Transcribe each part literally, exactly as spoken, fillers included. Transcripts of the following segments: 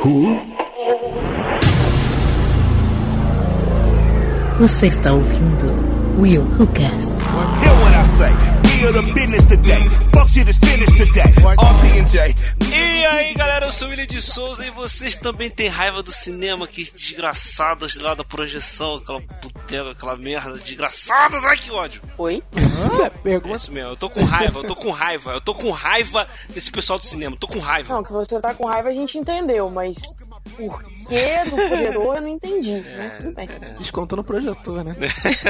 Who? Você está ouvindo Will Who Cast. Hear what I say. We are the business today. Fuck shit is finished today. R T and J. E aí, galera, eu sou o William de Souza e vocês também têm raiva do cinema, que desgraçados lá da projeção, aquela puteira, aquela merda, desgraçados, ai que ódio. Oi? Ah, pergunta. É isso mesmo, eu tô com raiva, eu tô com raiva, eu tô com raiva desse pessoal do cinema, eu tô com raiva. Não, que você tá com raiva a gente entendeu, mas por que do projetor eu não entendi, é, mas tudo bem. É. Desconto no projetor, né?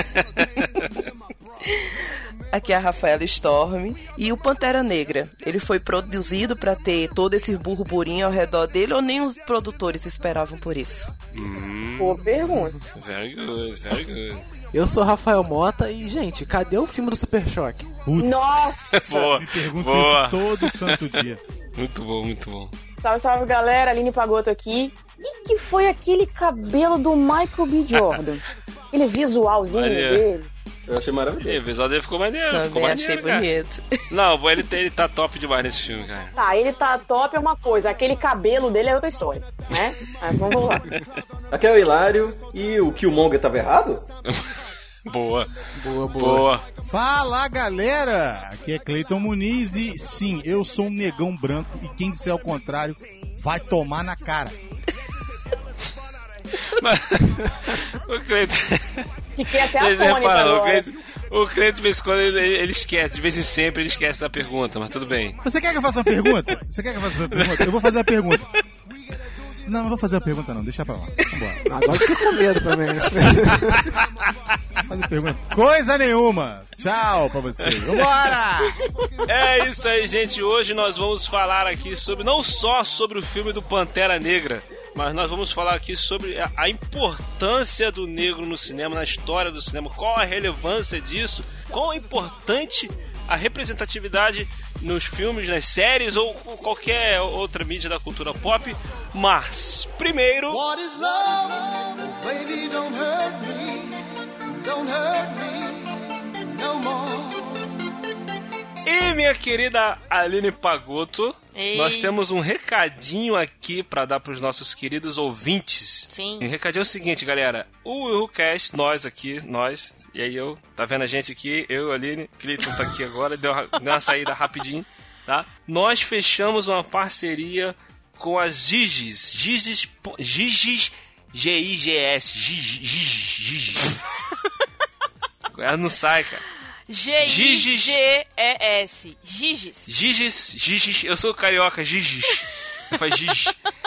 Aqui é a Rafaela Storm e o Pantera Negra, ele foi produzido pra ter todo esse burburinho ao redor dele ou nem os produtores esperavam por isso? Hum, Boa pergunta. Very good, very good. Eu sou Rafael Mota e, gente, cadê o filme do Super Choque? Putz. Nossa! Boa, me pergunto boa. isso todo santo dia. Muito bom, muito bom. Salve, salve, galera, Aline Pagotto aqui. E que foi aquele cabelo do Michael B. Jordan? Aquele visualzinho Maneiro. dele. Eu achei maravilhoso. E, o visual dele ficou maneiro, Também ficou maneiro, achei cara. bonito. Não, ele, ele tá top demais nesse filme, cara. Tá, ele tá top é uma coisa, aquele cabelo dele é outra história, né? Mas vamos lá. Aqui é o Hilário e o Killmonger tava errado? Boa. Boa, boa. Boa. Fala, galera! Aqui é Cleiton Muniz e sim, eu sou um negão branco e quem disser ao contrário vai tomar na cara. Mas, o Cleiton... Fiquei até Vocês atônita repararam, o agora. Cleiton, o Cleiton, de vez em quando, ele, ele esquece, de vez em sempre ele esquece da pergunta, mas tudo bem. Você quer que eu faça uma pergunta? Você quer que eu faça uma pergunta? Eu vou fazer a pergunta. Não, não vou fazer a pergunta não, deixa pra lá. Vambora. Agora fica com medo também, né? Vou fazer pergunta. Coisa nenhuma. Tchau pra vocês. Vambora! É isso aí, gente. Hoje nós vamos falar aqui sobre, não só sobre o filme do Pantera Negra, mas nós vamos falar aqui sobre a, a importância do negro no cinema, na história do cinema, qual a relevância disso, quão é importante a representatividade nos filmes, nas séries ou qualquer outra mídia da cultura pop. Mas, primeiro... What is love? Baby, don't hurt me. Don't hurt me no more. E minha querida Aline Pagotto, Ei. nós temos um recadinho aqui pra dar pros nossos queridos ouvintes. Sim. E o recadinho é o seguinte, galera. O WillCast, nós aqui, nós, e aí eu, tá vendo a gente aqui, eu, Aline, Cleiton tá aqui agora, deu, deu uma saída rapidinho, tá? Nós fechamos uma parceria com as Giges, Giges, Giges, G I G S, Giges, Giges. Ela não sai, cara. G I G E S. Giges. Giges, Giges, eu sou carioca, Giges. Faz Giges.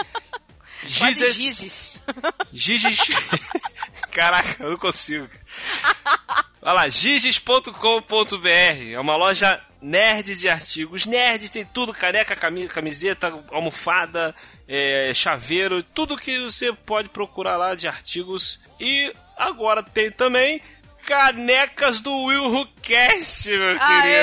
Gises. Gises. Giges. Caraca, eu não consigo. Olha lá, giges ponto com ponto b r. É uma loja nerd de artigos. Nerds tem tudo, caneca, camiseta, almofada, é, chaveiro, tudo que você pode procurar lá de artigos. E agora tem também canecas do Will Who Cast, meu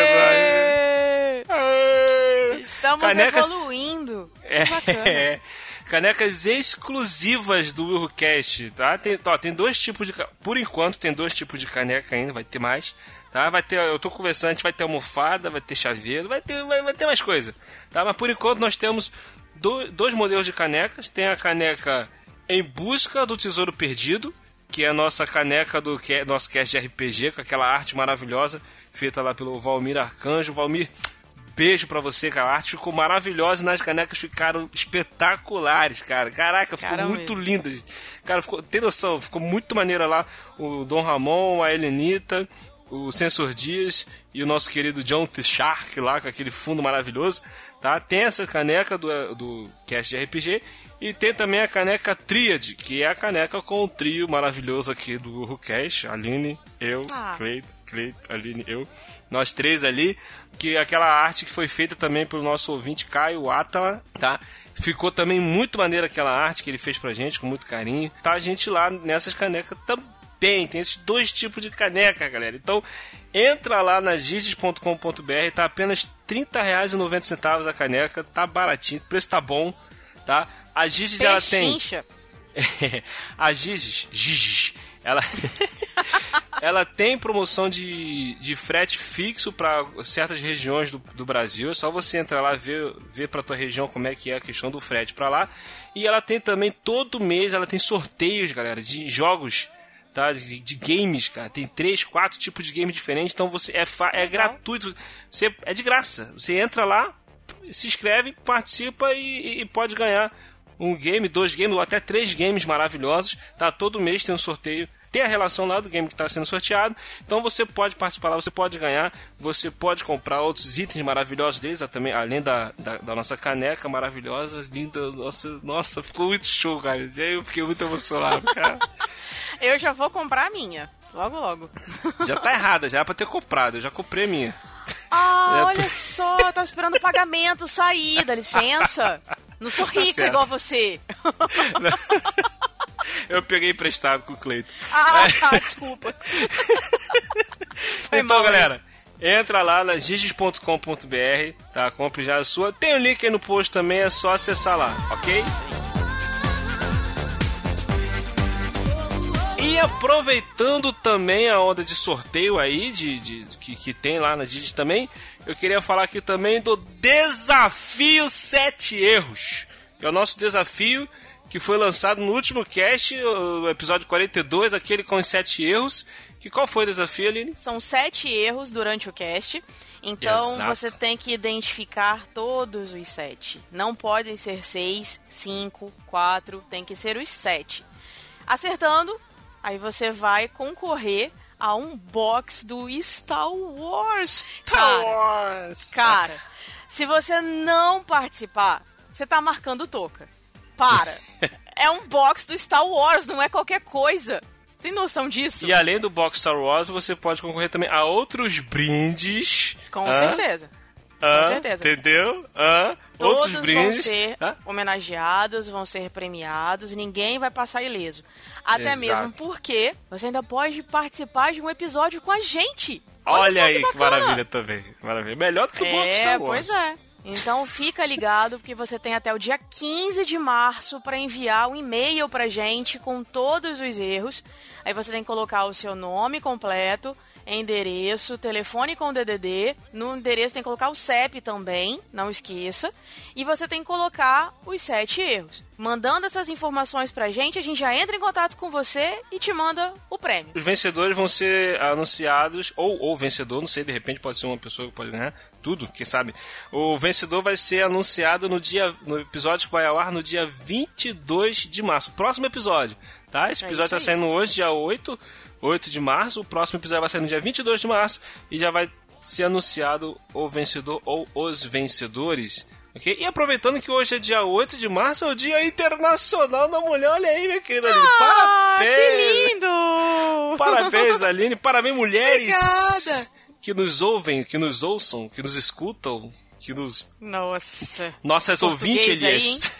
Aê! querido. Aê! Estamos Canecas... evoluindo. É, Que bacana. é. Canecas exclusivas do Will Who Cast, tá? Tem, ó, tem dois tipos de... Por enquanto, tem dois tipos de caneca ainda, vai ter mais, tá? Vai ter... Eu tô conversando, a gente vai ter almofada, vai ter chaveiro, vai ter, vai, vai ter mais coisa, tá? Mas por enquanto nós temos do, dois modelos de canecas. Tem a caneca Em Busca do Tesouro Perdido, que é a nossa caneca do que, nosso cast de R P G, com aquela arte maravilhosa, feita lá pelo Valmir Arcanjo. Valmir, beijo pra você, cara. A arte ficou maravilhosa e nas canecas ficaram espetaculares, cara. Caraca, ficou Caramba. muito linda. Cara, ficou, tem noção, ficou muito maneira lá. O Dom Ramon, a Helenita, o Censor Dias e o nosso querido John T. Shark lá, com aquele fundo maravilhoso, tá? Tem essa caneca do, do cast de R P G. E tem também a caneca Tríade, que é a caneca com o trio maravilhoso aqui do WhoCast, Aline, eu, Ah. Cleiton, Cleiton, Aline, eu. Nós três ali, que aquela arte que foi feita também pelo nosso ouvinte Caio Atala, tá? Ficou também muito maneira aquela arte que ele fez pra gente, com muito carinho. Tá a gente lá nessas canecas também, tem esses dois tipos de caneca, galera. Então, entra lá na giges ponto com ponto b r, tá apenas trinta reais e noventa centavos a caneca, tá baratinho, o preço tá bom, tá? A Giges, ela tem... Pechincha. A Giges, Giges, ela, ela tem promoção de, de frete fixo para certas regiões do, do Brasil. É só você entrar lá, ver, ver para tua região como é que é a questão do frete para lá. E ela tem também, todo mês, ela tem sorteios, galera, de jogos, tá? De, de games, cara. Tem três, quatro tipos de games diferentes. Então você é, fa- é gratuito. Você, é de graça. Você entra lá, se inscreve, participa e, e pode ganhar um game, dois games ou até três games maravilhosos, tá? Todo mês tem um sorteio, tem a relação lá do game que está sendo sorteado, então você pode participar lá, você pode ganhar, você pode comprar outros itens maravilhosos deles, também, além da, da, da nossa caneca maravilhosa, linda, nossa, nossa, ficou muito show, cara, eu fiquei muito emocionado, cara. Eu já vou comprar a minha, logo, logo. Já tá errada, já é pra ter comprado, eu já comprei a minha. Ah, É olha pra- só, eu tava esperando o pagamento sair, dá licença. Não sou rica certo. igual você. Eu peguei emprestado com o Cleiton. Ah, tá, desculpa. Foi Então, mal, galera, entra lá na giges ponto com ponto b r, tá? Compre já a sua. Tem o link aí no post também, é só acessar lá, ok? E aproveitando também a onda de sorteio aí, de, de, que, que tem lá na Giges também, eu queria falar aqui também do Desafio sete Erros. Que é o nosso desafio que foi lançado no último cast, o episódio quarenta e dois, aquele com os sete erros. Que qual foi o desafio, Aline? São sete erros durante o cast, então Exato. você tem que identificar todos os sete. Não podem ser seis, cinco, quatro, tem que ser os sete. Acertando, aí você vai concorrer a um box do Star Wars. Star Cara, Wars! Cara, se você não participar, você tá marcando toca. Para. É um box do Star Wars, não é qualquer coisa. Tem noção disso? E além do box Star Wars, você pode concorrer também a outros brindes. Com Hã? certeza. Hã? Com certeza. Entendeu? Hã? Todos Outros brindes. vão ser Hã? homenageados, vão ser premiados, ninguém vai passar ileso. Até Exato. mesmo porque você ainda pode participar de um episódio com a gente. Olha, Olha só aí, que bacana. maravilha também. Que maravilha. Melhor do que o box É, Star Wars. pois é. Então fica ligado porque você tem até o dia quinze de março para enviar um e-mail pra gente com todos os erros. Aí você tem que colocar o seu nome completo, endereço, telefone com D D D. No endereço tem que colocar o C E P também, não esqueça. E você tem que colocar os sete erros. Mandando essas informações pra gente, a gente já entra em contato com você e te manda o prêmio. Os vencedores vão ser anunciados, ou o vencedor, não sei, de repente pode ser uma pessoa que pode ganhar tudo, quem sabe. O vencedor vai ser anunciado no dia, no episódio que vai ao ar no dia vinte e dois de março. Próximo episódio, tá? Esse É episódio isso tá aí. saindo hoje, dia oito, oito de março. O próximo episódio vai sair no dia vinte e dois de março e já vai ser anunciado o vencedor ou os vencedores. Okay? E aproveitando que hoje é dia oito de março, é o Dia Internacional da Mulher. Olha aí, minha querida Aline. Ah, Parabéns! que lindo! Parabéns, Aline. Parabéns, mulheres Obrigada. que nos ouvem, que nos ouçam, que nos escutam, que nos... Nossa. Nossas Português ouvintes, aí, Elias.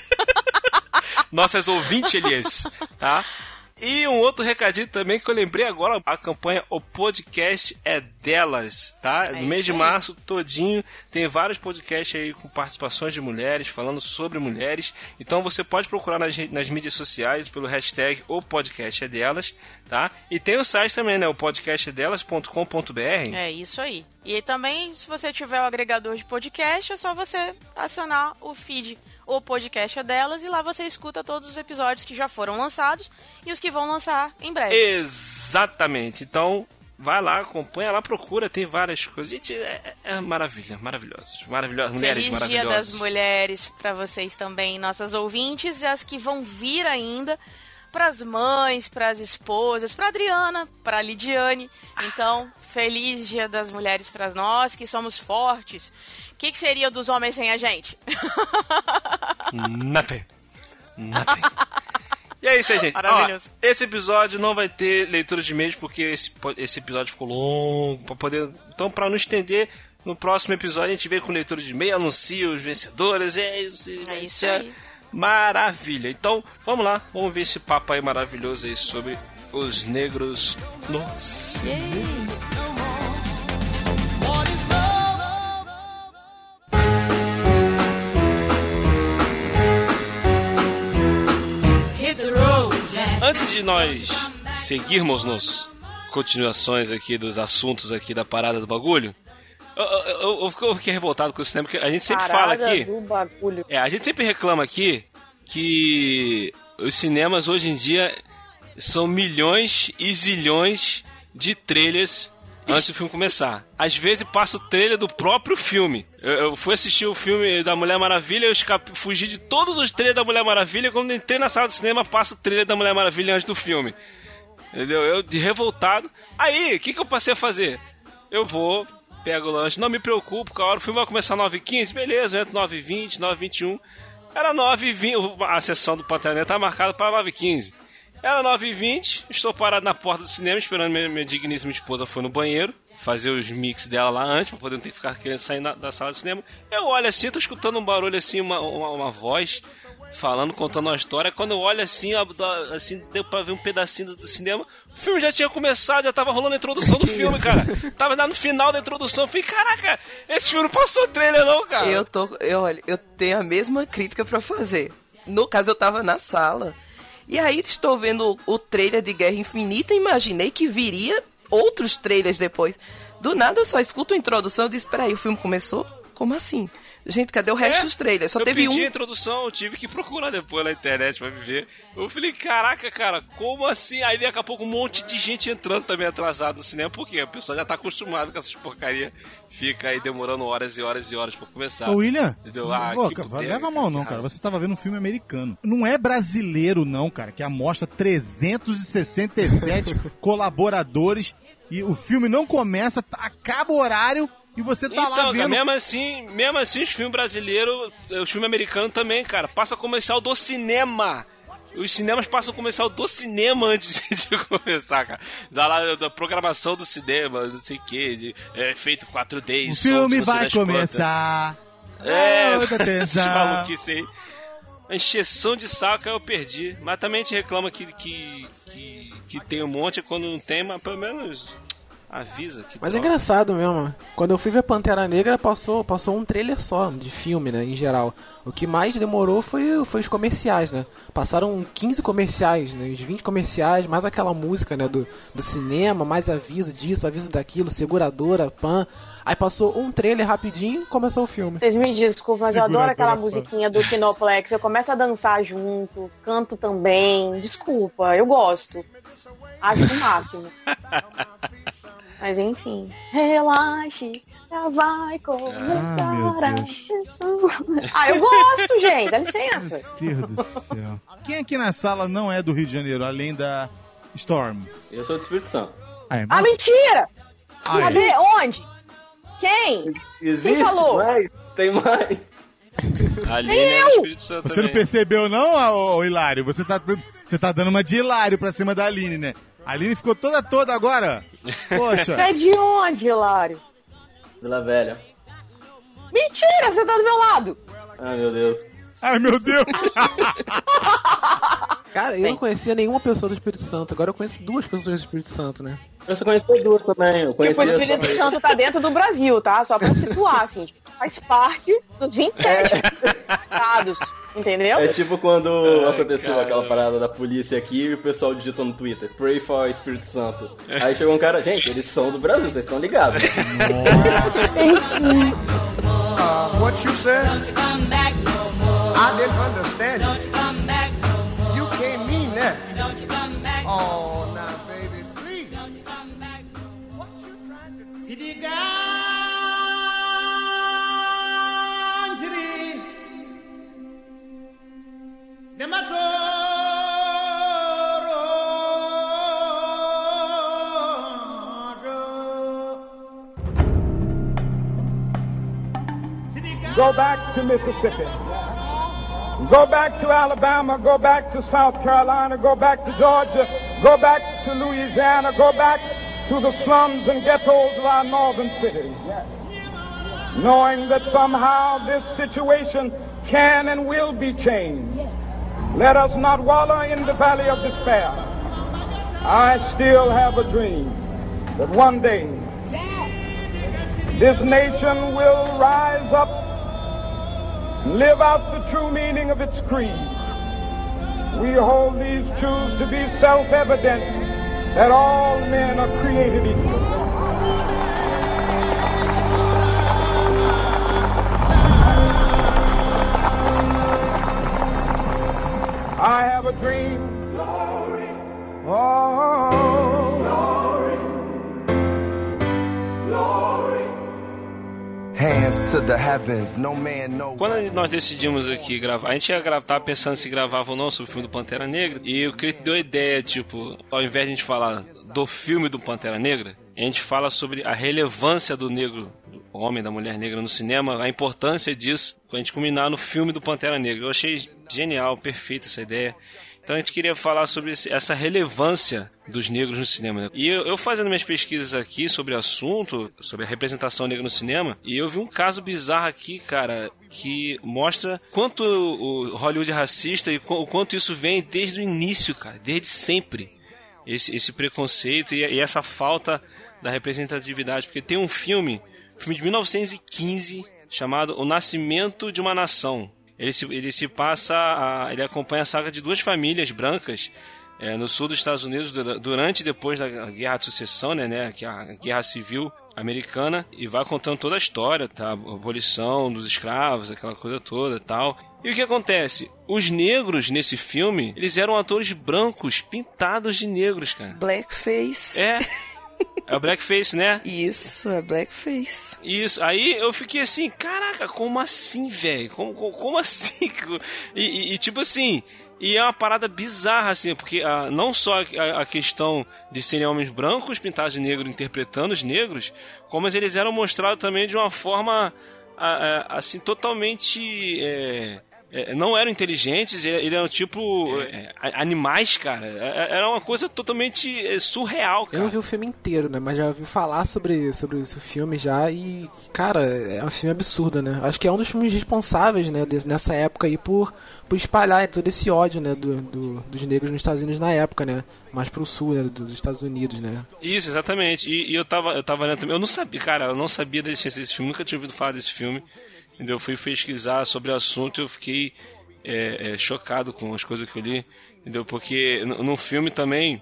Nossas ouvintes, Elias. Tá? E um outro recadinho também que eu lembrei agora, a campanha O Podcast é Delas, tá? É no mês isso de aí. março todinho tem vários podcasts aí com participações de mulheres, falando sobre mulheres. Então você pode procurar nas, re- nas mídias sociais pelo hashtag O Podcast é Delas, tá? E tem o site também, né? O podcast é delas ponto com ponto b r. É isso aí. E também, se você tiver o agregador de podcast, é só você acionar o feed, o podcast é delas, e lá você escuta todos os episódios que já foram lançados e os que vão lançar em breve. Exatamente. Então, vai lá, acompanha lá, procura, tem várias coisas. Gente, é, é maravilha, maravilhosos. Maravilhosas, mulheres Feliz maravilhosas. Dia das Mulheres para vocês também, nossas ouvintes, e as que vão vir ainda, para as mães, para as esposas, para Adriana, para Lidiane. Então, feliz Dia das Mulheres para nós, que somos fortes. O que, que seria dos homens sem a gente? Nothing. Nothing. E é isso aí, gente. Maravilhoso. Ó, esse episódio não vai ter leitura de e-mails porque esse, po- esse episódio ficou longo para poder. Então, para não estender, no próximo episódio a gente vem com leitura de e-mail, anuncia os vencedores. É isso, É vai isso ser aí. maravilha. Então, vamos lá, vamos ver esse papo aí maravilhoso aí sobre os negros no cinema. What is love? Antes de nós seguirmos nos continuações aqui dos assuntos aqui da parada do bagulho, eu, eu, eu, eu fiquei revoltado com o cinema, porque a gente sempre Parada fala aqui... do bagulho. É, a gente sempre reclama aqui que os cinemas hoje em dia são milhões e zilhões de trailers antes do filme começar. Às vezes passa o trailer do próprio filme. Eu, eu fui assistir o filme da Mulher Maravilha, eu escape, fugi de todos os trailers da Mulher Maravilha. Quando entrei na sala do cinema, passa o trailer da Mulher Maravilha antes do filme. Entendeu? Eu, de revoltado. Aí, o que, que eu passei a fazer? Eu vou, pego o lanche, não me preocupo, porque a hora o filme vai começar nove e quinze, beleza, eu entro nove e vinte, nove e vinte e um. Era nove e vinte, a sessão do Pantera Negra tá marcada para nove e quinze. Era nove e vinte, estou parado na porta do cinema esperando minha, minha digníssima esposa foi no banheiro fazer os mix dela lá antes, pra poder não ter que ficar querendo sair na, da sala de cinema. Eu olho assim, tô escutando um barulho assim, uma, uma, uma voz falando, contando uma história. Quando eu olho assim, assim, deu pra ver um pedacinho do, do cinema. O filme já tinha começado, já tava rolando a introdução do filme, cara. Tava no final da introdução. Eu falei, caraca, esse filme não passou trailer não, cara. Eu tô, eu, olha, eu tenho a mesma crítica pra fazer. No caso, eu tava na sala. E aí estou vendo o trailer de Guerra Infinita e imaginei que viria outros trailers depois. Do nada eu só escuto a introdução e disse, peraí, o filme começou? Como assim? Gente, cadê o resto é, dos trailers? Só eu teve pedi um. a introdução, eu tive que procurar depois na internet pra me ver. Eu falei, caraca, cara, como assim? Aí daqui a pouco um monte de gente entrando também atrasado no cinema. Por quê? O pessoal já tá acostumado com essas porcarias. Fica aí demorando horas e horas e horas pra começar. Ô, William, entendeu? Ah, pô, que cara, boteca, leva mal não, cara. Você tava vendo um filme americano. Não é brasileiro não, cara, que amostra trezentos e sessenta e sete colaboradores e o filme não começa, acaba o horário... E você tá então, lá vendo... Cara, mesmo assim, mesmo assim, os filmes brasileiros, os filmes americanos também, cara, passa comercial do cinema. Os cinemas passam comercial do cinema antes de começar, cara. Da, lá, da programação do cinema, não sei o que, de é, efeito quatro D. O filme vai começar. É, de maluquice aí. A encheção de saco eu perdi. Mas também a gente reclama que, que, que, que tem um monte quando não tem, mas pelo menos... avisa que Mas troca. É engraçado mesmo. Quando eu fui ver Pantera Negra, passou, passou um trailer só, de filme, né, em geral. O que mais demorou foi, foi os comerciais, né? Passaram quinze comerciais, né? Os vinte comerciais, mais aquela música, né, do, do cinema, mais aviso disso, aviso daquilo, seguradora, pan. Aí passou um trailer rapidinho e começou o filme. Vocês me desculpem, mas eu adoro aquela pan. musiquinha do Kinoplex. Eu começo a dançar junto, canto também. Desculpa, eu gosto. Acho o máximo. Mas enfim, relaxe, já vai começar ah, a sessão. Ah, eu gosto, gente, dá licença. Meu Deus do céu. Quem aqui na sala não é do Rio de Janeiro, além da Storm? Eu sou do Espírito Santo. Ah, é ah mentira! Ah, Cadê? é? Onde? Quem? Existe? Quem falou? Mais? Tem mais. Ali é o Espírito Santo Você também. não percebeu não, ô, ô, Hilário? Você tá, você tá dando uma de Hilário pra cima da Aline, né? A Aline ficou toda toda agora. Poxa. Você é de onde, Hilário? Vila Velha. Mentira, você tá do meu lado. Ai, meu Deus. Ai, meu Deus. Cara, eu não conhecia nenhuma pessoa do Espírito Santo. Agora eu conheço duas pessoas do Espírito Santo, né? Eu só conheço duas também. Eu Tipo, o Espírito Santo tá dentro do Brasil, tá? Só pra situar, assim. Faz parte dos vinte e sete estados, entendeu? É tipo quando Ai, aconteceu cara. aquela parada da polícia aqui e o pessoal digitou no Twitter, Pray for Espírito Santo. Aí chegou um cara, gente, eles são do Brasil, vocês estão ligados. Uh, what you said? I didn't understand it. You can't mean that. Oh, now, baby, please. What you trying to do? City Ganjiri. Go back to Mississippi. Go back to Alabama. Go back to South Carolina. Go back to Georgia. Go back to Louisiana. Go back to the slums and ghettos of our northern cities. Knowing that somehow this situation can and will be changed. Let us not wallow in the valley of despair. I still have a dream that one day this nation will rise up, live out the true meaning of its creed. We hold these truths to be self-evident that all men are created equal. I have a dream. Glory. Oh, glory. Glory. Hands to the heavens, no man, no. Quando nós decidimos aqui gravar, a gente ia gravar, tava pensando se gravava ou não sobre o filme do Pantera Negra, e o Cleiton deu a ideia, tipo, ao invés de a gente falar do filme do Pantera Negra, a gente fala sobre a relevância do negro, do homem, da mulher negra no cinema, a importância disso, quando a gente combinar no filme do Pantera Negra. Eu achei genial, perfeita essa ideia. Então a gente queria falar sobre esse, essa relevância dos negros no cinema, né? E eu, eu fazendo minhas pesquisas aqui sobre o assunto, sobre a representação negra no cinema, e eu vi um caso bizarro aqui, cara, que mostra quanto o Hollywood é racista e o quanto isso vem desde o início, cara, desde sempre. Esse, esse preconceito e, e essa falta da representatividade. Porque tem um filme, um filme de mil novecentos e quinze, chamado O Nascimento de uma Nação. Ele se, ele se passa, a, ele acompanha a saga de duas famílias brancas é, no sul dos Estados Unidos durante e depois da Guerra de Sucessão, né, né, que é a Guerra Civil Americana, e vai contando toda a história, tá, a abolição dos escravos, aquela coisa toda e tal. E o que acontece? Os negros nesse filme, eles eram atores brancos pintados de negros, cara. Blackface. É. É o blackface, né? Isso, é blackface. Isso, aí eu fiquei assim, caraca, como assim, velho? Como, como, como assim? E, e, e tipo assim, e é uma parada bizarra, assim, porque ah, não só a, a questão de serem homens brancos pintados de negro interpretando os negros, como eles eram mostrados também de uma forma, ah, ah, assim, totalmente... É, É, não eram inteligentes, eles eram tipo é, animais, cara. Era uma coisa totalmente surreal, cara. Eu não vi o filme inteiro, né? Mas já ouvi falar sobre, sobre esse filme já e, cara, é um filme absurdo, né? Acho que é um dos filmes responsáveis, né, nessa época aí por, por espalhar todo esse ódio, né, do, do, dos negros nos Estados Unidos na época, né? Mais pro sul, né, dos Estados Unidos, né? Isso, exatamente. E, e eu tava, eu tava lendo também. Eu não sabia, cara, eu não sabia da existência desse filme, nunca tinha ouvido falar desse filme. Eu fui pesquisar sobre o assunto e eu fiquei é, é, chocado com as coisas que eu li, entendeu? Porque no, no filme também,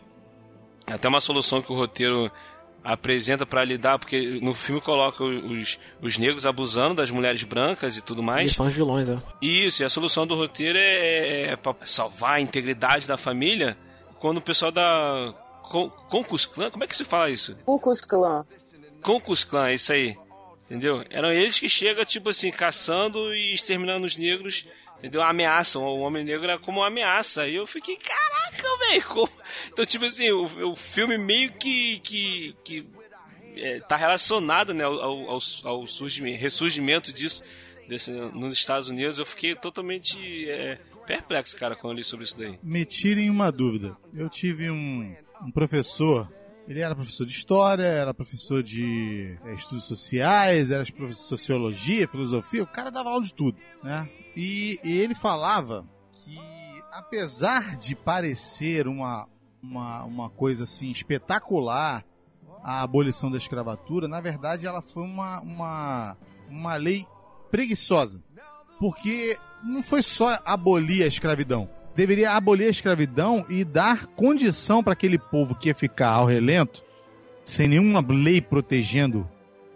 até uma solução que o roteiro apresenta para lidar, porque no filme coloca os, os negros abusando das mulheres brancas e tudo mais. Eles são os vilões, é. Isso, e a solução do roteiro é, é, é para salvar a integridade da família quando o pessoal da Ku Klux Klan, como é que se fala isso? Ku Klux Klan. Ku Klux Klan, isso aí. Entendeu? Eram eles que chegam, tipo assim, caçando e exterminando os negros, entendeu? Ameaçam. O homem negro era como uma ameaça. E eu fiquei, caraca, velho. Como... Então, tipo assim, o, o filme meio que, que, que é, tá relacionado, né, ao, ao, ao surgimento, ressurgimento disso desse, nos Estados Unidos. Eu fiquei totalmente é, perplexo, cara, quando eu li sobre isso daí. Me tirem uma dúvida. Eu tive um, um professor... Ele era professor de história, era professor de é, estudos sociais, era professor de sociologia, filosofia, o cara dava aula de tudo, né? E, e ele falava que, apesar de parecer uma, uma, uma coisa assim espetacular, a abolição da escravatura, na verdade ela foi uma, uma, uma lei preguiçosa, porque não foi só abolir a escravidão. Deveria abolir a escravidão e dar condição para aquele povo que ia ficar ao relento, sem nenhuma lei protegendo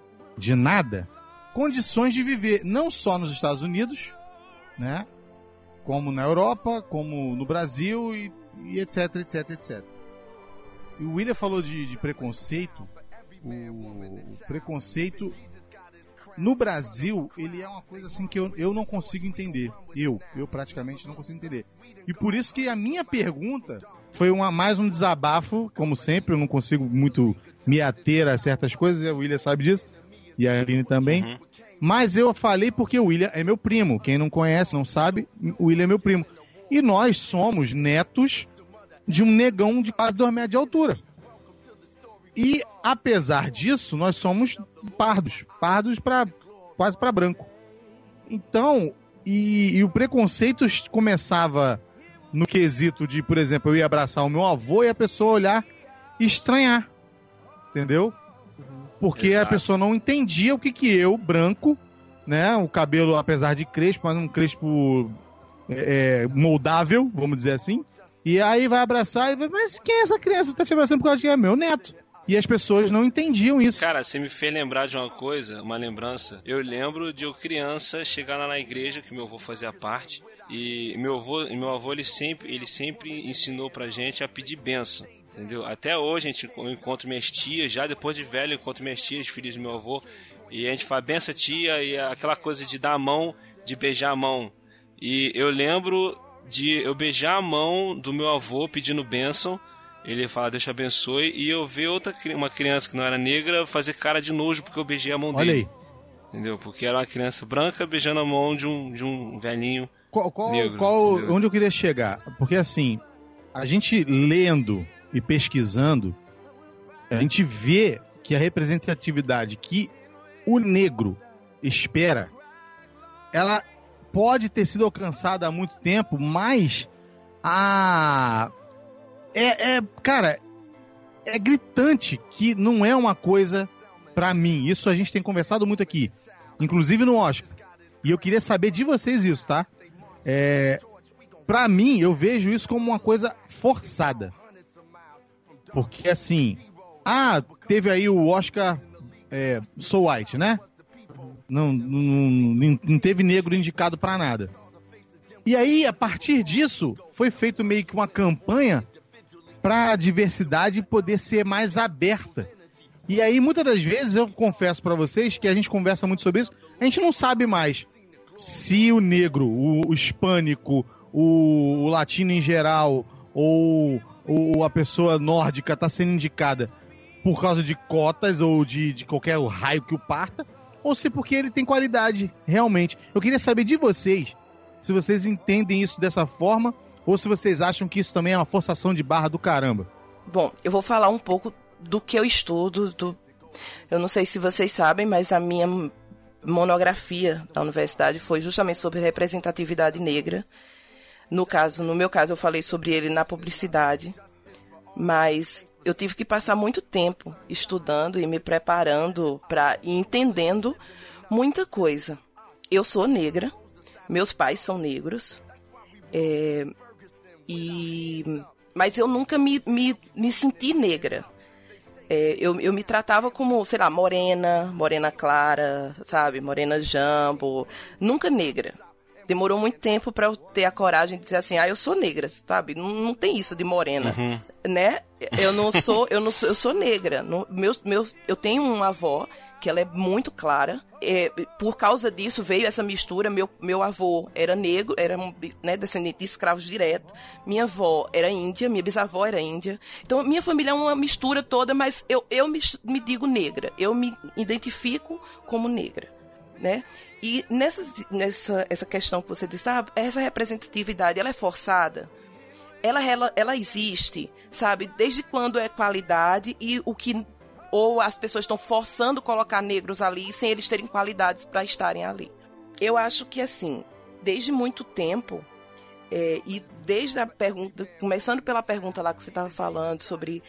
de nada, condições de viver, não só nos Estados Unidos, né, como na Europa, como no Brasil, e, e etc, etc, etcétera. E o William falou de, de preconceito. O, o preconceito no Brasil, ele é uma coisa assim que eu, eu não consigo entender. Eu, eu praticamente não consigo entender. E por isso que a minha pergunta foi uma, mais um desabafo, como sempre, eu não consigo muito me ater a certas coisas, e a William sabe disso, e a Aline também. Uhum. Mas eu falei porque o William é meu primo. Quem não conhece, não sabe, o William é meu primo. E nós somos netos de um negão de quase dois metros de altura. E, apesar disso, nós somos pardos. Pardos pra, quase para branco. Então, e, e o preconceito começava no quesito de, por exemplo, eu ia abraçar o meu avô e a pessoa olhar e estranhar. Entendeu? Porque Exato. A pessoa não entendia o que que eu, branco, né, o cabelo, apesar de crespo, mas um crespo é, moldável, vamos dizer assim, E aí vai abraçar e vai, mas quem é essa criança que tá te abraçando por causa de é meu neto? E as pessoas não entendiam isso. Cara, você me fez lembrar de uma coisa, uma lembrança. Eu lembro de eu criança chegar lá na igreja, que meu avô fazia parte, e meu avô, meu avô ele, sempre, ele sempre ensinou pra gente a pedir bênção. Entendeu? Até hoje a gente, eu encontro minhas tias, já depois de velho, eu encontro minhas tias, filhas do meu avô, e a gente fala benção tia, e aquela coisa de dar a mão, de beijar a mão. E eu lembro de eu beijar a mão do meu avô pedindo bênção, ele fala Deus te abençoe, e eu ver outra, uma criança que não era negra fazer cara de nojo porque eu beijei a mão Olha dele. aí. Entendeu? Porque era uma criança branca beijando a mão de um, de um velhinho qual, qual, negro. Qual, onde eu queria chegar? Porque assim, a gente lendo e pesquisando, a gente vê que a representatividade que o negro espera, ela pode ter sido alcançada há muito tempo, mas a... É, é, cara, é gritante que não é uma coisa pra mim. Isso a gente tem conversado muito aqui, inclusive no Oscar. E eu queria saber de vocês isso, tá? É, pra mim, eu vejo isso como uma coisa forçada. Porque assim, ah, teve aí o Oscar é, So White, né? Não, não, não, não teve negro indicado pra nada. E aí, a partir disso, foi feito meio que uma campanha pra diversidade poder ser mais aberta. E aí, muitas das vezes, eu confesso pra vocês que a gente conversa muito sobre isso, a gente não sabe mais se o negro, o, o hispânico, o, o latino em geral, ou, ou a pessoa nórdica tá sendo indicada por causa de cotas ou de, de qualquer raio que o parta, ou se porque ele tem qualidade, realmente. Eu queria saber de vocês, se vocês entendem isso dessa forma, ou se vocês acham que isso também é uma forçação de barra do caramba. Bom, eu vou falar um pouco do que eu estudo. Do... Eu não sei se vocês sabem, mas a minha monografia da universidade foi justamente sobre representatividade negra. No caso, no meu caso, eu falei sobre ele na publicidade, mas eu tive que passar muito tempo estudando e me preparando para e entendendo muita coisa. Eu sou negra, meus pais são negros, é, e, mas eu nunca me, me, me senti negra. É, eu, eu me tratava como, sei lá, morena, morena clara, sabe, morena jambo, nunca negra. Demorou muito tempo para eu ter a coragem de dizer assim, ah, eu sou negra, sabe? Não, não tem isso de morena, uhum. né? Eu não sou, eu não sou, eu sou negra. No, meus, meus, eu tenho uma avó que ela é muito clara. É, por causa disso veio essa mistura. Meu, meu avô era negro, era, né, descendente de escravos direto. Minha avó era índia, minha bisavó era índia. Então minha família é uma mistura toda, mas eu, eu me, me digo negra. Eu me identifico como negra, né? E nessa, nessa essa questão que você disse, ah, essa representatividade, ela é forçada? Ela, ela, ela existe, sabe? Desde quando é qualidade e o que... Ou as pessoas estão forçando colocar negros ali sem eles terem qualidades para estarem ali. Eu acho que, assim, desde muito tempo, é, e desde a pergunta... Começando pela pergunta lá que você estava falando sobre...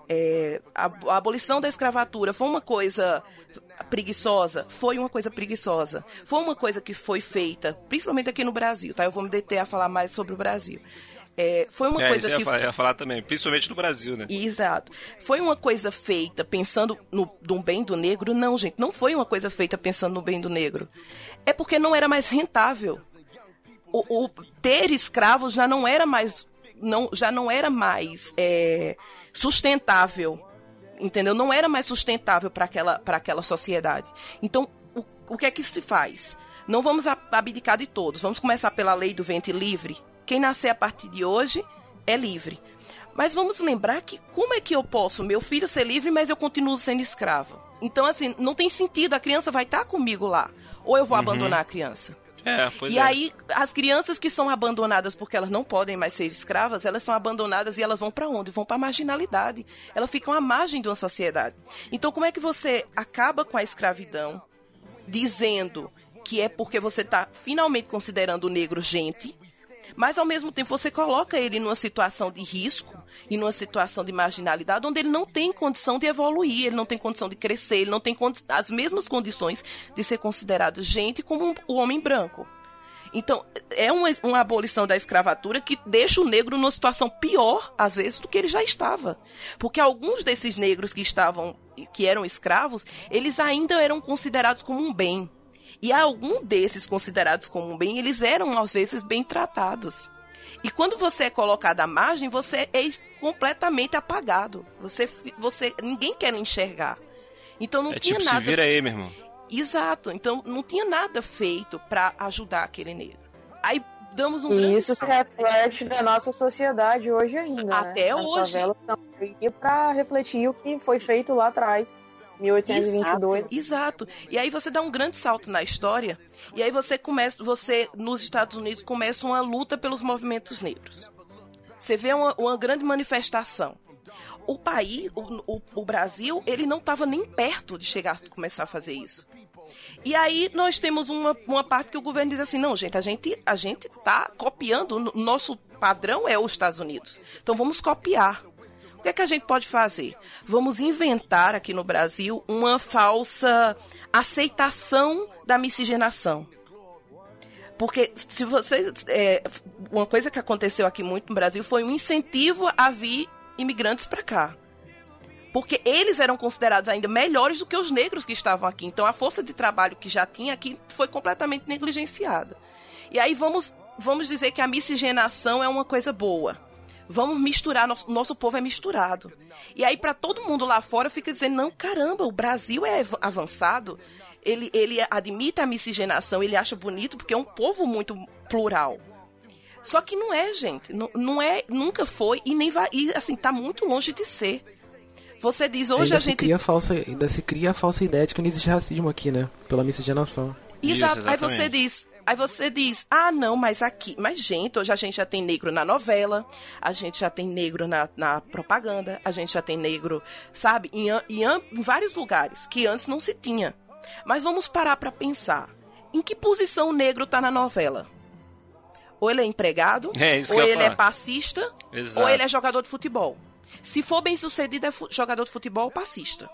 É, a, a abolição da escravatura foi uma coisa preguiçosa? Foi uma coisa preguiçosa. Foi uma coisa que foi feita, principalmente aqui no Brasil, tá? Eu vou me deter a falar mais sobre o Brasil. É, foi uma é, coisa isso que... eu ia falar também, principalmente no Brasil, né? Exato. Foi uma coisa feita pensando no, no bem do negro? Não, gente, não foi uma coisa feita pensando no bem do negro. É porque não era mais rentável. O, o ter escravos já não era mais... Não, já não era mais... É, sustentável, entendeu? Não era mais sustentável para aquela, para aquela sociedade. Então, o, o que é que se faz? Não vamos abdicar de todos. Vamos começar pela lei do ventre livre. Quem nascer a partir de hoje é livre. Mas vamos lembrar que como é que eu posso, meu filho ser livre, mas eu continuo sendo escrava? Então, assim, não tem sentido. A criança vai estar comigo lá. Ou eu vou uhum. abandonar a criança? É, pois e é. aí, as crianças que são abandonadas porque elas não podem mais ser escravas, elas são abandonadas e elas vão para onde? Vão para a marginalidade. Elas ficam à margem de uma sociedade. Então, como é que você acaba com a escravidão dizendo que é porque você está finalmente considerando o negro gente, mas ao mesmo tempo você coloca ele numa situação de risco e numa situação de marginalidade onde ele não tem condição de evoluir, ele não tem condição de crescer, ele não tem as mesmas condições de ser considerado gente como o homem branco. Então, é uma, uma abolição da escravatura que deixa o negro numa situação pior, às vezes, do que ele já estava. Porque alguns desses negros que estavam, que eram escravos, eles ainda eram considerados como um bem. E algum desses considerados como um bem, eles eram, às vezes, bem tratados. E quando você é colocado à margem, você é completamente apagado. Você, você, ninguém quer enxergar. Então não é tinha tipo, nada... se vira aí, meu irmão. Exato. Então não tinha nada feito para ajudar aquele negro. Aí damos um... E isso se reflete na nossa sociedade hoje ainda. Até né? hoje. As favelas estão aí para refletir o que foi feito lá atrás. mil oitocentos e vinte e dois. Exato, exato. E aí você dá um grande salto na história, e aí você começa, você nos Estados Unidos começa uma luta pelos movimentos negros. Você vê uma, uma grande manifestação. O país, o, o, o Brasil, ele não estava nem perto de chegar a começar a fazer isso. E aí nós temos uma, uma parte que o governo diz assim, não, gente, a gente a gente tá copiando, o nosso padrão é os Estados Unidos. Então vamos copiar. O que é que a gente pode fazer? Vamos inventar aqui no Brasil uma falsa aceitação da miscigenação. Porque se você, é, uma coisa que aconteceu aqui muito no Brasil foi um incentivo a vir imigrantes para cá. Porque eles eram considerados ainda melhores do que os negros que estavam aqui. Então a força de trabalho que já tinha aqui foi completamente negligenciada. E aí vamos, vamos dizer que a miscigenação é uma coisa boa. Vamos misturar, nosso, nosso povo é misturado. E aí, para todo mundo lá fora, fica dizendo, não, caramba, o Brasil é avançado, ele, ele admite a miscigenação, ele acha bonito, porque é um povo muito plural. Só que não é, gente, não, não é, nunca foi, e nem vai, e assim, tá muito longe de ser. Você diz, hoje ainda a se gente... Cria falsa, ainda se cria a falsa ideia de que não existe racismo aqui, né? Pela miscigenação. Exato, Isso, aí você diz... Aí você diz, ah, não, mas aqui... Mas, gente, hoje a gente já tem negro na novela, a gente já tem negro na, na propaganda, a gente já tem negro, sabe, em, em, em vários lugares, que antes não se tinha. Mas vamos parar pra pensar. Em que posição o negro tá na novela? Ou ele é empregado, é, isso ou que eu ele falo. é passista, Exato. Ou ele é jogador de futebol. Se for bem sucedido, é jogador de futebol ou passista.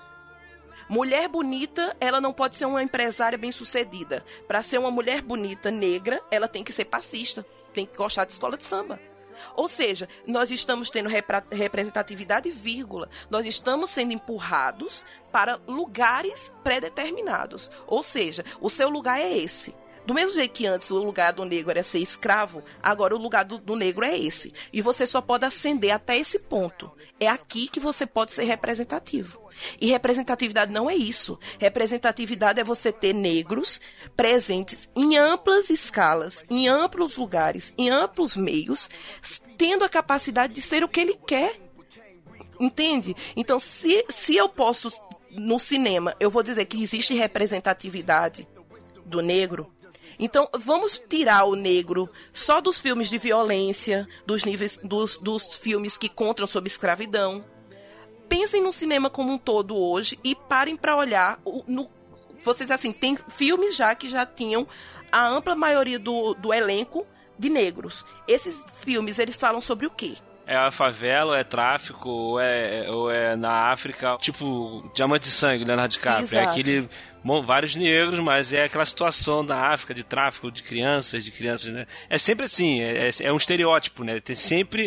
Mulher bonita, ela não pode ser uma empresária bem-sucedida. Para ser uma mulher bonita, negra, ela tem que ser passista, tem que gostar de escola de samba. Ou seja, nós estamos tendo repra- representatividade, vírgula. Nós estamos sendo empurrados para lugares pré-determinados. Ou seja, o seu lugar é esse. Do mesmo jeito que antes o lugar do negro era ser escravo, agora o lugar do, do negro é esse. E você só pode ascender até esse ponto. É aqui que você pode ser representativo. E representatividade não é isso. Representatividade é você ter negros presentes em amplas escalas, em amplos lugares, em amplos meios, tendo a capacidade de ser o que ele quer. Entende? Então, se, se eu posso, no cinema, eu vou dizer que existe representatividade do negro, então vamos tirar o negro só dos filmes de violência, dos, níveis, dos, dos filmes que contam sobre escravidão. Pensem no cinema como um todo hoje e parem para olhar o, no, vocês assim, tem filmes já que já tinham a ampla maioria do, do elenco de negros. Esses filmes, eles falam sobre o quê? É a favela, ou é tráfico, ou é, ou é na África, tipo Diamante de Sangue, Leonardo DiCaprio. Exato. É aquele, bom, vários negros, mas é aquela situação da África de tráfico de crianças, de crianças, né? É sempre assim, é, é um estereótipo, né? Tem sempre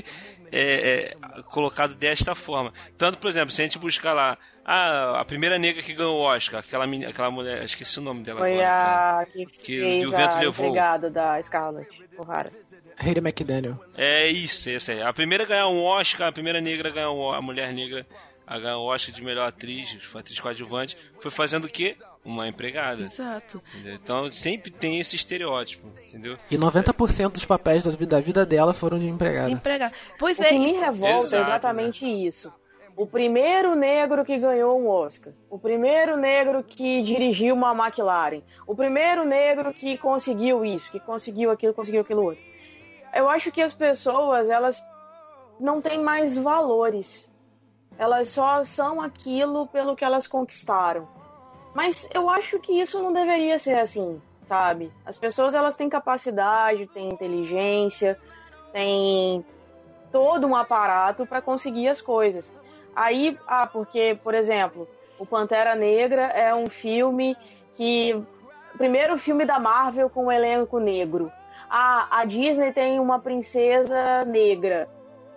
é, é, colocado desta forma. Tanto, por exemplo, se a gente buscar lá, ah, a primeira negra que ganhou o Oscar, aquela, menina, aquela mulher, esqueci o nome dela Foi agora. a que, que fez o vento a levou. empregada da Scarlett O'Hara. Hayley McDaniel. É isso, essa aí. A primeira a ganhar um Oscar, a primeira negra a ganhar um, a mulher negra a ganhar um Oscar de melhor atriz, atriz coadjuvante, foi fazendo o quê? Uma empregada. Exato. Entendeu? Então sempre tem esse estereótipo, entendeu? E noventa por cento dos papéis da vida, da vida dela foram de empregada. Empregada. Pois o é. que me revolta Exato, é exatamente né? isso. O primeiro negro que ganhou um Oscar, o primeiro negro que dirigiu uma McLaren, o primeiro negro que conseguiu isso, que conseguiu aquilo, conseguiu aquilo outro. Eu acho que as pessoas, elas não têm mais valores. Elas só são aquilo pelo que elas conquistaram. Mas eu acho que isso não deveria ser assim, sabe? As pessoas, elas têm capacidade, têm inteligência, têm todo um aparato para conseguir as coisas. Aí, ah, porque, por exemplo, o Pantera Negra é um filme que primeiro filme da Marvel com um elenco negro. Ah, a Disney tem uma princesa negra.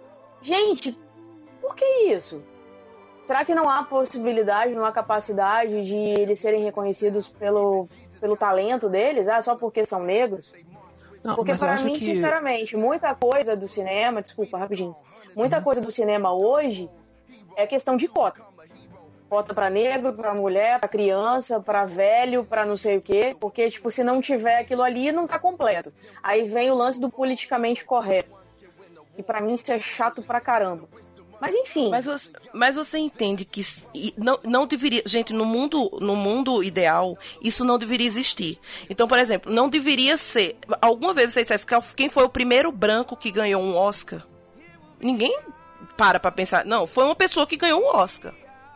Gente, por que isso? Será que não há possibilidade, não há capacidade de eles serem reconhecidos pelo, pelo talento deles? Ah, só porque são negros? Não, porque para mim, que... sinceramente, muita coisa do cinema, desculpa, rapidinho, muita uhum. coisa do cinema hoje é questão de cota. Cota para negro, para mulher, para criança, para velho, para não sei o quê, porque, tipo, se não tiver aquilo ali, não tá completo. Aí vem o lance do politicamente correto, e para mim isso é chato pra caramba. Mas enfim. Mas você, mas você entende que não, não deveria... Gente, no mundo, no mundo ideal, isso não deveria existir. Então, por exemplo, não deveria ser... Alguma vez você dissesse quem foi o primeiro branco que ganhou um Oscar? Ninguém para pra pensar. Não, foi uma pessoa que ganhou um Oscar.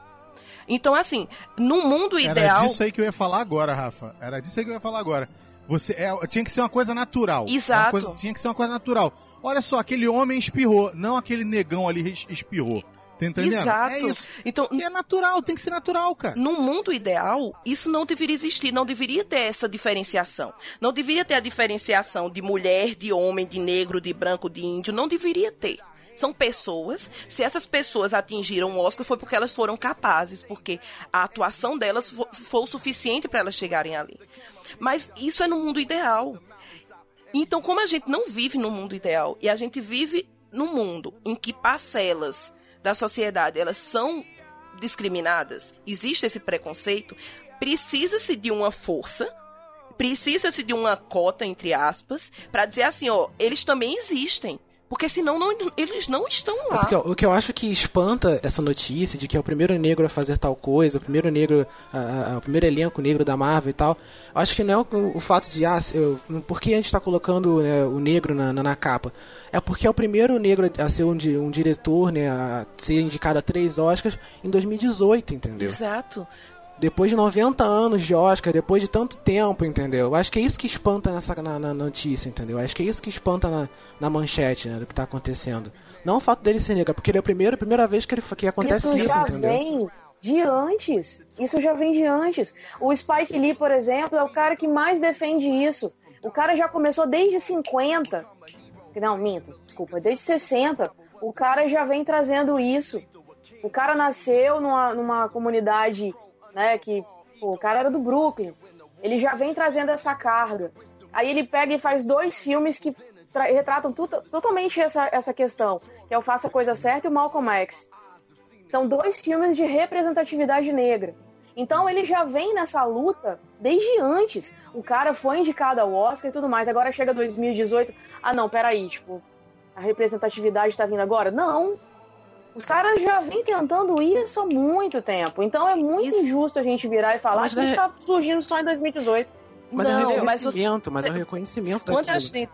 Então, assim, no mundo ideal... Era disso aí que eu ia falar agora, Rafa. Era disso aí que eu ia falar agora. Você, é, tinha que ser uma coisa natural. Exato. Uma coisa, tinha que ser uma coisa natural. Olha só, aquele homem espirrou, não aquele negão ali espirrou. Tá entendendo? Exato. É isso. Então, e é natural, tem que ser natural, cara. No mundo ideal, isso não deveria existir, não deveria ter essa diferenciação. Não deveria ter a diferenciação de mulher, de homem, de negro, de branco, de índio. Não deveria ter. São pessoas, se essas pessoas atingiram o Oscar foi porque elas foram capazes, porque a atuação delas foi o suficiente para elas chegarem ali. Mas isso é no mundo ideal. Então, como a gente não vive no mundo ideal, e a gente vive num mundo em que parcelas da sociedade elas são discriminadas, existe esse preconceito, precisa-se de uma força, precisa-se de uma cota, entre aspas, para dizer assim, ó, eles também existem. Porque senão não, eles não estão lá. Mas, o que eu acho que espanta essa notícia de que é o primeiro negro a fazer tal coisa, o primeiro negro, a, a, o primeiro elenco negro da Marvel e tal, eu acho que não é o, o fato de, ah, eu, por que a gente está colocando, né, o negro na, na, na capa? É porque é o primeiro negro a ser um, um diretor, né, a ser indicado a três Oscars em dois mil e dezoito, entendeu? Exato. Depois de noventa anos de Oscar, depois de tanto tempo, entendeu? Eu acho que é isso que espanta nessa, na, na notícia, entendeu? Eu acho que é isso que espanta na, na manchete, né, do que tá acontecendo. Não o fato dele ser negro, porque ele é a primeira, a primeira vez que, ele, que acontece isso, isso já entendeu? Vem de antes. Isso já vem de antes. O Spike Lee, por exemplo, é o cara que mais defende isso. O cara já começou desde cinquenta. Não, minto, desculpa, desde sessenta. O cara já vem trazendo isso. O cara nasceu numa, numa comunidade... Né, que pô, o cara era do Brooklyn, ele já vem trazendo essa carga. Aí ele pega e faz dois filmes que tra- retratam tu- totalmente essa, essa questão, que é o Faça a Coisa Certa e o Malcolm X. São dois filmes de representatividade negra. Então ele já vem nessa luta desde antes. O cara foi indicado ao Oscar e tudo mais. Agora chega dois mil e dezoito, ah não, peraí, tipo, a representatividade tá vindo agora? Não. Os caras já vêm tentando isso há muito tempo. Então é muito isso. injusto a gente virar e falar mas que é... isso tá surgindo só em dois mil e dezoito. Mas não, é reconhecimento, mas, você... mas é o reconhecimento quando daquilo. A gente...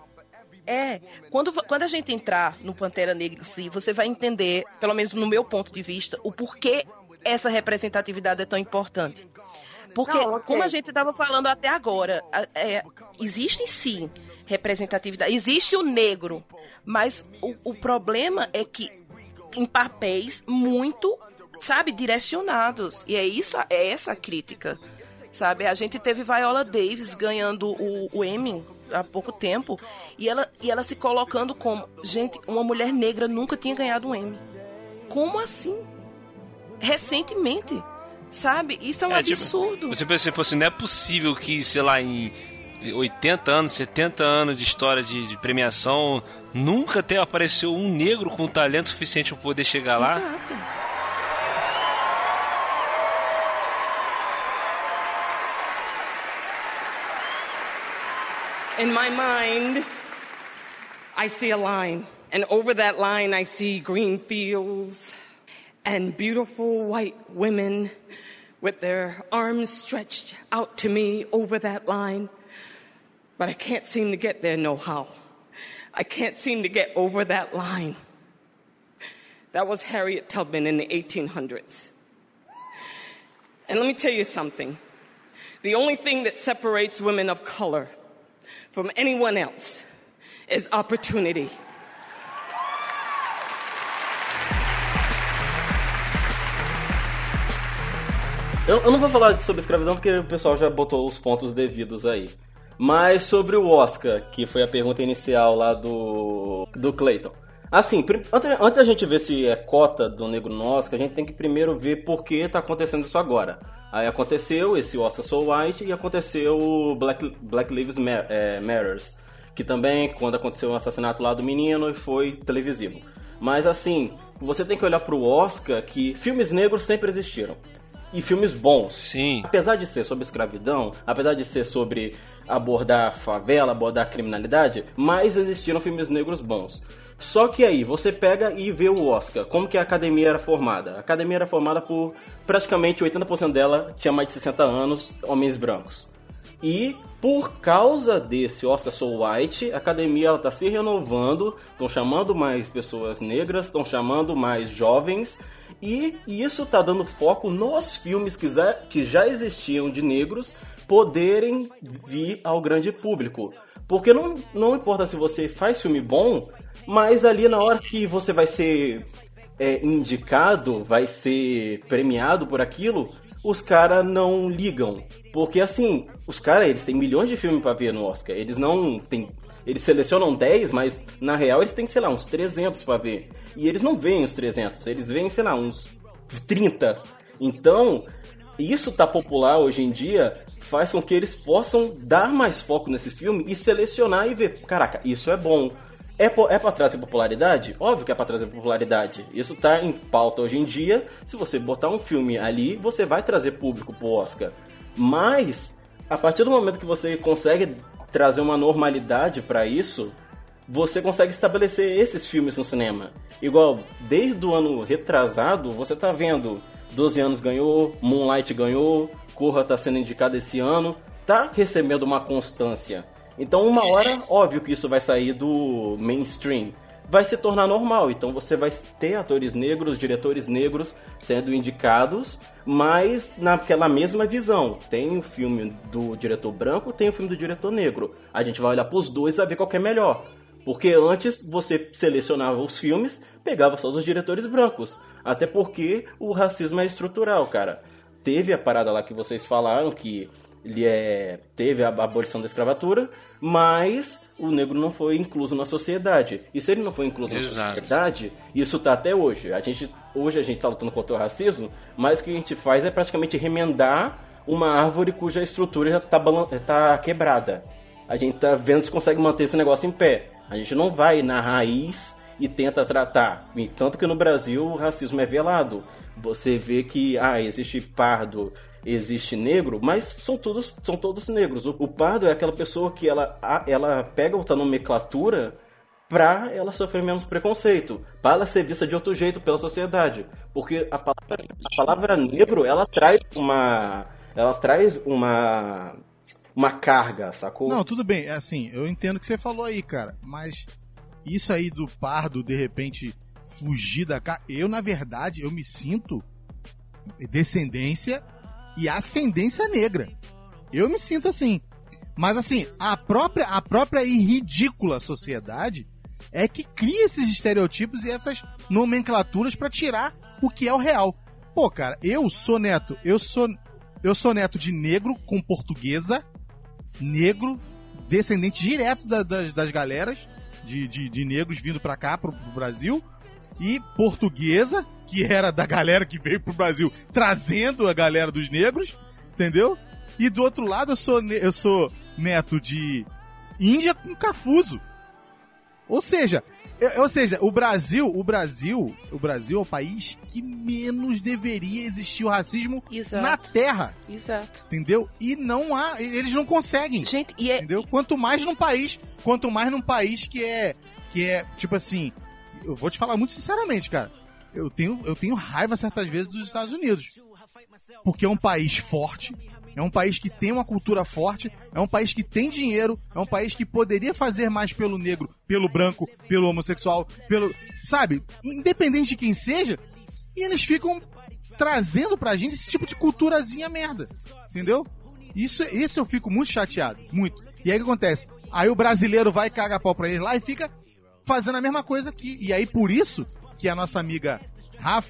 É, quando, quando a gente entrar no Pantera Negra em si, você vai entender, pelo menos no meu ponto de vista, o porquê essa representatividade é tão importante. Porque, não, okay. como a gente estava falando até agora, é, existe sim representatividade, existe o negro, mas o, o problema é que em papéis muito, sabe, direcionados. E é isso, é essa a crítica, sabe? A gente teve Viola Davis ganhando o, o Emmy há pouco tempo e ela, e ela se colocando como, gente, uma mulher negra nunca tinha ganhado um Emmy. Como assim? Recentemente, sabe? Isso é um é, absurdo. Tipo, você pensa assim, não é possível que, sei lá, em oitenta anos, setenta anos de história de, de premiação, nunca ter apareceu um negro com talento suficiente para poder chegar lá. Exato. In my mind, I see a line, and over that line I see green fields and beautiful white women with their arms stretched out to me over that line. But I can't seem to get there no how. I can't seem to get over that line. That was Harriet Tubman in the eighteen hundreds. And let me tell you something. The only thing that separates women of color from anyone else is opportunity. Eu, eu não vou falar sobre escravidão porque o pessoal já botou os pontos devidos aí. Mas sobre o Oscar, que foi a pergunta inicial lá do, do Clayton. Assim, antes, antes da gente ver se é cota do negro no Oscar, a gente tem que primeiro ver por que tá acontecendo isso agora. Aí aconteceu esse Oscar So White e aconteceu o Black, Black Lives Matters, que também, quando aconteceu o assassinato lá do menino, foi televisivo. Mas assim, você tem que olhar pro Oscar que filmes negros sempre existiram. E filmes bons. Sim. Apesar de ser sobre escravidão, apesar de ser sobre abordar favela, abordar criminalidade, mas existiram filmes negros bons. Só que aí, você pega e vê o Oscar, como que a academia era formada. A academia era formada por, praticamente oitenta por cento dela tinha mais de sessenta anos, homens brancos. E, por causa desse Oscar So White, a academia está se renovando, estão chamando mais pessoas negras, estão chamando mais jovens, e isso está dando foco nos filmes que já, que já existiam de negros poderem vir ao grande público. Porque não, não importa se você faz filme bom, mas ali na hora que você vai ser é, indicado, vai ser premiado por aquilo, os caras não ligam. Porque assim, os caras, eles têm milhões de filmes pra ver no Oscar. Eles não têm... Eles selecionam dez, mas na real eles têm, sei lá, uns trezentos pra ver. E eles não veem os trezentos, eles veem, sei lá, uns trinta. Então, isso tá popular hoje em dia, faz com que eles possam dar mais foco nesse filme e selecionar e ver, caraca, isso é bom. É, é pra trazer popularidade? Óbvio que é pra trazer popularidade. Isso tá em pauta hoje em dia. Se você botar um filme ali, você vai trazer público pro Oscar. Mas, a partir do momento que você consegue trazer uma normalidade pra isso, você consegue estabelecer esses filmes no cinema. Igual, desde o ano retrasado, você tá vendo doze anos ganhou, Moonlight ganhou, Corra tá sendo indicado esse ano, tá recebendo uma constância. Então uma hora, óbvio que isso vai sair do mainstream, vai se tornar normal. Então você vai ter atores negros, diretores negros sendo indicados, mas naquela mesma visão. Tem o filme do diretor branco, tem o filme do diretor negro. A gente vai olhar pros dois e vai ver qual que é melhor. Porque antes você selecionava os filmes, pegava só os diretores brancos. Até porque o racismo é estrutural, cara. Teve a parada lá que vocês falaram, que ele é, teve a abolição da escravatura, mas o negro não foi incluso na sociedade. E se ele não foi incluso Exato. na sociedade, isso tá até hoje. A gente, hoje a gente tá lutando contra o racismo, mas o que a gente faz é praticamente remendar uma árvore cuja estrutura já tá, tá quebrada. A gente tá vendo se consegue manter esse negócio em pé. A gente não vai na raiz e tenta tratar. E tanto que no Brasil o racismo é velado. Você vê que ah, existe pardo, existe negro, mas são todos, são todos negros. O, o pardo é aquela pessoa que ela, ela pega outra nomenclatura pra ela sofrer menos preconceito, pra ela ser vista de outro jeito pela sociedade. Porque a palavra, a palavra negro, ela traz uma... Ela traz uma... uma carga, sacou? Não, tudo bem, é assim, eu entendo o que você falou aí, cara, mas isso aí do pardo, de repente, fugir da cara, eu, na verdade, eu me sinto descendência e ascendência negra. Eu me sinto assim. Mas, assim, a própria, a própria e ridícula sociedade é que cria esses estereotipos e essas nomenclaturas pra tirar o que é o real. Pô, cara, eu sou neto, eu sou, eu sou neto de negro com portuguesa, negro, descendente direto da, das, das galeras de, de, de negros vindo pra cá, pro, pro Brasil, e portuguesa, que era da galera que veio pro Brasil trazendo a galera dos negros, entendeu? E do outro lado eu sou, eu sou neto de Índia com cafuso. Ou seja, eu, ou seja, o Brasil, o Brasil, o Brasil é o país que menos deveria existir o racismo Exato. na Terra. Exato. Entendeu? E não há, eles não conseguem. Gente, e é... Entendeu? Quanto mais num país, quanto mais num país que é, que é, tipo assim, eu vou te falar muito sinceramente, cara. Eu tenho, eu tenho raiva certas vezes dos Estados Unidos. Porque é um país forte, é um país que tem uma cultura forte, é um país que tem dinheiro, é um país que poderia fazer mais pelo negro, pelo branco, pelo homossexual, pelo... Sabe? Independente de quem seja, e eles ficam trazendo pra gente esse tipo de culturazinha merda. Entendeu? Isso, isso eu fico muito chateado, muito. E aí o que acontece? Aí o brasileiro vai cagar pau pra eles lá e fica fazendo a mesma coisa aqui. E aí por isso que a nossa amiga Rafa,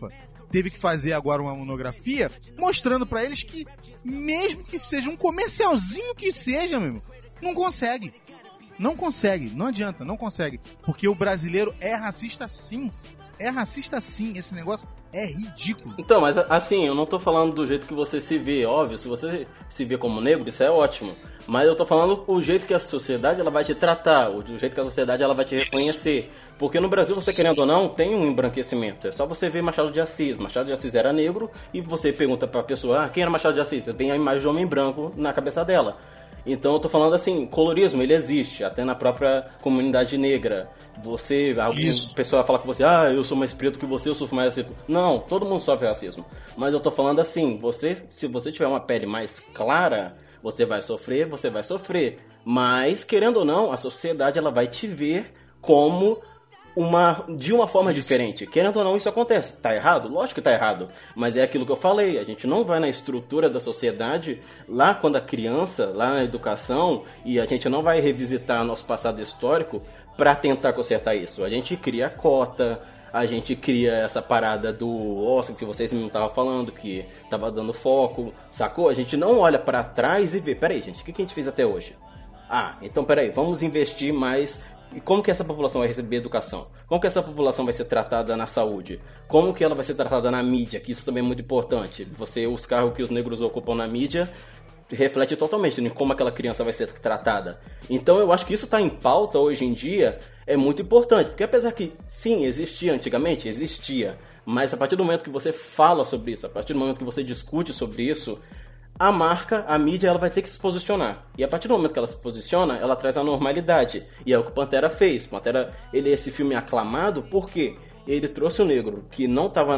teve que fazer agora uma monografia mostrando pra eles que, mesmo que seja um comercialzinho que seja, meu irmão, não consegue. Não consegue, não adianta, não consegue. Porque o brasileiro é racista sim. É racista sim, esse negócio é ridículo. Então, mas assim, eu não tô falando do jeito que você se vê, óbvio, se você se vê como negro, isso é ótimo. Mas eu tô falando o jeito que a sociedade ela vai te tratar, o jeito que a sociedade ela vai te reconhecer. Porque no Brasil, você querendo ou não, tem um embranquecimento. É só você ver Machado de Assis. Machado de Assis era negro e você pergunta pra pessoa, ah, quem era Machado de Assis? Vem a imagem de homem branco na cabeça dela. Então eu tô falando assim, colorismo, ele existe, até na própria comunidade negra. Você, alguma pessoa fala com você, ah, eu sou mais preto que você, eu sofro mais racismo. Não, todo mundo sofre racismo. Mas eu tô falando assim, você, se você tiver uma pele mais clara, você vai sofrer, você vai sofrer. Mas, querendo ou não, a sociedade ela vai te ver como uma, de uma forma isso. diferente. Querendo ou não, isso acontece. Tá errado? Lógico que tá errado. Mas é aquilo que eu falei. A gente não vai na estrutura da sociedade, lá quando a criança, lá na educação, e a gente não vai revisitar nosso passado histórico para tentar consertar isso. A gente cria a cota, a gente cria essa parada do Oscar que vocês mesmo estavam falando, que tava dando foco, sacou? A gente não olha para trás e vê, peraí, gente, o que a gente fez até hoje? Ah, então peraí, vamos investir mais. E como que essa população vai receber educação? Como que essa população vai ser tratada na saúde? Como que ela vai ser tratada na mídia? Que isso também é muito importante. Você, os cargos que os negros ocupam na mídia reflete totalmente em como aquela criança vai ser tratada. Então eu acho que isso está em pauta hoje em dia, é muito importante. Porque apesar que, sim, existia antigamente, existia. Mas a partir do momento que você fala sobre isso, a partir do momento que você discute sobre isso, a marca, a mídia, ela vai ter que se posicionar. E a partir do momento que ela se posiciona, ela traz a normalidade. E é o que o Pantera fez. Pantera, ele, esse filme é aclamado porque ele trouxe o negro que não estava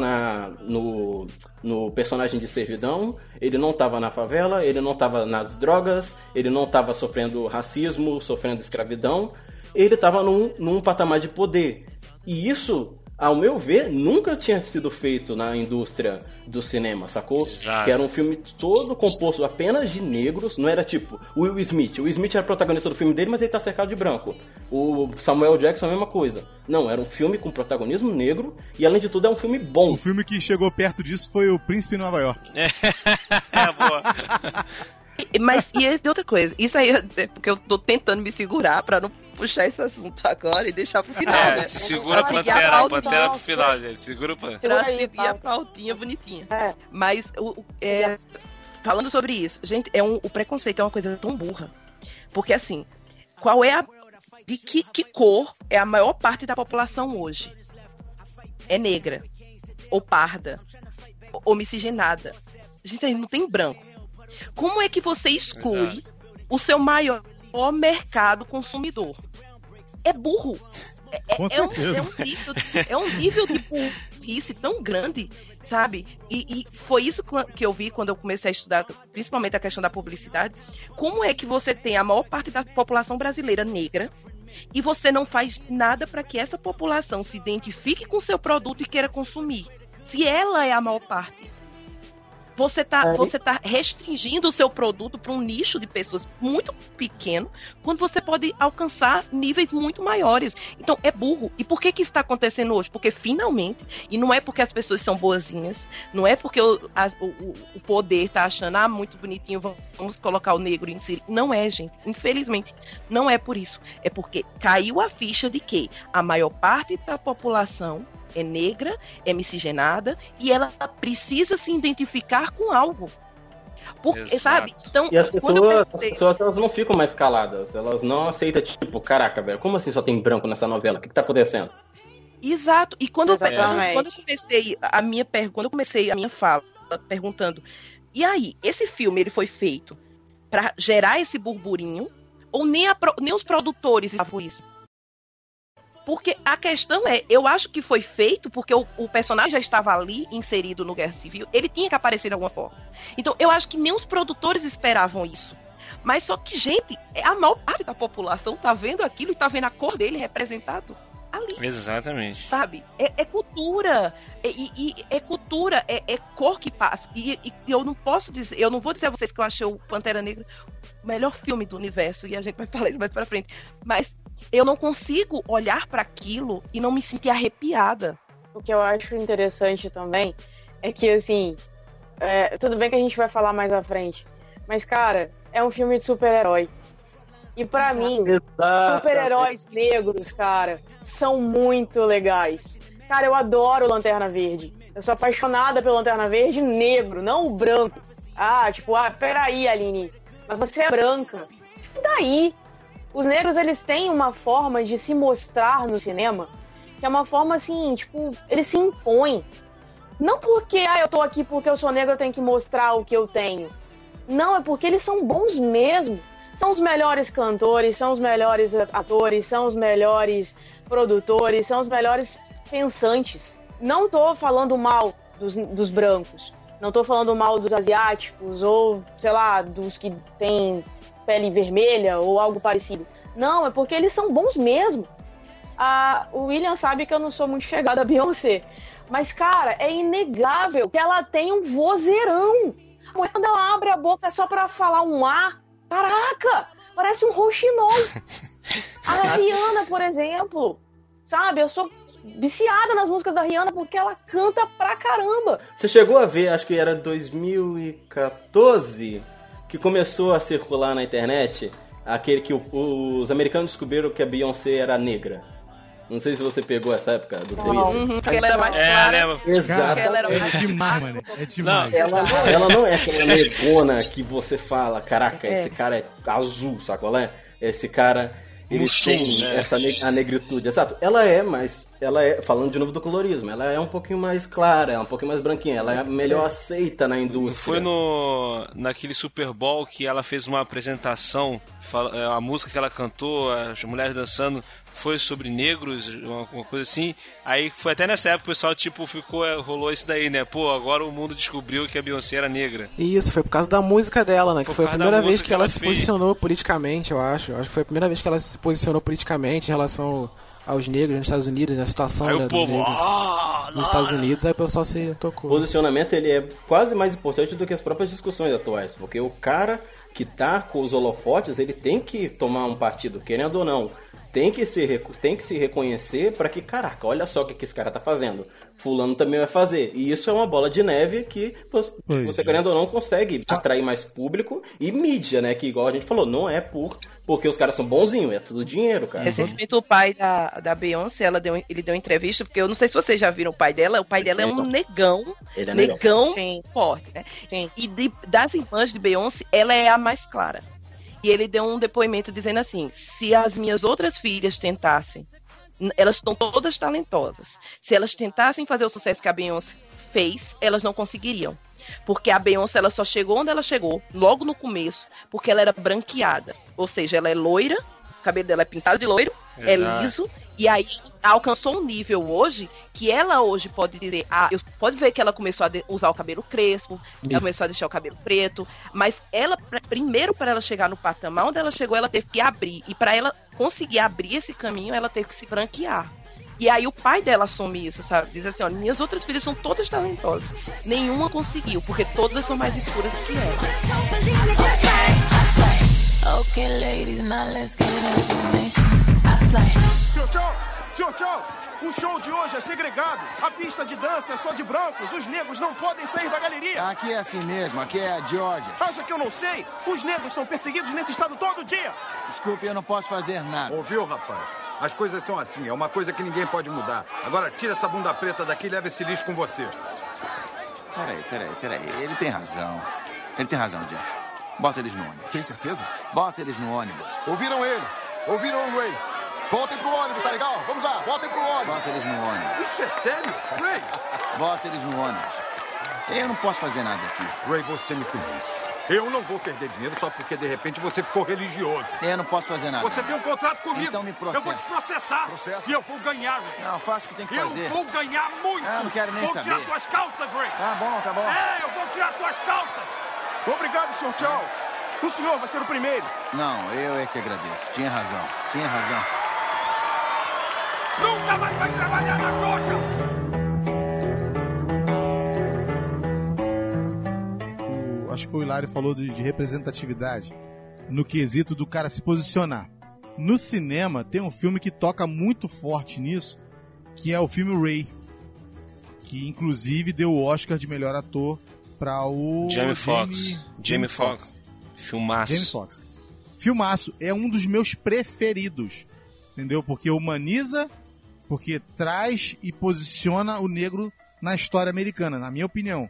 no, no personagem de servidão, ele não estava na favela, ele não estava nas drogas, ele não estava sofrendo racismo, sofrendo escravidão. Ele estava num, num patamar de poder. E isso, ao meu ver, nunca tinha sido feito na indústria do cinema, sacou? Exato. Que era um filme todo composto apenas de negros, não era tipo o Will Smith. O Will Smith era protagonista do filme dele, mas ele tá cercado de branco. O Samuel Jackson, a mesma coisa. Não, era um filme com protagonismo negro e, além de tudo, é um filme bom. O filme que chegou perto disso foi O Príncipe em Nova York. É, boa. Mas, e outra coisa, isso aí é porque eu tô tentando me segurar pra não puxar esse assunto agora e deixar pro final, é, né? Se segura a Pantera, a Pantera pro final, gente. Segura o Pantera. Pra seguir a pautinha bonitinha. É. Mas, o, é, falando sobre isso, gente, é um, o preconceito é uma coisa tão burra. Porque, assim, qual é a... De que, que cor é a maior parte da população hoje? É negra. Ou parda. Ou miscigenada. Gente, aí não tem branco. Como é que você exclui Exato. o seu maior mercado consumidor? É burro. É, é, um, é, um, nível, é um nível de burrice tão grande, sabe? E, e foi isso que eu vi quando eu comecei a estudar, principalmente a questão da publicidade. Como é que você tem a maior parte da população brasileira negra e você não faz nada para que essa população se identifique com o seu produto e queira consumir? Se ela é a maior parte. Você está é. você tá restringindo o seu produto para um nicho de pessoas muito pequeno, quando você pode alcançar níveis muito maiores. Então, é burro. E por que que isso está acontecendo hoje? Porque, finalmente, e não é porque as pessoas são boazinhas, não é porque o, a, o, o poder está achando, ah, muito bonitinho, vamos colocar o negro em si. Não é, gente. Infelizmente, não é por isso. É porque caiu a ficha de que a maior parte da população é negra, é miscigenada e ela precisa se identificar com algo. Porque, sabe? Então, e as pessoas, pensei... as pessoas elas não ficam mais caladas, elas não aceitam, tipo, caraca, velho, como assim só tem branco nessa novela? O que, que tá acontecendo? Exato. E quando, eu, quando eu comecei a minha per... quando eu comecei a minha fala perguntando, e aí, esse filme ele foi feito para gerar esse burburinho ou nem, a... nem os produtores estavam isso? Porque a questão é, eu acho que foi feito porque o, o personagem já estava ali, inserido no Guerra Civil, ele tinha que aparecer de alguma forma. Então, eu acho que nem os produtores esperavam isso. Mas só que, gente, a maior parte da população tá vendo aquilo e tá vendo a cor dele representado ali. Exatamente. Sabe? É, é cultura. É, e, e é cultura, é, é cor que passa. E, e eu não posso dizer, eu não vou dizer a vocês que eu achei o Pantera Negra o melhor filme do universo, e a gente vai falar isso mais pra frente. Mas eu não consigo olhar para aquilo e não me sentir arrepiada. O que eu acho interessante também é que, assim, é, tudo bem que a gente vai falar mais à frente, mas, cara, é um filme de super-herói. E pra Exato. mim, Exato. super-heróis negros, cara, são muito legais. Cara, eu adoro Lanterna Verde. Eu sou apaixonada pelo Lanterna Verde negro, não o branco. Ah, tipo, ah, peraí, Aline, mas você é branca. E daí? Os negros, eles têm uma forma de se mostrar no cinema, que é uma forma assim, tipo, eles se impõem. Não porque, ah, eu tô aqui porque eu sou negro, eu tenho que mostrar o que eu tenho. Não, é porque eles são bons mesmo. São os melhores cantores, são os melhores atores, são os melhores produtores, são os melhores pensantes. Não tô falando mal dos, dos brancos, não tô falando mal dos asiáticos ou, sei lá, dos que têm pele vermelha ou algo parecido. Não, é porque eles são bons mesmo. Ah, o William sabe que eu não sou muito chegada a Beyoncé, mas, cara, é inegável que ela tem um vozeirão. A mulher, quando ela abre a boca é só pra falar um A, caraca, parece um rouxinol. A Rihanna, por exemplo, sabe, eu sou viciada nas músicas da Rihanna porque ela canta pra caramba. Você chegou a ver, acho que era dois mil e catorze, que começou a circular na internet, aquele que o, os americanos descobriram que a Beyoncé era negra. Não sei se você pegou essa época do Twitter. Uhum, porque ela era mais clara. É, Exato. Ela era mais... É demais, mano. É demais. Não, ela, não, ela não é aquela negona que você fala, caraca, é. esse cara é azul, sabe qual é? Esse cara, ele Muxum, tem né? essa ne- a negritude. Exato. Ela é mais... Ela é, falando de novo do colorismo, ela é um pouquinho mais clara, é um pouquinho mais branquinha, ela é melhor aceita na indústria. Foi no naquele Super Bowl que ela fez uma apresentação, a música que ela cantou, as mulheres dançando, foi sobre negros, uma, uma coisa assim. Aí foi até nessa época o pessoal tipo ficou, rolou isso daí, né? Pô, agora o mundo descobriu que a Beyoncé era negra. Isso, foi por causa da música dela, né? Foi Que foi a por causa primeira da vez música que ela que ela se fez. posicionou politicamente, eu acho. Eu acho que foi a primeira vez que ela se posicionou politicamente em relação aos negros nos Estados Unidos, na situação Aí da, o povo, dos negros ah, nos Estados Unidos, aí o pessoal se tocou. O posicionamento, ele é quase mais importante do que as próprias discussões atuais, porque o cara que tá com os holofotes, ele tem que tomar um partido, querendo ou não. Tem que se, tem que se reconhecer para que, caraca, olha só o que, que esse cara tá fazendo. Fulano também vai fazer. E isso é uma bola de neve que você, você é. querendo ou não, consegue atrair mais público e mídia, né? Que igual a gente falou, não é por porque os caras são bonzinhos, é tudo dinheiro, cara. Recentemente o pai da, da Beyoncé, ela deu, ele deu entrevista, porque eu não sei se vocês já viram o pai dela, o pai dela é um negão, Ele é negão Sim. forte, né? Sim. E de, das irmãs de Beyoncé, ela é a mais clara. E ele deu um depoimento dizendo assim, se as minhas outras filhas tentassem, elas estão todas talentosas, se elas tentassem fazer o sucesso que a Beyoncé fez, elas não conseguiriam. Porque a Beyoncé, ela só chegou onde ela chegou, logo no começo, porque ela era branqueada. Ou seja, ela é loira, o cabelo dela é pintado de loiro, Exato. é liso, e aí alcançou um nível hoje que ela hoje pode dizer, ah, eu, pode ver que ela começou a de, usar o cabelo crespo, Isso. ela começou a deixar o cabelo preto, mas ela, pra, primeiro para ela chegar no patamar onde ela chegou, ela teve que abrir, e para ela conseguir abrir esse caminho, ela teve que se branquear. E aí o pai dela assume isso, sabe? Diz assim, olha, minhas outras filhas são todas talentosas, nenhuma conseguiu, porque todas são mais escuras do que ela. Okay, ladies, now let's get information. I slay. Senhor Charles, senhor Charles, o show de hoje é segregado. A pista de dança é só de brancos. Os negros não podem sair da galeria. Aqui é assim mesmo, aqui é a Georgia. Acha que eu não sei? Os negros são perseguidos nesse estado todo dia. Desculpe, eu não posso fazer nada. Ouviu, rapaz? As coisas são assim, é uma coisa que ninguém pode mudar. Agora tira essa bunda preta daqui e leva esse lixo com você. Peraí, peraí, peraí. Ele tem razão. Ele tem razão, Jeff. Bota eles no ônibus. Tem certeza? Bota eles no ônibus. Ouviram ele? Ouviram o Ray? Voltem pro ônibus, tá legal? Vamos lá, voltem pro ônibus. Bota eles no ônibus. Isso é sério? Ray! Bota eles no ônibus. Eu não posso fazer nada aqui. Ray, você me conhece. Eu não vou perder dinheiro só porque de repente você ficou religioso. Eu não posso fazer nada. Você tem um contrato comigo. Então me processa. Eu vou te processar. Processo. E eu vou ganhar, Ray. Não, faça o que tem que eu fazer. Eu vou ganhar muito. Eu não quero nem vou saber. Vou tirar tuas calças, Ray. Tá bom, tá bom. É, eu vou tirar tuas calças. Obrigado, senhor Charles. O senhor vai ser o primeiro. Não, eu é que agradeço. Tinha razão. Tinha razão. Nunca mais vai trabalhar na Georgia! O, acho que o Hilário falou de, de representatividade no quesito do cara se posicionar. No cinema tem um filme que toca muito forte nisso, que é o filme Ray. que inclusive deu o Oscar de melhor ator para o Jamie Foxx. Jamie Foxx. Filmaço. Jamie Foxx. Filmaço. É um dos meus preferidos. Entendeu? Porque humaniza, porque traz e posiciona o negro na história americana, na minha opinião.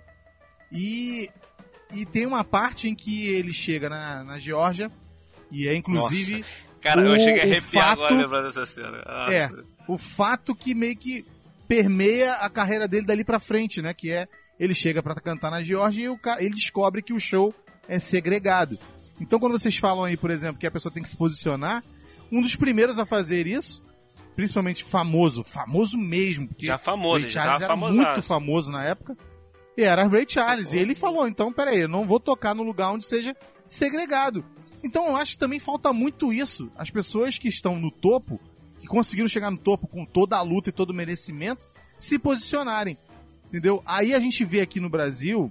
E, e tem uma parte em que ele chega na, na Geórgia, e é inclusive... Nossa. Cara, o, eu cheguei a arrepiar fato, agora lembrando dessa cena. Nossa. É, o fato que meio que permeia a carreira dele dali pra frente, né? Que é, ele chega pra cantar na Geórgia e o cara, ele descobre que o show é segregado. Então quando vocês falam aí, por exemplo, que a pessoa tem que se posicionar, um dos primeiros a fazer isso, principalmente famoso, famoso mesmo, porque já famoso, Ray já Charles era famosaço. muito famoso na época, e era Ray Charles, e ele falou, então, peraí, eu não vou tocar no lugar onde seja segregado. Então eu acho que também falta muito isso, as pessoas que estão no topo, que conseguiram chegar no topo com toda a luta e todo o merecimento, se posicionarem, entendeu? Aí a gente vê aqui no Brasil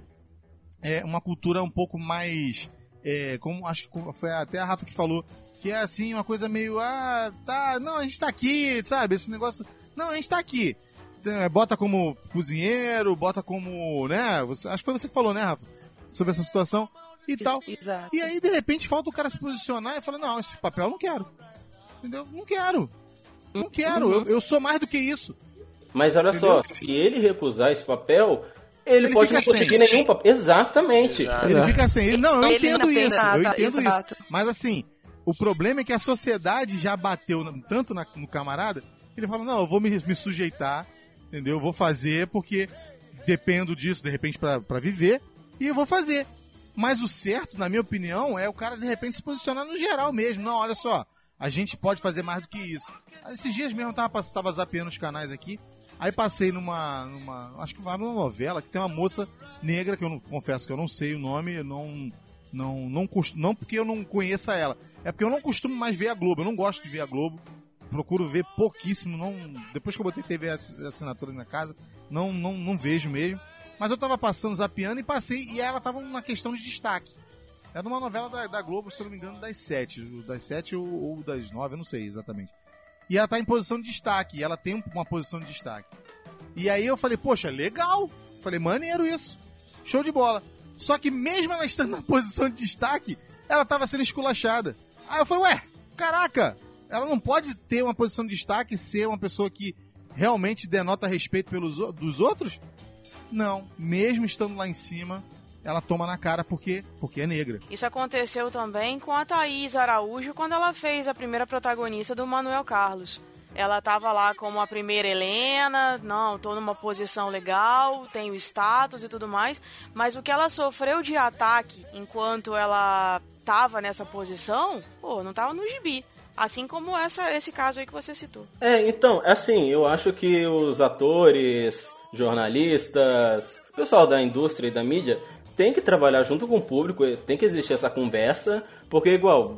é, uma cultura um pouco mais, é, como acho que foi até a Rafa que falou, que é assim, uma coisa meio, ah, tá, não, a gente tá aqui, sabe, esse negócio, não, a gente tá aqui. Bota como cozinheiro, bota como, né, você, acho que foi você que falou, né, Rafa, sobre essa situação e tal. Exato. E aí, de repente, falta o cara se posicionar e falar, não, esse papel eu não quero. Entendeu? Não quero. Não quero, eu, eu sou mais do que isso. Mas olha Entendeu? só, se ele recusar esse papel, ele, Ele pode fica não conseguir sem. nenhum papel. Exatamente. Exato. Ele fica assim, ele, não, eu Ele entendo não tem isso, nada, eu entendo exato. isso. Mas assim, o problema é que a sociedade já bateu na- tanto na- no camarada, que ele fala, não, eu vou me, me sujeitar, entendeu? Eu vou fazer porque dependo disso, de repente, pra, pra viver, e eu vou fazer. Mas o certo, na minha opinião, é o cara, de repente, se posicionar no geral mesmo. Não, olha só, a gente pode fazer mais do que isso. Esses dias mesmo eu tava, tava zapeando os canais aqui, aí passei numa, numa, acho que vai numa novela, que tem uma moça negra, que eu não, confesso que eu não sei o nome, eu não, não, não, costumo, não porque eu não conheça ela, é porque eu não costumo mais ver a Globo, eu não gosto de ver a Globo, procuro ver pouquíssimo, não, depois que eu botei T V assinatura na casa, não, não, não vejo mesmo. Mas eu tava passando, zapeando e passei, e ela tava na questão de destaque. Era uma novela da, da Globo, se eu não me engano, das sete. Das sete ou, ou das nove, eu não sei exatamente. E ela tá em posição de destaque, e ela tem uma posição de destaque. E aí eu falei, poxa, legal. Falei, maneiro isso. Show de bola. Só que mesmo ela estando na posição de destaque, ela tava sendo esculachada. Aí eu falei, ué, caraca, ela não pode ter uma posição de destaque e ser uma pessoa que realmente denota respeito pelos o- dos outros? Não, mesmo estando lá em cima, ela toma na cara porque, porque é negra. Isso aconteceu também com a Thaís Araújo quando ela fez a primeira protagonista do Manuel Carlos. Ela tava lá como a primeira Helena, não, tô numa posição legal, tenho status e tudo mais, mas o que ela sofreu de ataque enquanto ela tava nessa posição, pô, não tava no gibi. Assim como essa, esse caso aí que você citou. É, então, assim, eu acho que os atores, jornalistas, o pessoal da indústria e da mídia tem que trabalhar junto com o público, tem que existir essa conversa, porque igual,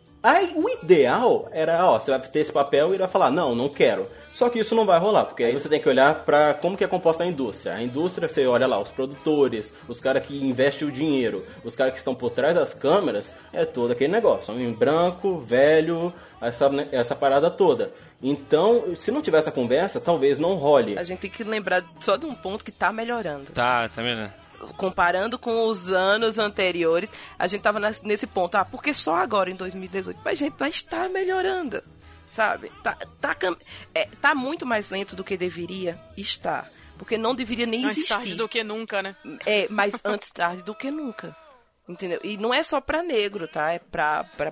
aí o ideal era, ó, você vai ter esse papel e ele vai falar, não, não quero. Só que isso não vai rolar, porque aí você tem que olhar pra como que é composta a indústria. A indústria, você olha lá, os produtores, os caras que investem o dinheiro, os caras que estão por trás das câmeras, é todo aquele negócio. Homem branco, velho, essa, essa parada toda. Então, se não tiver essa conversa, talvez não role. A gente tem que lembrar só de um ponto que tá melhorando. Tá, tá vendo? Comparando com os anos anteriores, a gente tava nesse ponto. Ah, porque só agora, em dois mil e dezoito? Mas, gente, vai estar melhorando. Sabe? Tá, tá, é, tá muito mais lento do que deveria estar. Porque não deveria nem Antes existir. tarde do que nunca, né? É, mas antes tarde do que nunca. Entendeu? E não é só pra negro, tá? É pra, pra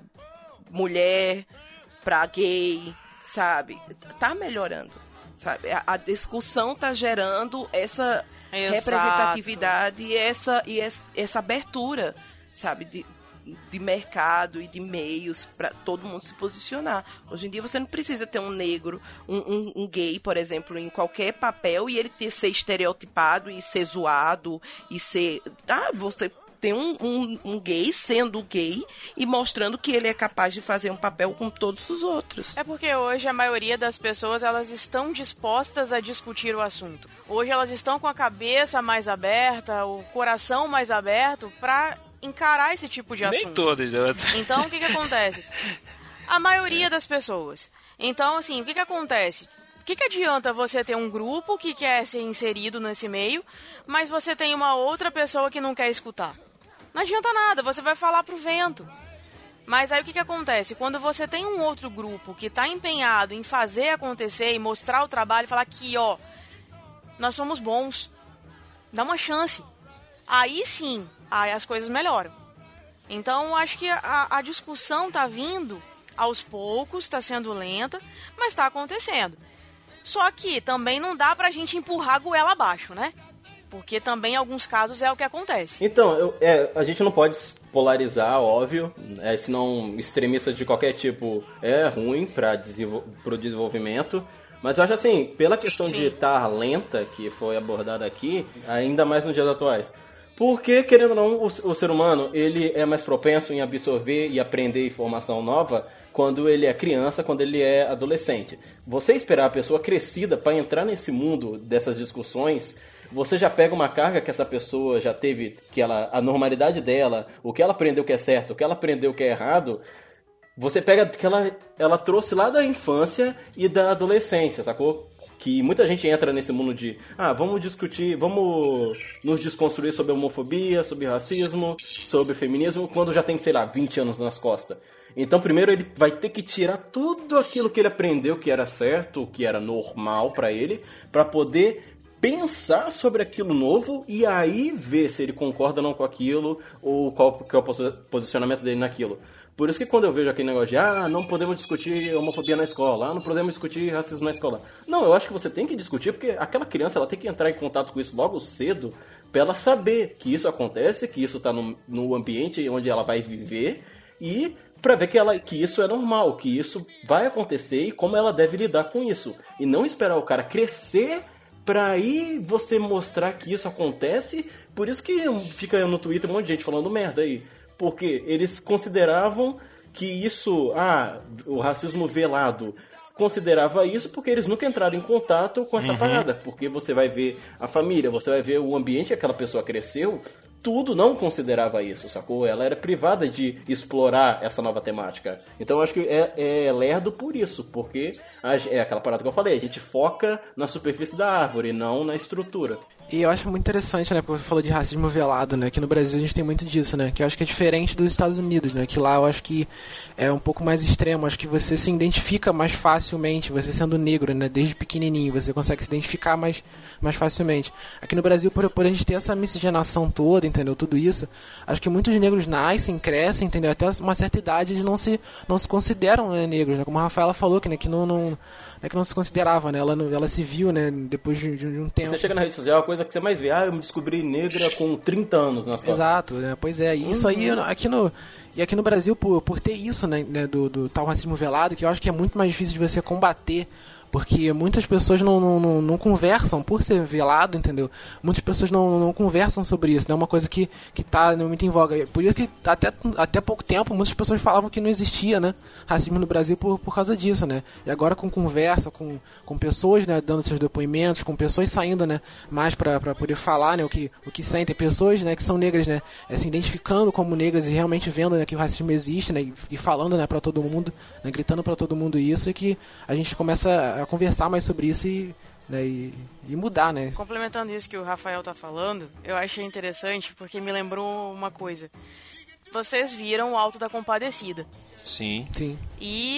mulher, pra gay, sabe? Tá melhorando. Sabe? A, a discussão tá gerando essa Exato. representatividade e essa, e essa, essa abertura, sabe? De, de mercado e de meios para todo mundo se posicionar. Hoje em dia você não precisa ter um negro, um, um, um gay, por exemplo, em qualquer papel e ele ter, ser estereotipado e ser zoado e ser... Ah, você tem um, um, um gay sendo gay e mostrando que ele é capaz de fazer um papel com todos os outros. É porque hoje a maioria das pessoas elas estão dispostas a discutir o assunto. Hoje elas estão com a cabeça mais aberta, o coração mais aberto para encarar esse tipo de assunto. Nem todas, né? Então, o que que acontece? A maioria das pessoas. Então, assim, o que que acontece? O que, que adianta você ter um grupo que quer ser inserido nesse meio, mas você tem uma outra pessoa que não quer escutar? Não adianta nada, você vai falar pro vento. Mas aí o que, que acontece? Quando você tem um outro grupo que está empenhado em fazer acontecer e mostrar o trabalho e falar que, ó, nós somos bons, dá uma chance. Aí sim, aí as coisas melhoram. Então, acho que a, a discussão tá vindo aos poucos, tá sendo lenta, mas tá acontecendo. Só que também não dá pra gente empurrar a goela abaixo, né? Porque também em alguns casos é o que acontece. Então, eu, é, a gente não pode polarizar, óbvio, é, senão extremista de qualquer tipo é ruim para desenvol- o desenvolvimento. Mas eu acho assim, pela questão Sim. de estar lenta, que foi abordada aqui, ainda mais nos dias atuais. Porque, querendo ou não, o, o ser humano ele é mais propenso em absorver e aprender informação nova quando ele é criança, quando ele é adolescente. Você esperar a pessoa crescida para entrar nesse mundo dessas discussões, você já pega uma carga que essa pessoa já teve, que ela, a normalidade dela, o que ela aprendeu que é certo, o que ela aprendeu que é errado, você pega que ela, ela trouxe lá da infância e da adolescência, sacou? Que muita gente entra nesse mundo de, ah, vamos discutir, vamos nos desconstruir sobre homofobia, sobre racismo, sobre feminismo, quando já tem, sei lá, vinte anos nas costas. Então, primeiro ele vai ter que tirar tudo aquilo que ele aprendeu que era certo, que era normal pra ele, pra poder pensar sobre aquilo novo e aí ver se ele concorda ou não com aquilo ou qual que é o posicionamento dele naquilo. Por isso que quando eu vejo aquele negócio de ah, não podemos discutir homofobia na escola, ah, não podemos discutir racismo na escola. Não, eu acho que você tem que discutir porque aquela criança ela tem que entrar em contato com isso logo cedo para ela saber que isso acontece, que isso está no, no ambiente onde ela vai viver e para ver que, ela, que isso é normal, que isso vai acontecer e como ela deve lidar com isso. E não esperar o cara crescer pra aí você mostrar que isso acontece. Por isso que fica no Twitter um monte de gente falando merda aí. Porque eles consideravam que isso, ah, o racismo velado, considerava isso porque eles nunca entraram em contato com essa uhum. parada. Porque você vai ver a família, você vai ver o ambiente que aquela pessoa cresceu, tudo não considerava isso, sacou? Ela era privada de explorar essa nova temática. Então eu acho que é, é lerdo por isso, porque é aquela parada que eu falei, a gente foca na superfície da árvore, não na estrutura. E eu acho muito interessante, né, porque você falou de racismo velado, né, que no Brasil a gente tem muito disso, né, que eu acho que é diferente dos Estados Unidos, né, que lá eu acho que é um pouco mais extremo, acho que você se identifica mais facilmente, você sendo negro, né, desde pequenininho, você consegue se identificar mais, mais facilmente. Aqui no Brasil, por, por a gente ter essa miscigenação toda, entendeu, tudo isso, acho que muitos negros nascem, crescem, entendeu, até uma certa idade eles não se, não se consideram, né, negros, né, como a Rafaela falou, que, né, que não... não é que não se considerava, né? Ela, ela se viu, né? Depois de, de um tempo. Você chega na rede social, a coisa que você mais vê, ah, eu me descobri negra com trinta anos nas costas. Exato, né? Pois é. E isso aí, aqui no, e aqui no Brasil, por, por ter isso, né? Do, do tal racismo velado, que eu acho que é muito mais difícil de você combater, porque muitas pessoas não, não, não, não conversam, por ser velado, entendeu? Muitas pessoas não, não conversam sobre isso, né? É uma coisa que, que tá muito em voga. Por isso que até, até pouco tempo muitas pessoas falavam que não existia, né? Racismo no Brasil por, por causa disso, né? E agora com conversa, com, com pessoas, né, dando seus depoimentos, com pessoas saindo, né, mais pra, pra poder falar, né, o que, o que sentem, pessoas, né, que são negras, né, é, se identificando como negras e realmente vendo, né, que o racismo existe, né, e, e falando, né, pra todo mundo, né, gritando pra todo mundo isso, e que a gente começa a conversar mais sobre isso e, né, e, e mudar, né. Complementando isso que o Rafael tá falando, eu achei interessante porque me lembrou uma coisa. Vocês viram o Alto da Compadecida. Sim. Sim. E,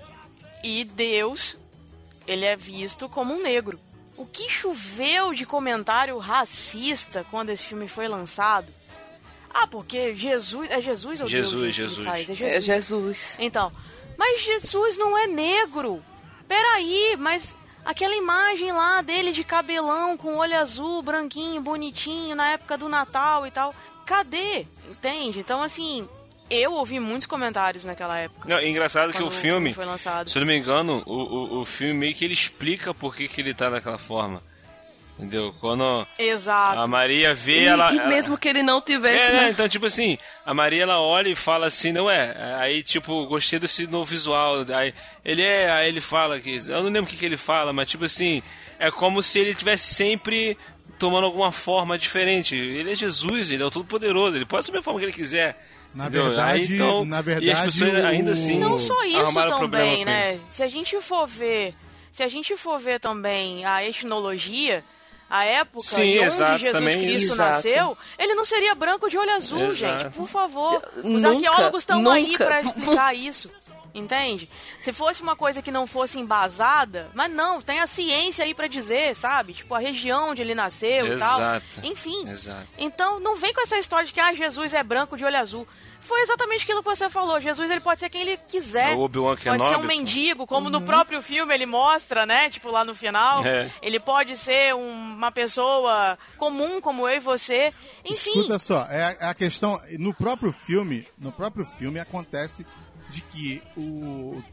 e Deus, ele é visto como um negro. O que choveu de comentário racista quando esse filme foi lançado? Ah, porque Jesus... É Jesus ou Jesus, Deus? Jesus. Faz? É Jesus. É Jesus. Então, mas Jesus não é negro. Peraí, mas aquela imagem lá dele de cabelão, com olho azul, branquinho, bonitinho, na época do Natal e tal... Cadê? Entende? Então, assim, eu ouvi muitos comentários naquela época. Não, é engraçado que o filme, o filme foi lançado. Se eu não me engano, o, o, o filme meio que ele explica por que, que ele tá daquela forma. Entendeu? Quando Exato. a Maria vê, e, ela... E mesmo ela... que ele não tivesse... É, né? né? Então, tipo assim, a Maria, ela olha e fala assim, não é? Aí, tipo, gostei desse novo visual. Aí ele é... Aí ele fala que... Eu não lembro o que, que ele fala, mas, tipo assim, é como se ele tivesse sempre... tomando alguma forma diferente. Ele é Jesus, ele é o Todo-Poderoso, ele pode assumir a forma que ele quiser. Na verdade, Aí, então, na verdade, e as pessoas o... ainda assim não só isso também, problema né? Se a gente for ver se a gente for ver também a etnologia, a época Sim, e onde exato, Jesus também Cristo isso. nasceu, ele não seria branco de olho azul, Exato. gente. Por favor. Os Nunca, arqueólogos estão aí nunca. pra explicar isso. Entende? Se fosse uma coisa que não fosse embasada, mas não, tem a ciência aí pra dizer, sabe? Tipo, a região onde ele nasceu e tal. Exato. Enfim. Exato. Então, não vem com essa história de que ah, Jesus é branco de olho azul. Foi exatamente aquilo que você falou. Jesus, ele pode ser quem ele quiser. É o Obi-Wan Pode Kenobi, ser um pô. mendigo, como no próprio filme ele mostra, né? Tipo, lá no final. É. Ele pode ser um- uma pessoa comum, como eu e você. Enfim. Escuta só, é a, a questão, no próprio filme, no próprio filme acontece de que o,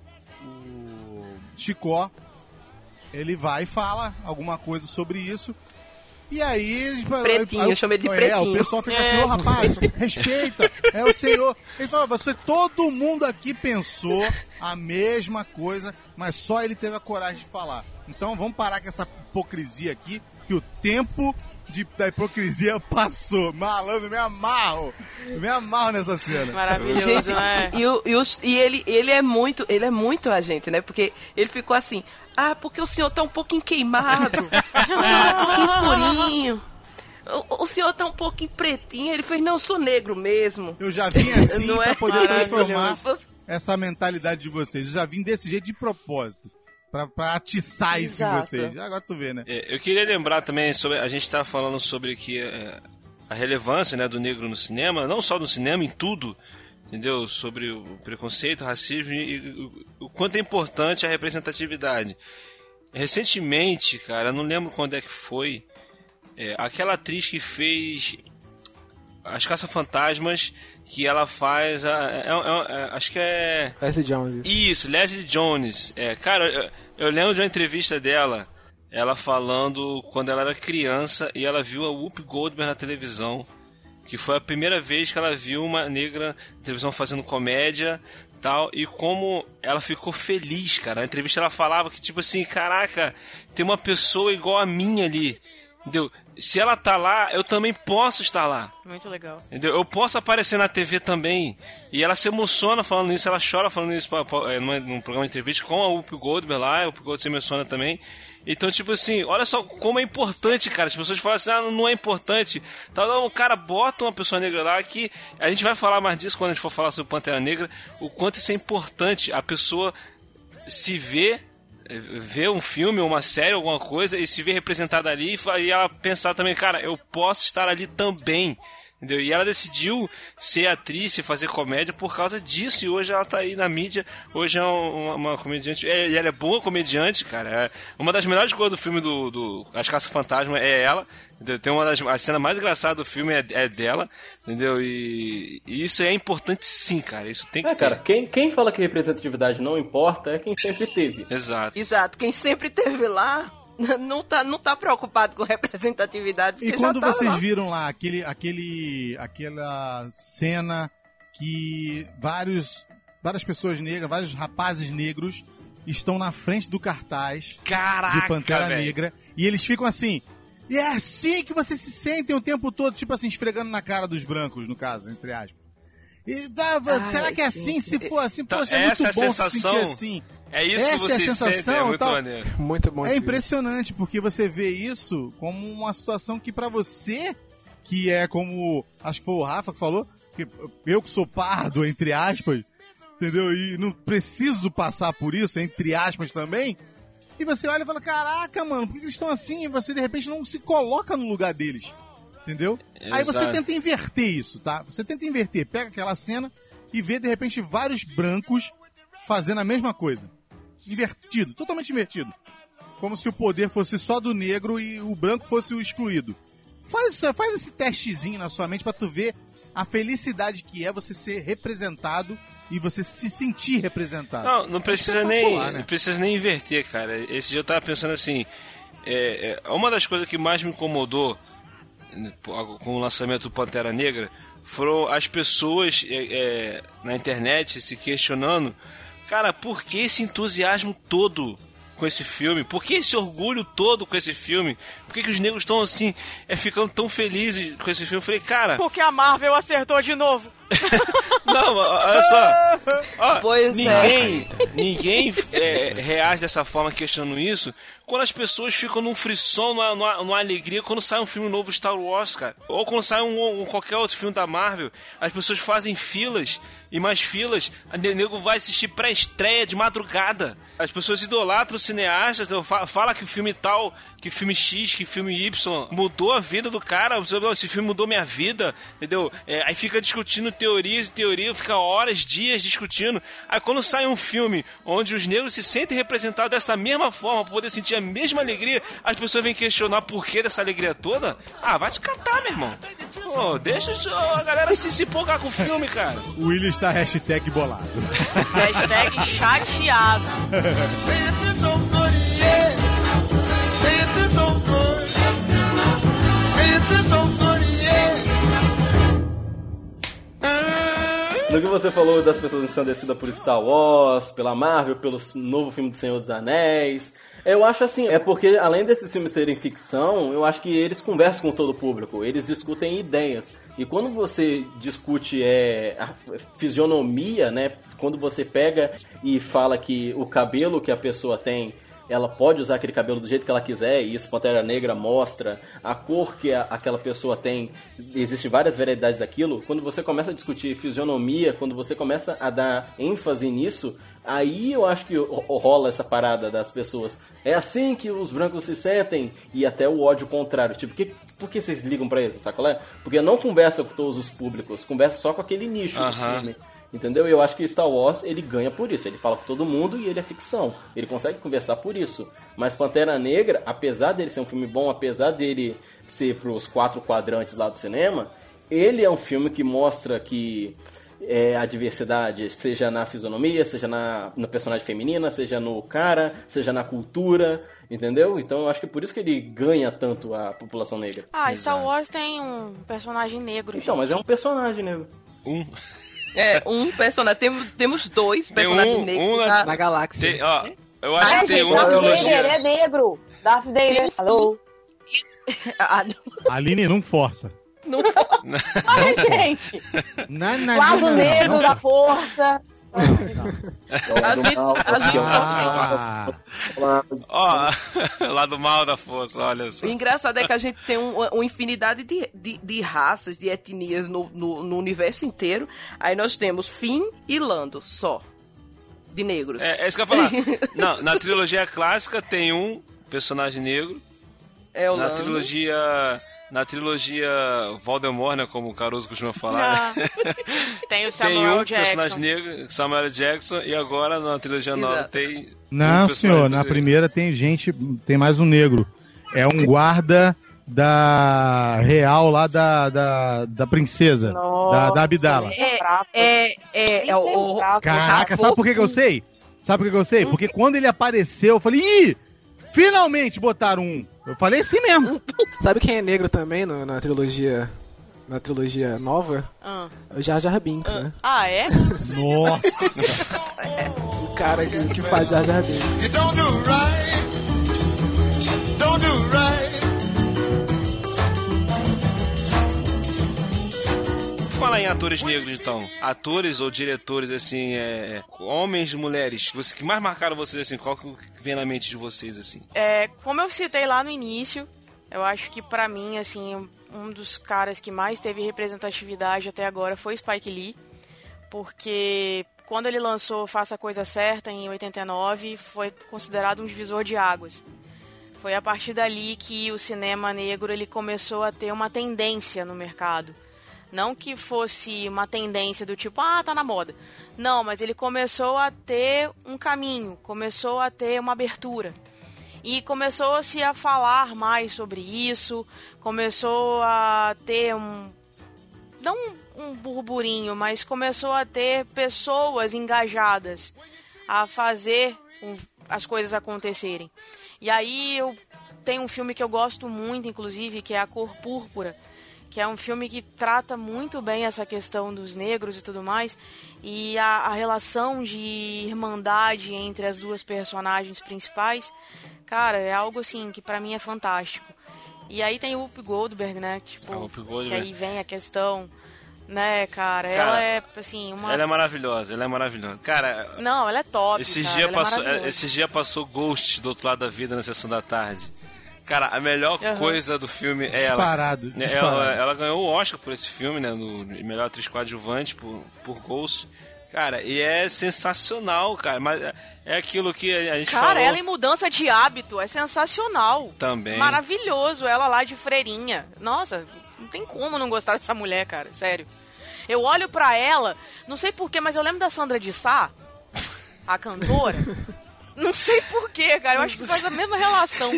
o Chicó, ele vai e fala alguma coisa sobre isso. E aí... Pretinho, aí, eu chamo ele de é, pretinho. o pessoal fica É. assim, ô rapaz, respeita, é o senhor. Ele fala, você, todo mundo aqui pensou a mesma coisa, mas só ele teve a coragem de falar. Então vamos parar com essa hipocrisia aqui, que o tempo de, da hipocrisia passou. Malandro, me amarro. Me amarro nessa cena. Maravilhoso, né? E, o- e os- e ele, ele é muito, ele é muito agente, né? Porque ele ficou assim, ah, porque o senhor tá um pouquinho queimado, o senhor tá um pouquinho escurinho, o, o senhor tá um pouquinho pretinho. Ele fez, não, eu sou negro mesmo. Eu já vim assim Não pra é? poder transformar Maravilhoso. essa mentalidade de vocês. Eu já vim desse jeito de propósito. Pra, pra atiçar isso em Exato. vocês. Agora tu vê, né? É, eu queria lembrar também sobre. A gente estava falando sobre que é, a relevância, né, do negro no cinema, não só no cinema, em tudo, entendeu? Sobre o preconceito, o racismo e, e o, o quanto é importante a representatividade. Recentemente, cara, eu não lembro quando é que foi, é, aquela atriz que fez As Caça-Fantasmas, que ela faz a, é- é- é- acho que é Leslie Jones. Isso. isso, Leslie Jones. É, cara, eu, eu lembro de uma entrevista dela, ela falando quando ela era criança e ela viu a Whoopi Goldberg na televisão, que foi a primeira vez que ela viu uma negra na televisão fazendo comédia, tal, e como ela ficou feliz, cara. Na entrevista ela falava que, tipo assim, caraca, tem uma pessoa igual a mim ali, entendeu? Se ela tá lá, eu também posso estar lá. Muito legal. Entendeu? Eu posso aparecer na T V também. E ela se emociona falando isso, ela chora falando isso pra, pra, é, numa- num programa de entrevista com a Whoopi Goldberg lá, a Whoopi Goldberg se emociona também. Então, tipo assim, olha só como é importante, cara. As pessoas falam assim, ah, não é importante. Então, não, o cara bota uma pessoa negra lá que a gente vai falar mais disso quando a gente for falar sobre Pantera Negra, o quanto isso é importante. A pessoa se vê, ver um filme, uma série, alguma coisa, e se ver representada ali, e fa- e ela pensar também, cara, eu posso estar ali também. Entendeu? E ela decidiu ser atriz e fazer comédia por causa disso. E hoje ela tá aí na mídia. Hoje é uma, uma comediante. É, e ela é boa comediante, cara. É uma das melhores coisas do filme do, do As Caça-Fantasmas é ela. Entendeu? Tem uma das a cena mais engraçada do filme é, é dela. Entendeu? E, e isso é importante sim, cara. Isso tem que É, ter. cara, quem, quem fala que representatividade não importa é quem sempre teve. Exato. Exato, quem sempre teve lá não tá, não tá preocupado com representatividade. E porque quando já tá vocês lá. viram lá aquele, aquele, aquela cena que vários, várias pessoas negras, vários rapazes negros estão na frente do cartaz Caraca, de Pantera velho. Negra e eles ficam assim, e é assim que vocês se sentem o tempo todo, tipo assim, esfregando na cara dos brancos, no caso, entre aspas. E, dava, Ah, será que é sim, assim? sim. Se for assim, Então, poxa, é muito essa é a bom se sensação? sentir assim. É isso Essa que vocês é a sensação, sentem, é muito tal. maneiro. Muito bom. É esse impressionante, porque você vê isso como uma situação que pra você, que é como, acho que foi o Rafa que falou, que eu que sou pardo, entre aspas, entendeu? E não preciso passar por isso, entre aspas também, e você olha e fala, caraca, mano, por que eles estão assim? E você, de repente, não se coloca no lugar deles, entendeu? Aí você Exato. tenta inverter isso, tá? Você tenta inverter, pega aquela cena e vê, de repente, vários brancos fazendo a mesma coisa. Invertido, totalmente invertido. Como se o poder fosse só do negro e o branco fosse o excluído. Faz, isso- faz esse testezinho na sua mente pra tu ver a felicidade que é você ser representado e você se sentir representado. Não, não precisa É nem, espetacular, né? não precisa nem inverter, cara. Esse dia eu tava pensando assim, é, é, uma das coisas que mais me incomodou né, com o lançamento do Pantera Negra foram as pessoas é, é, na internet se questionando, cara, por que esse entusiasmo todo com esse filme? Por que esse orgulho todo com esse filme? Por que, que os negros estão assim, é, ficando tão felizes com esse filme? Eu falei, cara... Porque a Marvel acertou de novo. Não, olha só. Ó, Pois ninguém, ninguém é, reage dessa forma questionando isso quando as pessoas ficam num frisson, numa, numa, numa alegria quando sai um filme novo Star Wars, cara. Ou quando sai um, um, qualquer outro filme da Marvel, as pessoas fazem filas e mais filas. O nego vai assistir pré-estreia de madrugada. As pessoas idolatram os cineastas, fala que o filme tal, que filme X, que filme Y mudou a vida do cara. Esse filme mudou minha vida, entendeu? É, aí fica discutindo teorias e teorias, fica horas, dias discutindo. Aí quando sai um filme onde os negros se sentem representados dessa mesma forma, pra poder sentir a mesma alegria, as pessoas vêm questionar por que dessa alegria toda. Ah, vai te catar, meu irmão. Pô, deixa a galera se, se empolgar com o filme, cara. O William está hashtag bolado. Hashtag chateado. No que você falou das pessoas ensandecidas por Star Wars, pela Marvel, pelo novo filme do Senhor dos Anéis, eu acho assim, é porque além desses filmes serem ficção, eu acho que eles conversam com todo o público, eles discutem ideias. E quando você discute é, a fisionomia, né, quando você pega e fala que o cabelo que a pessoa tem, ela pode usar aquele cabelo do jeito que ela quiser, e isso Pantera Negra mostra, a cor que a, aquela pessoa tem, existem várias variedades daquilo. Quando você começa a discutir fisionomia, quando você começa a dar ênfase nisso, aí eu acho que rola essa parada das pessoas. É assim que os brancos se sentem, e até o ódio contrário. Tipo, que, por que vocês ligam pra isso, sacolé? Porque não conversa com todos os públicos, conversa só com aquele nicho do filme. Entendeu? Eu acho que Star Wars, ele ganha por isso. Ele fala com todo mundo e ele é ficção. Ele consegue conversar por isso. Mas Pantera Negra, apesar dele ser um filme bom, apesar dele ser pros quatro quadrantes lá do cinema, ele é um filme que mostra que é, a diversidade, seja na fisionomia, seja na, na personagem feminina, seja no cara, seja na cultura, entendeu? Então eu acho que é por isso que ele ganha tanto a população negra. Ah, Exato. Star Wars tem um personagem negro. Então, gente. mas é um personagem negro. Um... É, um personagem. Temos, temos dois tem personagens um, negros um na, na galáxia. Tem, ó, eu acho Ai, que tem gente, uma Darth trilogia. Vader é negro. Darth Vader. Alô? ah, não. Aline, não força. Não. Ai, gente. Não, não, Lado não, negro não, da não. força. Ó, lado mal da força, olha só. O engraçado é que a gente tem um, uma infinidade de, de, de raças, de etnias no, no, no universo inteiro. Aí nós temos Finn e Lando, só. De negros. É, é isso que eu ia falar. Não, na trilogia clássica tem um personagem negro. É o Na Lando. trilogia... Na trilogia Voldemort, né, como o Caruso costuma falar, né? Tem o tem Samuel um Jackson. personagem negro, Samuel Jackson, e agora na trilogia Exato. nova tem... Não, um senhor, na negro. primeira tem gente, tem mais um negro. É um guarda da real lá da, da, da princesa, da, da Abdala. É, é, é, é o, o Caraca, sabe por que, que eu sei? Sabe por que, que eu sei? Porque quando ele apareceu, eu falei, ih, finalmente botaram um. Eu falei assim mesmo. Sabe quem é negro também no, na trilogia na trilogia nova? Ah. O Jar Jar Binks, né? Ah, é? Nossa! O cara que, que faz Jar Jar Binks. You don't do right. Don't do right. Falar em atores negros, então. Atores ou diretores, assim, é... homens, mulheres, você, que mais marcaram vocês, assim, qual que vem na mente de vocês, assim? É, como eu citei lá no início, eu acho que pra mim, assim, um dos caras que mais teve representatividade até agora foi Spike Lee, porque quando ele lançou Faça a Coisa Certa, em oitenta e nove, foi considerado um divisor de águas. Foi a partir dali que o cinema negro ele começou a ter uma tendência no mercado. Não que fosse uma tendência do tipo, ah, tá na moda. Não, mas ele começou a ter um caminho, começou a ter uma abertura. E começou-se a falar mais sobre isso, começou a ter um... não um burburinho, mas começou a ter pessoas engajadas a fazer um, as coisas acontecerem. E aí eu tenho um filme que eu gosto muito, inclusive, que é A Cor Púrpura, que é um filme que trata muito bem essa questão dos negros e tudo mais, e a, a relação de irmandade entre as duas personagens principais, cara, é algo assim que pra mim é fantástico. E aí tem o Whoopi Goldberg, né, tipo, Ah, Whoopi Goldberg. que aí vem a questão Né, cara? Cara, ela é, assim, uma... Ela é maravilhosa, ela é maravilhosa. Cara... Não, ela é top, esse cara, dia ela passou, é Esse dia passou Ghost do outro lado da vida na sessão da tarde. Cara, a melhor Uhum. coisa do filme é ela. Disparado, Né, disparado. Ela, ela ganhou o Oscar por esse filme, né? No melhor atriz coadjuvante por, por Ghost. Cara, e é sensacional, cara. Mas é aquilo que a gente Cara, falou... ela em mudança de hábito é sensacional. Também. Maravilhoso, ela lá de freirinha. Nossa, não tem como não gostar dessa mulher, cara, sério. Eu olho pra ela, não sei porquê, mas eu lembro da Sandra de Sá, a cantora. Não sei porquê, cara, eu acho que faz a mesma relação.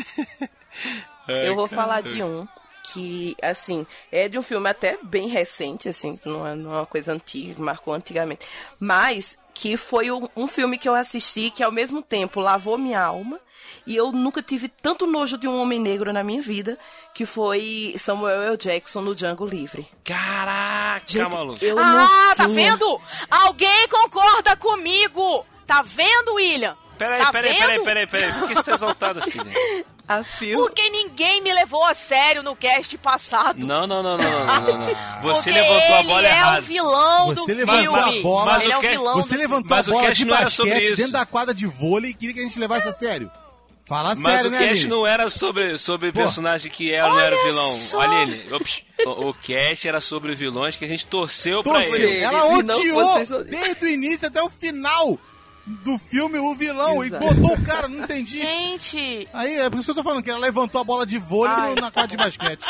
Eu vou falar de um que, assim, é de um filme até bem recente, assim, não é, não é uma coisa antiga, que marcou antigamente, mas que foi um, um filme que eu assisti que ao mesmo tempo lavou minha alma e eu nunca tive tanto nojo de um homem negro na minha vida, que foi Samuel L. Jackson no Django Livre. Caraca, Gente, maluco. eu ah, não tá tinha... vendo? Alguém concorda comigo? Tá vendo, William? Peraí, tá peraí, vendo? peraí, peraí, peraí. Por que você tá exaltada, filha? A filme... Porque ninguém me levou a sério no cast passado. Não, não, não, não, não, não, não. Você Porque levantou a bola ele errada. é o vilão Você do filme. levantou a bola, Mas ele o é o que- vilão Você do... levantou Mas a o bola cast de não era sobre basquete isso. dentro da quadra de vôlei e queria que a gente levasse a sério. Fala Mas sério, o né, cast Aline? não era sobre, sobre Pô. personagem que era ou não era o Olha vilão. só. Aline, ops, o, o cast era sobre vilões que a gente torceu pra Torceu. ele. Ela E não odiou vocês- desde o início até o final do filme o vilão Exato. e botou o cara, não entendi. Gente, Aí, é por isso que eu tô falando, que ela levantou a bola de vôlei Ai. no- na quadra de basquete.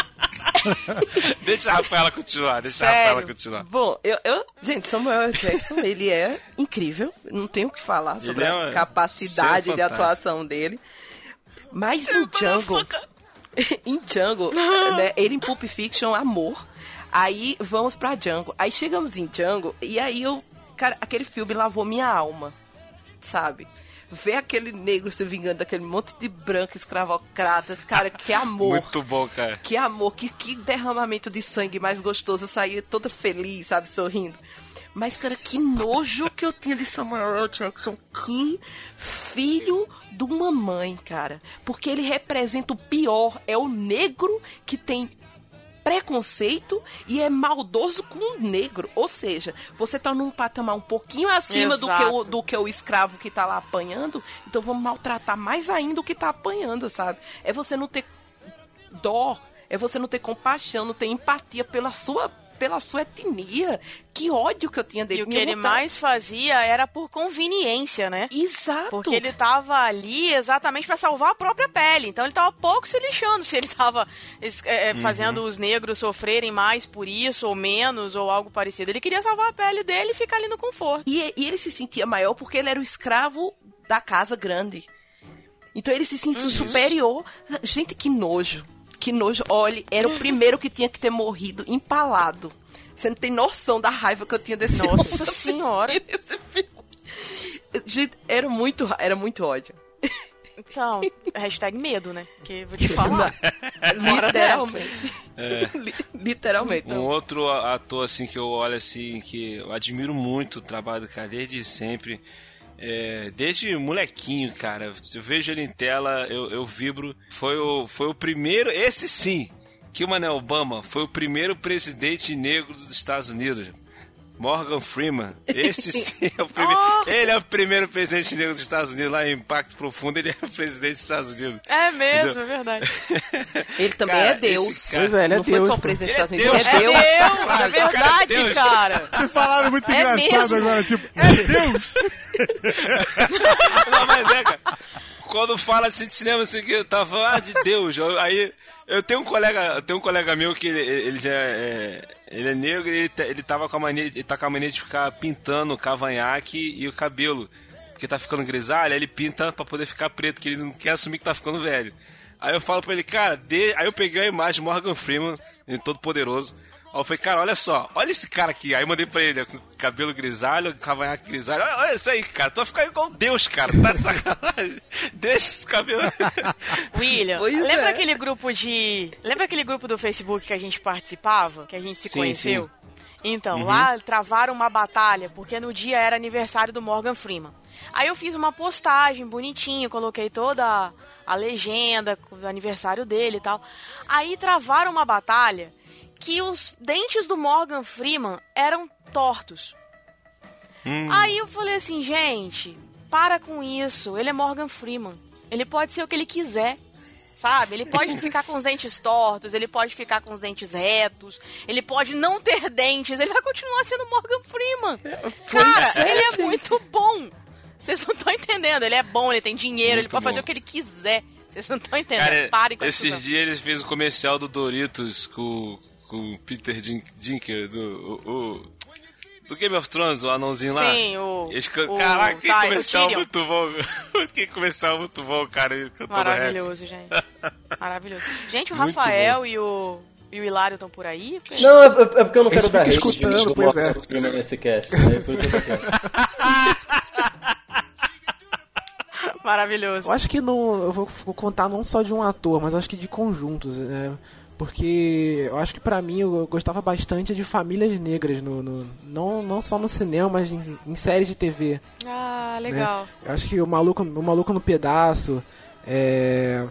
Deixa a Rafaela continuar, deixa a Sério? Rafaela continuar. Bom, eu, eu... Gente, Samuel L. Jackson, ele é incrível. Não tenho o que falar sobre Ele é a um capacidade ser de fantástico. atuação dele. Mas em Django... em Django, né, ele em Pulp Fiction, amor. Aí vamos pra Django. Aí chegamos em Django e aí eu... Cara, aquele filme lavou minha alma, sabe? Ver aquele negro se vingando daquele monte de branco escravocrata, cara, que amor. Muito bom, cara. Que amor, que, que derramamento de sangue mais gostoso. Eu saía toda feliz, sabe, sorrindo. Mas, cara, que nojo que eu tinha de Samuel L. Jackson. Que filho de uma mãe, cara. Porque ele representa o pior. É o negro que tem preconceito e é maldoso com o negro. Ou seja, você tá num patamar um pouquinho acima do que, o, do que o escravo que tá lá apanhando, então vamos maltratar mais ainda o que tá apanhando, sabe? É você não ter dó, é você não ter compaixão, não ter empatia pela sua, pela sua etnia. Que ódio que eu tinha dele. E o que Minha ele vontade- mais fazia era por conveniência, né? Exato. Porque ele tava ali exatamente pra salvar a própria pele. Então ele tava pouco se lixando se ele tava es- é, Uhum. fazendo os negros sofrerem mais por isso, ou menos, ou algo parecido. Ele queria salvar a pele dele e ficar ali no conforto. E, e ele se sentia maior porque ele era o escravo da casa grande. Então ele se sentia Uhum. superior. Gente, que nojo. Que nojo. Olha, era o primeiro que tinha que ter morrido empalado. Você não tem noção da raiva que eu tinha desse Nossa homem. senhora. Desse filme. Gente, era muito, ra- era muito ódio. Então, hashtag medo, né? Porque vou te falar. Literalmente. É. Li- Literalmente. Um outro ator, assim, que eu olho, assim, que eu admiro muito o trabalho do cara desde sempre. É, desde molequinho, cara. Eu vejo ele em tela, eu, eu vibro. Foi o, foi o primeiro, esse sim, que o Mané Obama foi o primeiro presidente negro dos Estados Unidos. Morgan Freeman. Esse sim é o primeiro. Oh! Ele é o primeiro presidente negro dos Estados Unidos. Lá em Impacto Profundo, ele é o presidente dos Estados Unidos. É mesmo, Entendeu? é verdade. Ele também Cara, é Deus. esse cara- Pois é, ele é Não foi Deus, só o pô. presidente dos Ele Estados é Unidos. Deus. Ele é Deus. Deus, é Caralho, o cara é verdade, Deus. cara. Vocês falaram muito É engraçado mesmo? agora, tipo, é Deus! Não, mas é, cara. Quando fala assim de cinema, assim, que eu tava, ah, de Deus. Eu- Aí, eu tenho um colega, eu tenho um colega meu que ele, ele já é, ele é negro e ele, tá- ele tava com a mania, ele tá com a mania de ficar pintando o cavanhaque e o cabelo. Porque tá ficando grisalho, aí ele pinta pra poder ficar preto, que ele não quer assumir que tá ficando velho. Aí eu falo pra ele, cara, de... aí eu peguei a imagem de Morgan Freeman, ele todo poderoso. Aí eu falei, cara, olha só, olha esse cara aqui. Aí eu mandei pra ele, com cabelo grisalho, cavanhaque grisalho. Olha, olha isso aí, cara, tu vai ficar igual Deus, cara, tá de sacanagem. Deixa esse cabelo. William, Pois lembra é. aquele grupo de... Lembra aquele grupo do Facebook que a gente participava? Que a gente se Sim, conheceu? sim. Então, Uhum. lá travaram uma batalha, porque no dia era aniversário do Morgan Freeman. Aí eu fiz uma postagem bonitinha, coloquei toda a, a legenda do aniversário dele e tal. Aí travaram uma batalha que os dentes do Morgan Freeman eram tortos. Hum. Aí eu falei assim, gente, para com isso. Ele é Morgan Freeman. Ele pode ser o que ele quiser. Sabe? Ele pode ficar com os dentes tortos, ele pode ficar com os dentes retos, ele pode não ter dentes, ele vai continuar sendo Morgan Freeman. Cara, ele é muito bom. Vocês não estão entendendo. Ele é bom, ele tem dinheiro, muito ele pode bom. fazer o que ele quiser. Vocês não estão entendendo. Cara, Pare com esses isso. dias eles fez o comercial do Doritos com, com o Peter Din- Dinklage, do, o, o, do Game of Thrones, o anãozinho lá. Sim, o... Eles can... o Caraca, que tá, comercial muito bom. Que comercial muito bom, cara. Ele cantando Maravilhoso, rap. gente. Maravilhoso. Gente, o Muito Rafael e o, e o Hilário estão por aí? Porque... Não, é, é porque eu não quero Eles dar ficam hate. escutando, pois é. Nesse cast, né? Por isso eu tô quieto. Maravilhoso. Eu acho que não, eu vou, vou contar não só de um ator, mas acho que de conjuntos, né? Porque eu acho que pra mim eu gostava bastante de Famílias Negras, no, no, não, não só no cinema, mas em, em séries de T V. Ah, legal. Né? Eu acho que o Maluco, o Maluco no Pedaço, é...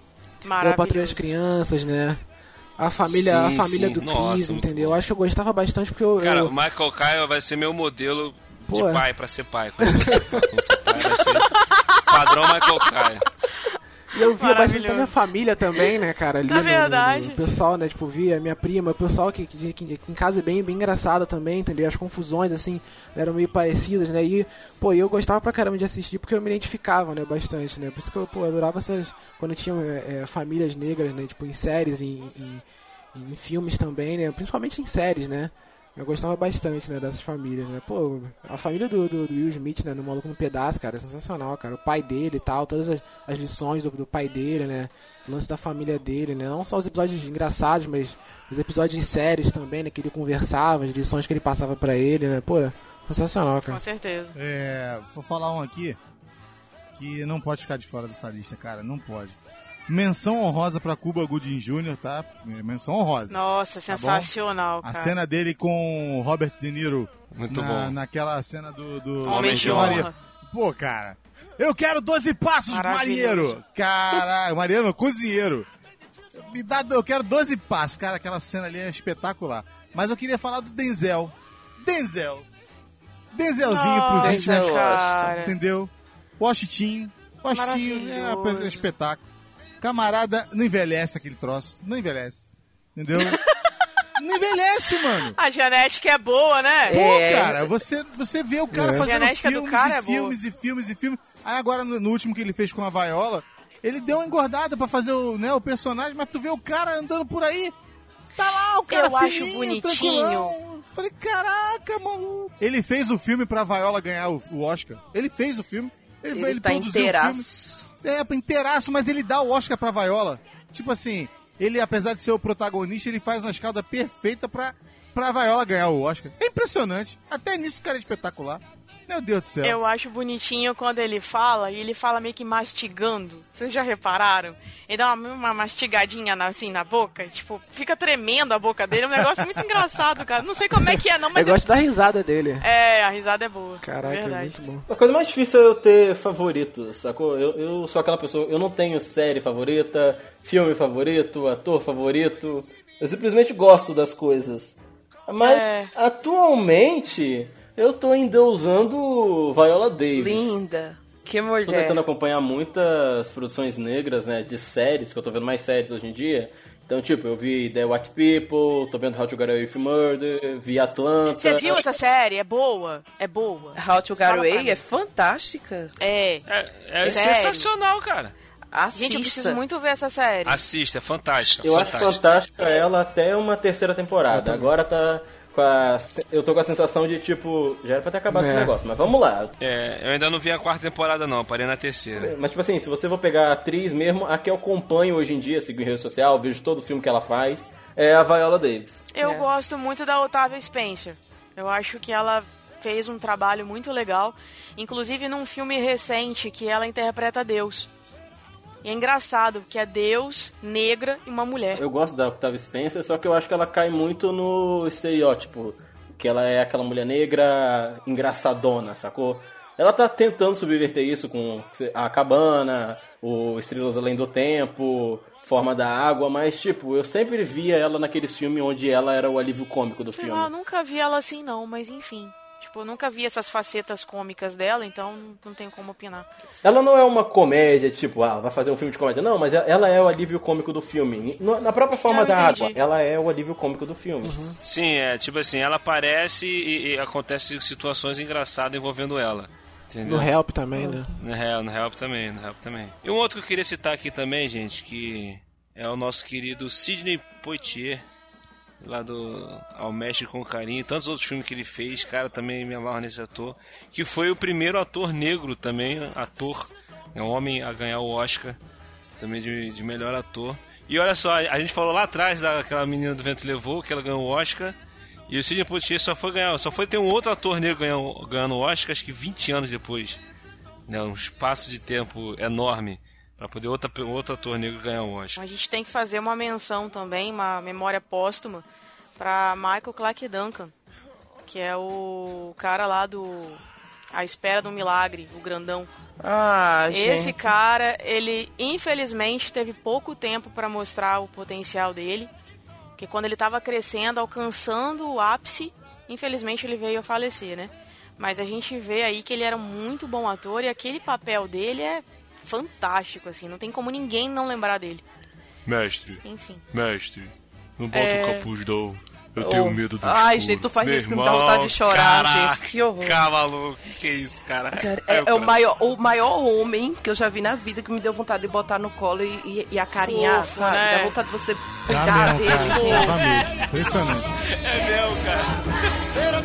Eu Patrulho as Crianças, né? A família, Sim, a família sim. do Nossa, Chris, muito entendeu? Eu acho que eu gostava bastante porque eu... Cara, eu... o Michael Caine vai ser meu modelo Pô, de pai pra ser pai. Quando eu ser pai, quando for pai, vai ser padrão Michael Caine. E eu via bastante da minha família também, né, cara? Ali Na no, verdade. no, no pessoal, né, tipo, via minha prima, o pessoal que, que, que, que em casa é bem, bem engraçado também, entendeu? As confusões, assim, eram meio parecidas, né? E, pô, eu gostava pra caramba de assistir porque eu me identificava, né, bastante, né? Por isso que eu, pô, adorava essas... Quando tinha é, famílias negras, né, tipo, em séries, em, em, em filmes também, né? Principalmente em séries, né? Eu gostava bastante, né, dessas famílias, né? Pô, a família do, do, do Will Smith, né, no Maluco no Pedaço, cara, é sensacional, cara. O pai dele e tal, todas as, as lições do, do pai dele, né? O lance da família dele, né? Não só os episódios engraçados, mas os episódios sérios também, né? Que ele conversava, as lições que ele passava pra ele, né? Pô, sensacional, cara. Com certeza. É, vou falar um aqui que não pode ficar de fora dessa lista, cara, não pode. Menção honrosa pra Cuba Gooding Júnior, tá? Menção honrosa. Nossa, sensacional, tá cara. A cena dele com Robert De Niro. Muito na, bom. Naquela cena do... do Homem de Maria. honra. Pô, cara, eu quero doze passos, marinheiro. Caralho, Mariano, cozinheiro. Me dá, eu quero doze passos. Cara, aquela cena ali é espetacular. Mas eu queria falar do Denzel. Denzel. Denzelzinho Nossa, pros íntimos. cara. Entendeu? Washington. Washington é um espetáculo. Camarada, não envelhece aquele troço. Não envelhece. Entendeu? Não envelhece, mano. A genética é boa, né? Pô, é. cara, você, você vê o cara É. fazendo A genética do filmes cara e é boa. filmes e filmes e filmes. Aí agora, no, no último que ele fez com a Viola, ele deu uma engordada pra fazer o, né, o personagem, mas tu vê o cara andando por aí. Tá lá, o cara Eu acho fininho, bonitinho. tranquilão. Falei, caraca, maluco. Ele fez o filme pra Viola ganhar o, o Oscar. Ele fez o filme. Ele, Ele ele tá produziu inteiraço. o filme. É, inteiraço, mas ele dá o Oscar pra Viola. Tipo assim, ele, apesar de ser o protagonista, ele faz uma escada perfeita pra, pra Viola ganhar o Oscar. É impressionante. Até nisso o cara é espetacular. Meu Deus do céu. Eu acho bonitinho quando ele fala, e ele fala meio que mastigando. Vocês já repararam? Ele dá uma, uma mastigadinha na, assim na boca, tipo, fica tremendo a boca dele. É um negócio muito engraçado, cara. Não sei como é que é, não, mas... Eu gosto da risada dele. É, a risada é boa. Caraca, é verdade. muito bom. A coisa mais difícil é eu ter favoritos, sacou? Eu, eu sou aquela pessoa, eu não tenho série favorita, filme favorito, ator favorito. Eu simplesmente gosto das coisas. Mas, É. atualmente, eu tô endeusando Viola Davis. Linda. Que Tô mulher. tentando acompanhar muitas produções negras, né, de séries, porque eu tô vendo mais séries hoje em dia. Então, tipo, eu vi The White People, tô vendo How to Get Away with Murder, vi Atlanta. Você viu essa série? É boa? É boa. How to Get Fala pra Away mim. é fantástica. É. É, é Sério? sensacional, cara. Assista. Gente, eu preciso muito ver essa série. Assista, é fantástica. Eu acho fantástica. fantástica ela até uma terceira temporada. Agora tá com a... Eu tô com a sensação de, tipo, já era pra ter acabado É. esse negócio, mas vamos lá. É, eu ainda não vi a quarta temporada, não. Parei na terceira. Mas, tipo assim, se você for pegar a atriz mesmo, a que eu acompanho hoje em dia, sigo em rede social, vejo todo o filme que ela faz, é a Viola Davis. Eu É. gosto muito da Octavia Spencer. Eu acho que ela fez um trabalho muito legal, inclusive num filme recente que ela interpreta Deus. E é engraçado, porque é Deus, negra e uma mulher. Eu gosto da Octavia Spencer, só que eu acho que ela cai muito no estereótipo, que ela é aquela mulher negra engraçadona, sacou? Ela tá tentando subverter isso com a Cabana, o Estrelas Além do Tempo, Forma da Água, mas, tipo, eu sempre via ela naqueles filmes onde ela era o alívio cômico do Sei filme. lá, eu nunca vi ela assim não, mas enfim. Tipo, eu nunca vi essas facetas cômicas dela, então não tenho como opinar. Ela não é uma comédia, tipo, ah, vai fazer um filme de comédia. Não, mas ela é o alívio cômico do filme. Na própria Forma Eu da entendi. Água, ela é o alívio cômico do filme. Uhum. Sim, é tipo assim, ela aparece e, e acontece situações engraçadas envolvendo ela. Entendeu? No Help também, né? No Help, no Help também, no Help também. E um outro que eu queria citar aqui também, gente, que é o nosso querido Sidney Poitier, lá do Ao Mestre com Carinho, tantos outros filmes que ele fez, cara, também me amarro nesse ator, que foi o primeiro ator negro também, ator, é um homem a ganhar o Oscar, também de, de melhor ator. E olha só, a gente falou lá atrás daquela menina do Vento Levou, que ela ganhou o Oscar, e o Sidney Poitier só foi ganhar, só foi ter um outro ator negro ganhando, ganhando o Oscar, acho que vinte anos depois, né, um espaço de tempo enorme, pra poder outra, outro ator negro ganhar o Oscar. A gente tem que fazer uma menção também, uma memória póstuma, pra Michael Clarke Duncan, que é o cara lá do A Espera do Milagre, o grandão. Ah, Esse gente. cara, ele infelizmente teve pouco tempo pra mostrar o potencial dele, porque quando ele tava crescendo, alcançando o ápice, infelizmente ele veio a falecer, né? Mas a gente vê aí que ele era um muito bom ator e aquele papel dele é fantástico, assim, não tem como ninguém não lembrar dele. Mestre, Enfim. mestre, não bota É... o capuz não, eu Oh. tenho medo do Ai, escuro. gente, tu faz Meu isso que me irmão, dá vontade de chorar, caraca, gente, que horror. Cara, maluco, que é isso, cara? Cara, Ai, é, é o, coração. maior, o maior homem que eu já vi na vida, que me deu vontade de botar no colo e, e, e acarinhar, Fofo, sabe? né? Dá vontade de você Dá cuidar mesmo, dele. cara. Dá mesmo. Impressionante. É mesmo, cara.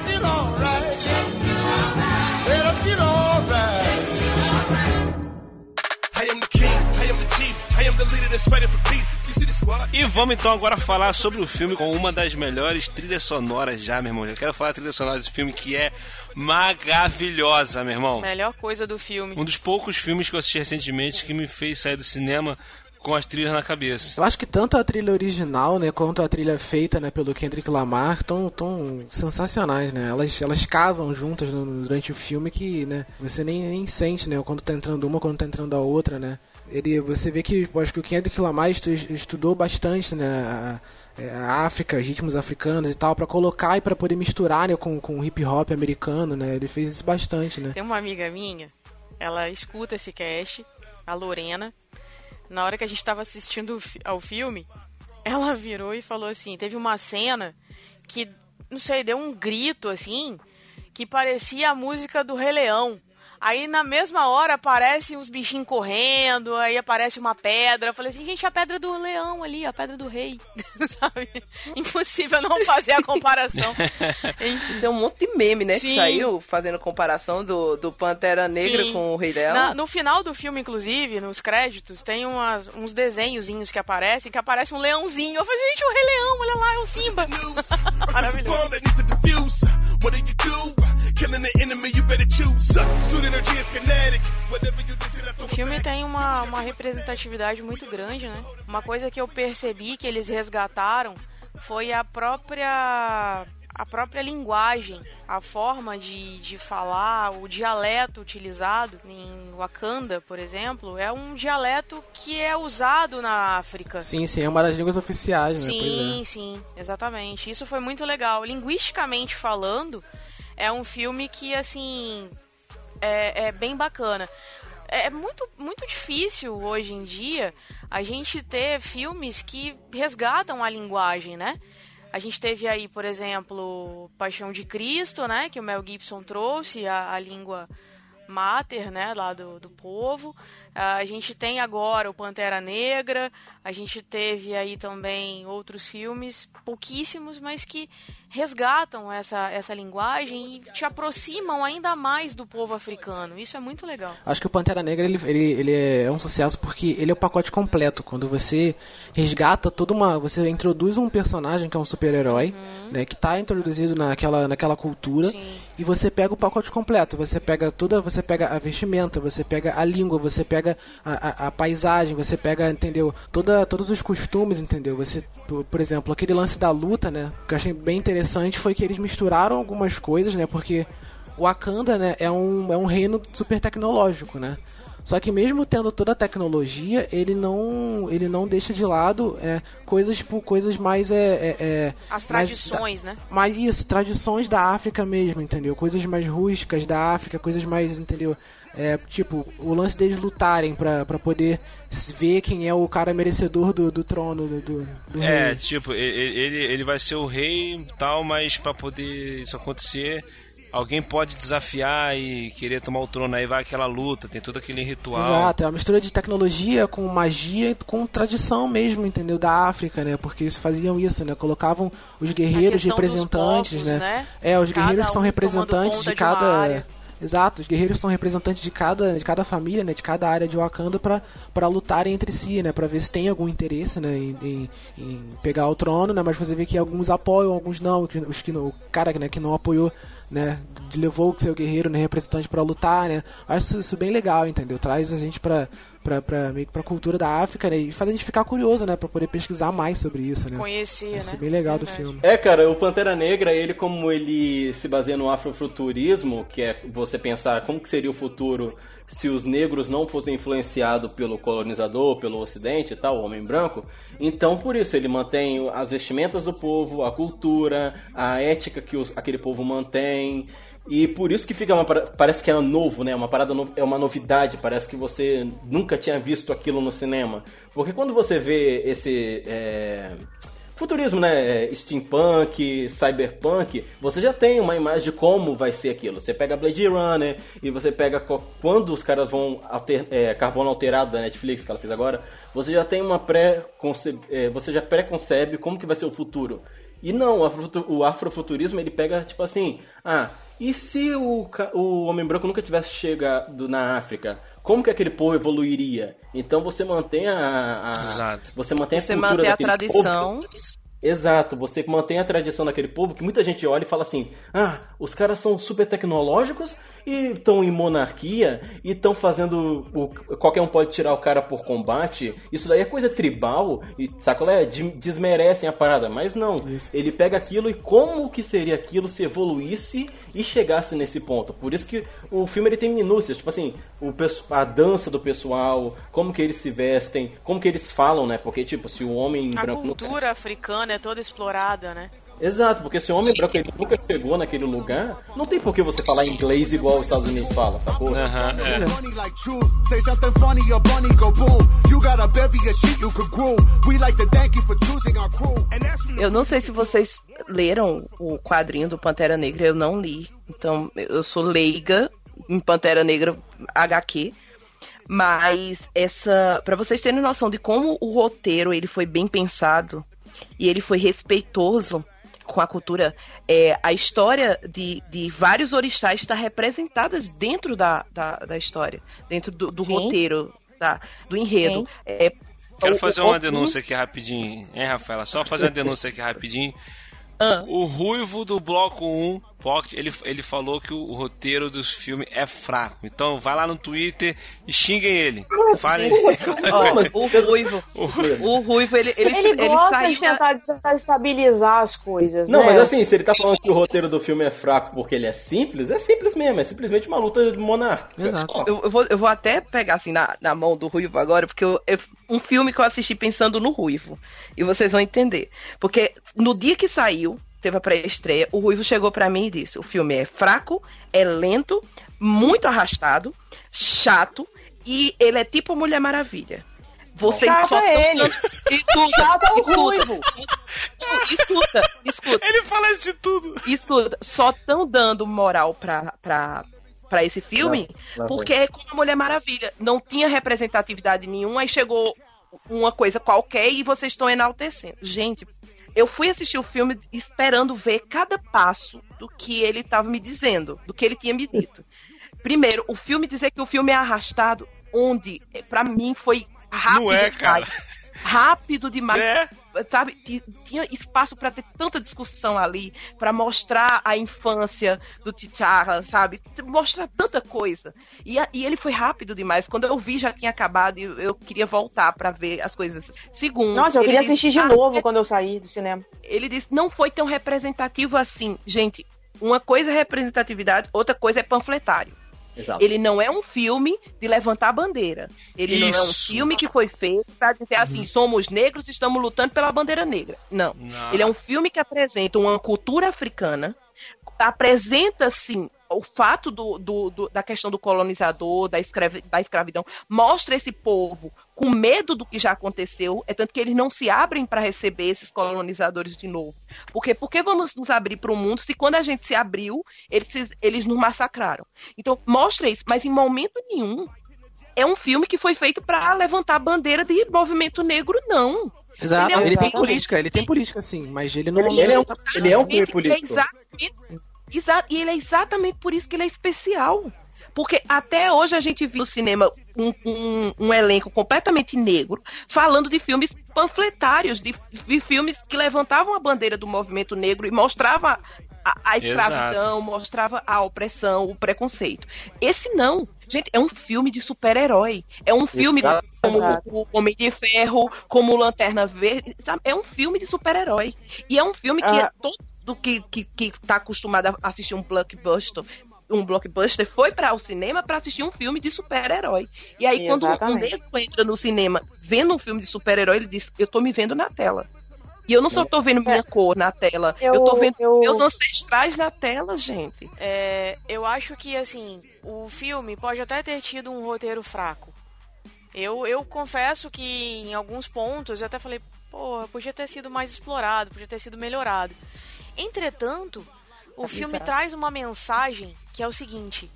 E vamos então agora falar sobre o filme com uma das melhores trilhas sonoras já, meu irmão. Eu quero falar a trilha sonora desse filme que é maravilhosa, meu irmão. Melhor coisa do filme. Um dos poucos filmes que eu assisti recentemente que me fez sair do cinema com as trilhas na cabeça. Eu acho que tanto a trilha original, né, quanto a trilha feita, né, pelo Kendrick Lamar estão tão sensacionais, né? Elas, elas casam juntas no, durante o filme que, né, você nem, nem sente, né, quando tá entrando uma, quando tá entrando a outra, né? Ele, você vê que, eu acho que o Kendrick Lamar estu, estudou bastante, né, a, a África, os ritmos africanos e tal, pra colocar e pra poder misturar, né, com, com o hip hop americano, né? Ele fez isso bastante, né? Tem uma amiga minha, ela escuta esse cast, a Lorena. Na hora que a gente tava assistindo ao filme, ela virou e falou assim, teve uma cena que, não sei, deu um grito assim, que parecia a música do Rei Leão. Aí na mesma hora aparecem uns bichinhos correndo, aí aparece uma pedra. Eu falei assim, gente, a pedra do leão ali, a pedra do rei, sabe? Impossível não fazer a comparação. Tem um monte de meme, né, Sim. que saiu fazendo comparação do, do Pantera Negra Sim. com o Rei Leão. Na- no final do filme, inclusive, nos créditos, tem umas, uns desenhozinhos que aparecem, que aparece um leãozinho. Eu falei, gente, o Rei Leão, olha lá, é o Simba. Maravilhoso. O filme tem uma, uma representatividade muito grande, né? Uma coisa que eu percebi que eles resgataram foi a própria a própria linguagem, a forma de, de falar, o dialeto utilizado em Wakanda, por exemplo, é um dialeto que é usado na África. Sim, sim, é uma das línguas oficiais, né? Sim, Pois é. sim, exatamente. Isso foi muito legal. Linguisticamente falando, é um filme que, assim, é, é bem bacana. É muito, muito difícil hoje em dia a gente ter filmes que resgatam a linguagem, né? A gente teve aí, por exemplo, Paixão de Cristo, né? Que o Mel Gibson trouxe a, a língua mater, né? Lá do, do povo. A gente tem agora o Pantera Negra. A gente teve aí também outros filmes, pouquíssimos, mas que resgatam essa, essa linguagem e te aproximam ainda mais do povo africano. Isso é muito legal. Acho que o Pantera Negra ele, ele, ele é um sucesso porque ele é o pacote completo. Quando você resgata toda uma... Você introduz um personagem que é um super-herói, uhum. né, que está introduzido naquela, naquela cultura. Sim. E você pega o pacote completo. Você pega toda... Você pega a vestimenta, você pega a língua, você pega a, a, a paisagem, você pega, entendeu? Toda, todos os costumes, entendeu? Você, por, por exemplo, aquele lance da luta, né? O que eu achei bem interessante foi que eles misturaram algumas coisas, né? Porque o Wakanda, né, é um, é um reino super tecnológico, né? Só que mesmo tendo toda a tecnologia, ele não, ele não deixa de lado é, coisas, tipo, coisas mais... É, é, é, As tradições, mais, né? Mais isso, tradições da África mesmo, entendeu? Coisas mais rústicas da África, coisas mais, entendeu? É, tipo, o lance deles lutarem pra, pra poder ver quem é o cara merecedor do, do trono do, do, do É, rei. tipo, ele, ele vai ser o rei e tal, mas pra poder isso acontecer, alguém pode desafiar e querer tomar o trono, aí vai aquela luta, tem todo aquele ritual. Exato, é uma mistura de tecnologia com magia e com tradição mesmo, entendeu? Da África, né? Porque eles faziam isso, né? Colocavam os guerreiros representantes, povos, né? né? É, os Cada guerreiros são um representantes tomando de conta de uma cada... área. Exato, os guerreiros são representantes de cada, de cada família, né, de cada área de Wakanda pra, pra lutarem entre si, né, pra ver se tem algum interesse, né, em, em, em pegar o trono, né, mas você vê que alguns apoiam, alguns não, os que não, o cara, né, que não apoiou, né, levou o seu guerreiro, né, representante pra lutar, né, acho isso, isso bem legal, entendeu, traz a gente pra, pra, pra, meio que pra cultura da África, né, e faz a gente ficar curioso, né, pra poder pesquisar mais sobre isso, né. Conhecia, Isso né? é bem legal Verdade. do filme. É, cara, o Pantera Negra, ele como ele se baseia no afrofuturismo, que é você pensar como que seria o futuro se os negros não fossem influenciados pelo colonizador, pelo ocidente e tal, o homem branco, então por isso ele mantém as vestimentas do povo, a cultura, a ética que os, aquele povo mantém, e por isso que fica uma, parece que é novo, né? Uma parada no, é uma novidade, parece que você nunca tinha visto aquilo no cinema, porque quando você vê esse é, futurismo, né, steampunk, cyberpunk, você já tem uma imagem de como vai ser aquilo. Você pega Blade Runner e você pega quando os caras vão alter, é, Carbono Alterado da Netflix que ela fez agora, você já tem uma pré é, você já pré-concebe como que vai ser o futuro. E não, o afrofuturismo ele pega tipo assim, ah, e se o, o homem branco nunca tivesse chegado na África? Como que aquele povo evoluiria? Então você mantém a, a Exato. você mantém Você a cultura mantém a daquele tradição. povo. Exato, você mantém a tradição daquele povo que muita gente olha e fala assim, ah, os caras são super tecnológicos e estão em monarquia e estão fazendo o, qualquer um pode tirar o cara por combate, isso daí é coisa tribal e sacolé, desmerecem a parada, mas não, isso. Ele pega aquilo e como que seria aquilo se evoluísse e chegasse nesse ponto. Por isso que o filme ele tem minúcias, tipo assim, o, a dança do pessoal, como que eles se vestem, como que eles falam, né? Porque tipo, se o homem a branco cultura nunca... africana é toda explorada, né? Exato, porque se o homem branco ele nunca chegou naquele lugar, não tem por que você falar inglês igual os Estados Unidos falam, sacou? Uhum, é. Eu não sei se vocês leram o quadrinho do Pantera Negra, eu não li. Então, eu sou leiga em Pantera Negra agá quê. Mas essa, para vocês terem noção de como o roteiro ele foi bem pensado e ele foi respeitoso com a cultura, é, a história de, de vários orixás está representada dentro da, da, da história, dentro do, do roteiro, tá, do enredo. É, Quero o, fazer o, uma o, denúncia aqui rapidinho, hein, Rafaela? Só fazer uma denúncia aqui rapidinho. Ah. O Ruivo do Bloco um, ele, ele falou que o, o roteiro dos filmes é fraco. Então vai lá no Twitter e xinguem ele. Falem. Oh, o Ruivo. O Ruivo, ele, ele, ele, ele gosta saiu de tentar desestabilizar as coisas. Não, né? mas assim, se ele tá falando que o roteiro do filme é fraco porque ele é simples, é simples mesmo. É simplesmente uma luta monárquica. Eu, eu, vou, eu vou até pegar assim na, na mão do Ruivo agora, porque eu, eu, um filme que eu assisti pensando no Ruivo. E vocês vão entender. Porque no dia que saiu, teve a pré-estreia, o Ruivo chegou pra mim e disse: o filme é fraco, é lento, muito arrastado, chato, e ele é tipo Mulher Maravilha. Você só ele. Escuta, Chata escuta, escuta, escuta. Ele fala isso de tudo. Escuta, só tão dando moral pra, pra, pra esse filme, lá, lá porque é como Mulher Maravilha. Não tinha representatividade nenhuma, aí chegou uma coisa qualquer e vocês estão enaltecendo. Gente, eu fui assistir o filme esperando ver cada passo do que ele estava me dizendo, do que ele tinha me dito. Primeiro, o filme dizer que o filme é arrastado, onde, pra mim, foi rápido Não é, demais. cara. Rápido demais. É. Sabe, tinha espaço para ter tanta discussão ali, para mostrar a infância do T'Challa, sabe? Mostrar tanta coisa. E, a, e ele foi rápido demais. Quando eu vi, já tinha acabado e eu, eu queria voltar para ver as coisas. Segundo, Nossa, eu queria disse, assistir de ah, novo quando eu saí do cinema. Ele disse, não foi tão representativo assim. Gente, uma coisa é representatividade, outra coisa é panfletário. Exato. Ele não é um filme de levantar a bandeira. Ele Isso. não é um filme que foi feito pra dizer assim, Uhum. somos negros, estamos lutando pela bandeira negra. Não. Não. Ele é um filme que apresenta uma cultura africana, apresenta, sim, o fato do, do, do- da questão do colonizador, da, escravi, da escravidão, mostra esse povo com medo do que já aconteceu, é tanto que eles não se abrem para receber esses colonizadores de novo. Porque por que vamos nos abrir para o mundo se quando a gente se abriu, eles, se- eles nos massacraram? Então, mostra isso, mas em momento nenhum é um filme que foi feito para levantar a bandeira de movimento negro, não. Exato, Ele é um ele tem filme- política, ele tem política sim, mas ele não... Ele, ele é um, ele é um filme Exatamente, político. é exatamente, exa- e ele é exatamente por isso que ele é especial. Porque até hoje a gente viu no cinema um, um- um elenco completamente negro falando de filmes panfletários, de, de filmes que levantavam a bandeira do movimento negro e mostravam a, a escravidão, Exato. mostrava a opressão, o preconceito. Esse não. Gente, é um filme de super-herói. É um filme Exato. como Exato. o Homem de Ferro, como o Lanterna Verde. Sabe? É um filme de super-herói. E é um filme que Ah. todo mundo que, que, que tá acostumado a assistir um blockbuster, um blockbuster foi para o cinema para assistir um filme de super-herói. E aí, quando o Exatamente. negro entra no cinema vendo um filme de super-herói, ele diz: eu tô me vendo na tela. E eu não só tô vendo minha cor na tela, eu, Eu- tô vendo eu- meus ancestrais na tela, gente. É, eu acho que, assim, o filme pode até ter tido um roteiro fraco. Eu, eu confesso que em alguns pontos eu até falei, pô, podia ter sido mais explorado, podia ter sido melhorado. Entretanto, o filme Exato. traz uma mensagem que é o seguinte: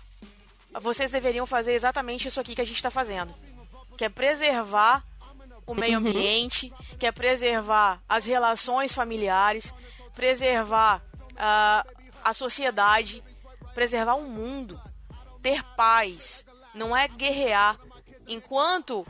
vocês deveriam fazer exatamente isso aqui que a gente está fazendo, que é preservar o meio Uhum. ambiente, que é preservar as relações familiares, preservar ah, a sociedade, preservar o mundo, ter paz, não é guerrear. Enquanto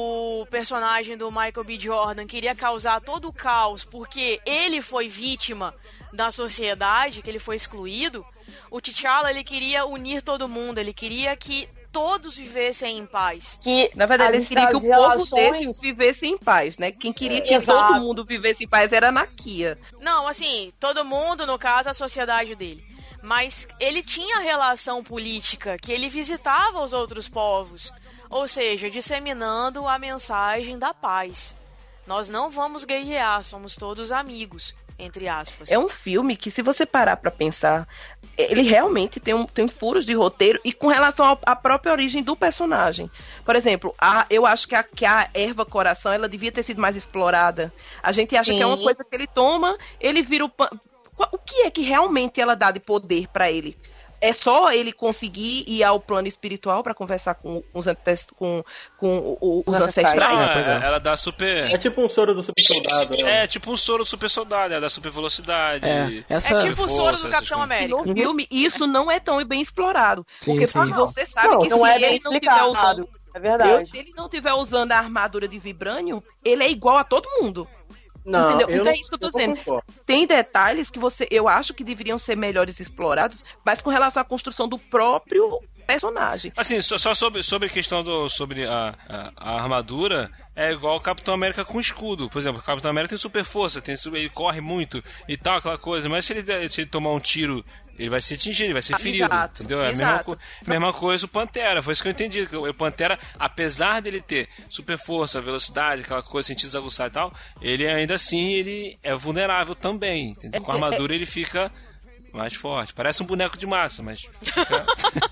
o personagem do Michael B. Jordan queria causar todo o caos porque ele foi vítima da sociedade, que ele foi excluído, o T'Challa, ele queria unir todo mundo, ele queria que todos vivessem em paz. Que, Na verdade, ele as- queria que o as povo relações- dele vivesse em paz, né? Quem queria que Exato. todo mundo vivesse em paz era a Nakia. Não, assim, todo mundo, no caso, a sociedade dele. Mas ele tinha relação política, que ele visitava os outros povos. Ou seja, disseminando a mensagem da paz. Nós não vamos guerrear, somos todos amigos, entre aspas. É um filme que, se você parar pra pensar, ele realmente tem, um, tem furos de roteiro e com relação ao- à própria origem do personagem. Por exemplo, a, eu acho que a, que a erva coração, ela devia ter sido mais explorada. A gente acha Sim. que é uma coisa que ele toma, ele vira o... pan- Qu- O que é que realmente ela dá de poder pra ele? É só ele conseguir ir ao plano espiritual pra conversar com os, antes- com, com o- o- os Não, ancestrais? É, pois é. ela dá super. É tipo um soro do super soldado. né? É tipo um soro super soldado, ela dá super velocidade. É, essa- É tipo o soro força, do essas Capitão coisas. América. No filme, isso não é tão bem explorado. Sim, porque sim. você sabe Não, que não se é bem ele não tiver explicado. usando... É verdade. Se ele não tiver usando a armadura de vibrânio, ele é igual a todo mundo. Não, Entendeu? eu Então não- é isso que eu tô eu não dizendo. concordo. Tem detalhes que você, eu acho que deveriam ser melhores explorados, mas com relação à construção do próprio personagem. Assim, só, só sobre, sobre a questão do. Sobre a, a, a armadura, é igual o Capitão América com escudo. Por exemplo, o Capitão América tem super força, tem, super- ele corre muito e tal, aquela coisa. Mas se ele, se ele tomar um tiro, ele vai ser atingido, ele vai ser Ah, ferido. exato, Entendeu? É a mesma, exato. co- mesma coisa o Pantera. Foi isso que eu entendi. que O Pantera, apesar dele ter super força, velocidade, aquela coisa, sentidos aguçados e tal, ele ainda assim ele é vulnerável também. Entendeu? Com a É- é- armadura ele fica mais forte. Parece um boneco de massa, mas fica...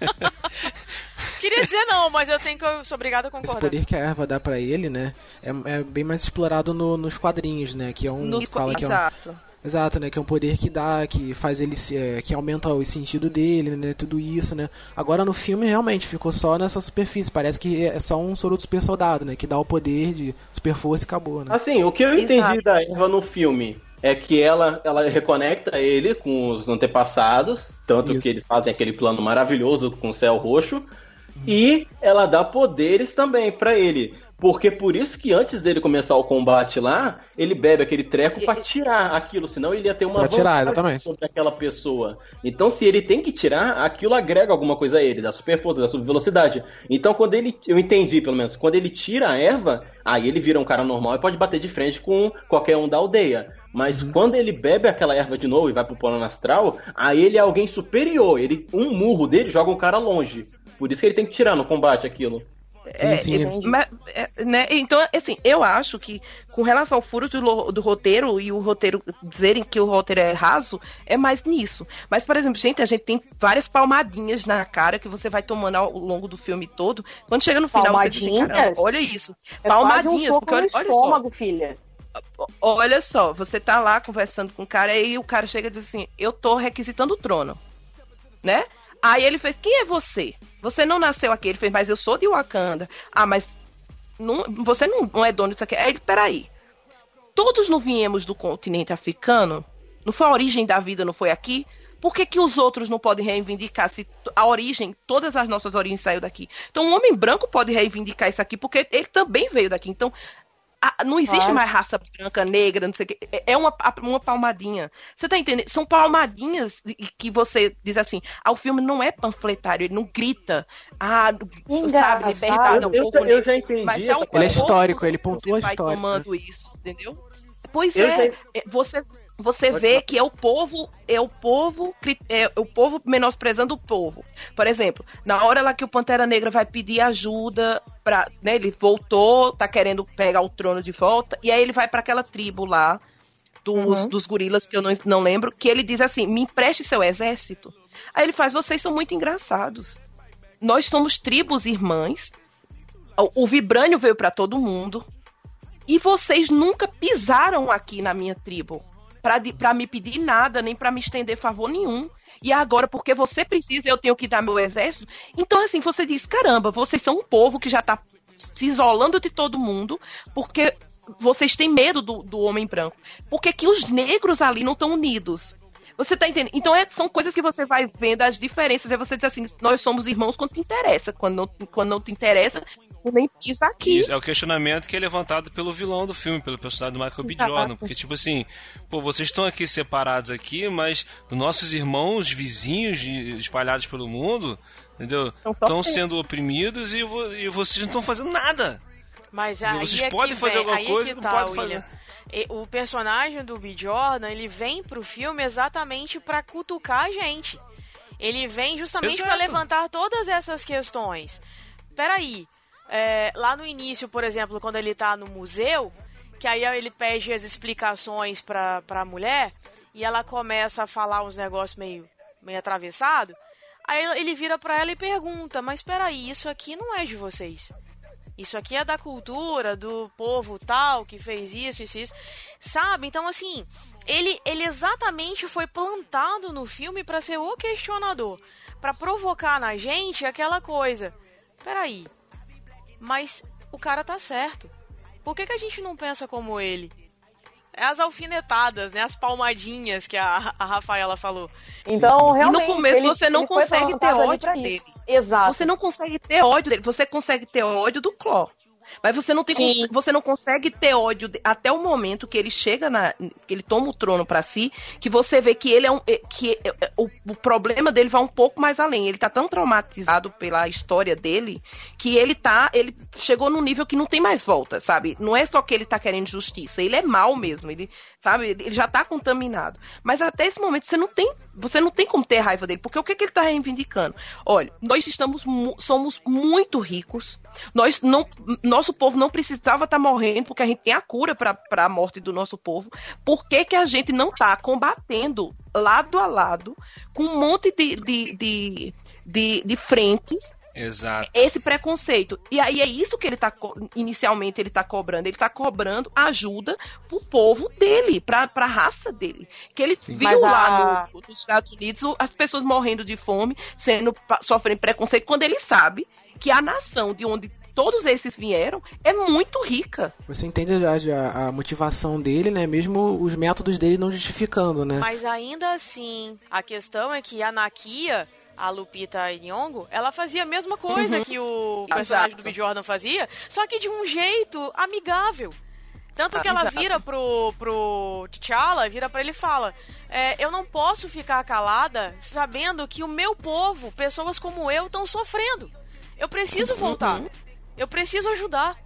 Queria dizer não, mas eu tenho que eu sou obrigada a Esse concordar. poder que a erva dá pra ele, né, é, é bem mais explorado no- nos quadrinhos, né, que é um... Nos- fala que é um, exato. exato, né, que é um poder que dá, que faz ele, se- é, que aumenta o sentido dele, né, tudo isso, né. Agora no filme realmente ficou só nessa superfície, parece que é só um soro do super soldado, né, que dá o poder de super força e acabou, né. Assim, o que eu entendi Exato. da Eva no filme é que ela, ela reconecta ele com os antepassados, tanto Isso. que eles fazem aquele plano maravilhoso com o céu roxo, e ela dá poderes também pra ele. Porque por isso que antes dele começar o combate lá, ele bebe aquele treco pra tirar aquilo, senão ele ia ter uma Pra tirar, vantagem exatamente. sobre aquela pessoa. Então se ele tem que tirar, aquilo agrega alguma coisa a ele, da super força, da super velocidade. Então quando ele, eu entendi pelo menos, quando ele tira a erva, aí ele vira um cara normal e pode bater de frente com qualquer um da aldeia. Mas uhum. quando ele bebe aquela erva de novo e vai pro plano astral, aí ele é alguém superior. Ele, um murro dele joga um cara longe. Por isso que ele tem que tirar no combate aquilo. É, sim, sim. Mas, é, né? Então, assim, eu acho que com relação ao furo do, do roteiro e o roteiro dizerem que o roteiro é raso, é mais nisso. Mas, por exemplo, gente, a gente tem várias palmadinhas na cara que você vai tomando ao longo do filme todo. Quando chega no final, você diz assim, caramba, olha isso. É palmadinhas. Um porque olha, olha estômago, só. filha. Olha só, você tá lá conversando com o cara e o cara chega e diz assim, eu tô requisitando o trono, né? Aí ele fez, quem é você? Você não nasceu aqui. Ele fez, mas eu sou de Wakanda. Ah, mas não, você não, não é dono disso aqui. Aí ele, peraí. Todos não viemos do continente africano? Não foi a origem da vida, não foi aqui? Por que que os outros não podem reivindicar se a origem, todas as nossas origens saiu daqui? Então um homem branco pode reivindicar isso aqui porque ele também veio daqui. Então a, não existe ah. mais raça branca, negra, não sei o que. É uma, uma palmadinha. Você tá entendendo? São palmadinhas que você diz assim, ah, o filme não é panfletário, ele não grita, ah, sabe, liberdade. Eu, eu, eu, eu já entendi. Mas é um ele é histórico, ele pontua a história. Vai tomando isso, entendeu? Pois eu é, sei. você... Você Pode vê falar. que é o povo, é o povo, é o povo menosprezando o povo. Por exemplo, na hora lá que o Pantera Negra vai pedir ajuda, pra, né, ele voltou, tá querendo pegar o trono de volta, e aí ele vai para aquela tribo lá, dos, uhum. dos gorilas, que eu não, não lembro, que ele diz assim, me empreste seu exército. Aí ele faz, vocês são muito engraçados. Nós somos tribos irmãs, o, o Vibrânio veio para todo mundo, e vocês nunca pisaram aqui na minha tribo. Pra, pra me pedir nada, nem pra me estender favor nenhum. E agora, porque você precisa, eu tenho que dar meu exército. Então, assim, você diz, caramba, vocês são um povo que já tá se isolando de todo mundo, porque vocês têm medo do, do homem branco. Porque que os negros ali não estão unidos. Você tá entendendo? Então, é, são coisas que você vai vendo as diferenças. É você diz assim, nós somos irmãos quando te interessa. Quando não, quando não te interessa, nem pisa aqui. Isso é o questionamento que é levantado pelo vilão do filme, pelo personagem do Michael B. Jordan. Porque, tipo assim, pô, vocês estão aqui separados aqui, mas os nossos irmãos, vizinhos espalhados pelo mundo, entendeu? Estão sendo oprimidos e, vo e vocês não estão fazendo nada. Mas aí vocês é podem que fazer vem, alguma aí coisa é que e não tá, podem William. fazer. O personagem do B. Jordan, ele vem pro filme exatamente pra cutucar a gente. Ele vem justamente para levantar todas essas questões. Peraí, é, lá no início, por exemplo, quando ele tá no museu, que aí ele pede as explicações pra, pra mulher, e ela começa a falar uns negócios meio, meio atravessado, aí ele vira pra ela e pergunta, mas peraí, isso aqui não é de vocês. Isso aqui é da cultura, do povo tal, que fez isso, isso, isso. Sabe? Então, assim, ele, ele exatamente foi plantado no filme para ser o questionador. Para provocar na gente aquela coisa. Peraí, mas o cara tá certo. Por que, que a gente não pensa como ele? É as alfinetadas, né? As palmadinhas que a, a Rafaela falou. Então, realmente, e no começo ele, você não consegue ter ódio dele. Exato. Você não consegue ter ódio dele. Você consegue ter ódio do Claw. Mas você não, tem, você não consegue ter ódio de, até o momento que ele chega na, que ele toma o trono pra si, que você vê que ele é um, que o, o problema dele vai um pouco mais além. Ele tá tão traumatizado pela história dele que ele tá, ele chegou num nível que não tem mais volta, sabe? Não é só que ele tá querendo justiça, ele é mal mesmo, ele, sabe? Ele já tá contaminado. Mas até esse momento você não tem, você não tem como ter raiva dele, porque o que, que ele tá reivindicando? Olha, nós estamos, somos muito ricos, nós não, nosso povo não precisava estar tá morrendo, porque a gente tem a cura para a morte do nosso povo. Por que, que a gente não está combatendo lado a lado com um monte de, de, de, de, de frentes? Exato. Esse preconceito. E aí é isso que ele tá, inicialmente ele tá cobrando. Ele tá cobrando ajuda pro povo dele, pra, pra raça dele. Que ele Sim. viu Mas lá a... no, nos Estados Unidos as pessoas morrendo de fome, sendo, sofrendo preconceito, quando ele sabe que a nação de onde todos esses vieram é muito rica. Você entende a, a, a motivação dele, né? Mesmo os métodos dele não justificando, né? Mas ainda assim, a questão é que a Nakia, a Lupita Nyong'o, ela fazia a mesma coisa uhum. que o personagem Exato. do B. Jordan fazia, só que de um jeito amigável. Tanto que ela Exato. vira pro, pro T'Challa, vira pra ele e fala, é, eu não posso ficar calada sabendo que o meu povo, pessoas como eu, estão sofrendo. Eu preciso voltar. Uhum. Eu preciso ajudar.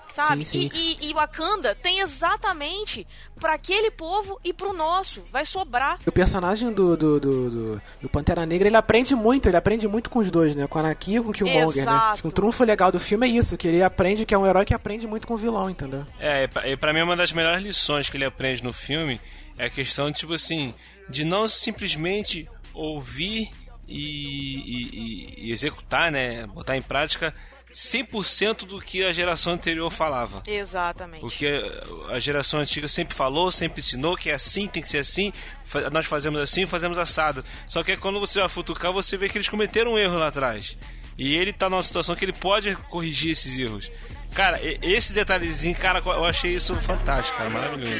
sabe? Sim, sim. E, e, e Wakanda tem exatamente pra aquele povo e pro nosso. Vai sobrar. O personagem do, do, do, do, do Pantera Negra, ele aprende muito, ele aprende muito com os dois, né? Com a Anakin e com o Killmonger, né? Acho que o trunfo legal do filme é isso, que ele aprende que é um herói que aprende muito com o vilão, entendeu? É, e pra mim uma das melhores lições que ele aprende no filme é a questão, tipo assim, de não simplesmente ouvir e, e, e executar, né? Botar em prática cem por cento do que a geração anterior falava. Exatamente. O que a geração antiga sempre falou, sempre ensinou, que é assim, tem que ser assim, nós fazemos assim, fazemos assado. Só que quando você vai futucar, você vê que eles cometeram um erro lá atrás. E ele tá numa situação que ele pode corrigir esses erros. Cara, esse detalhezinho, cara, eu achei isso fantástico, cara, maravilhoso.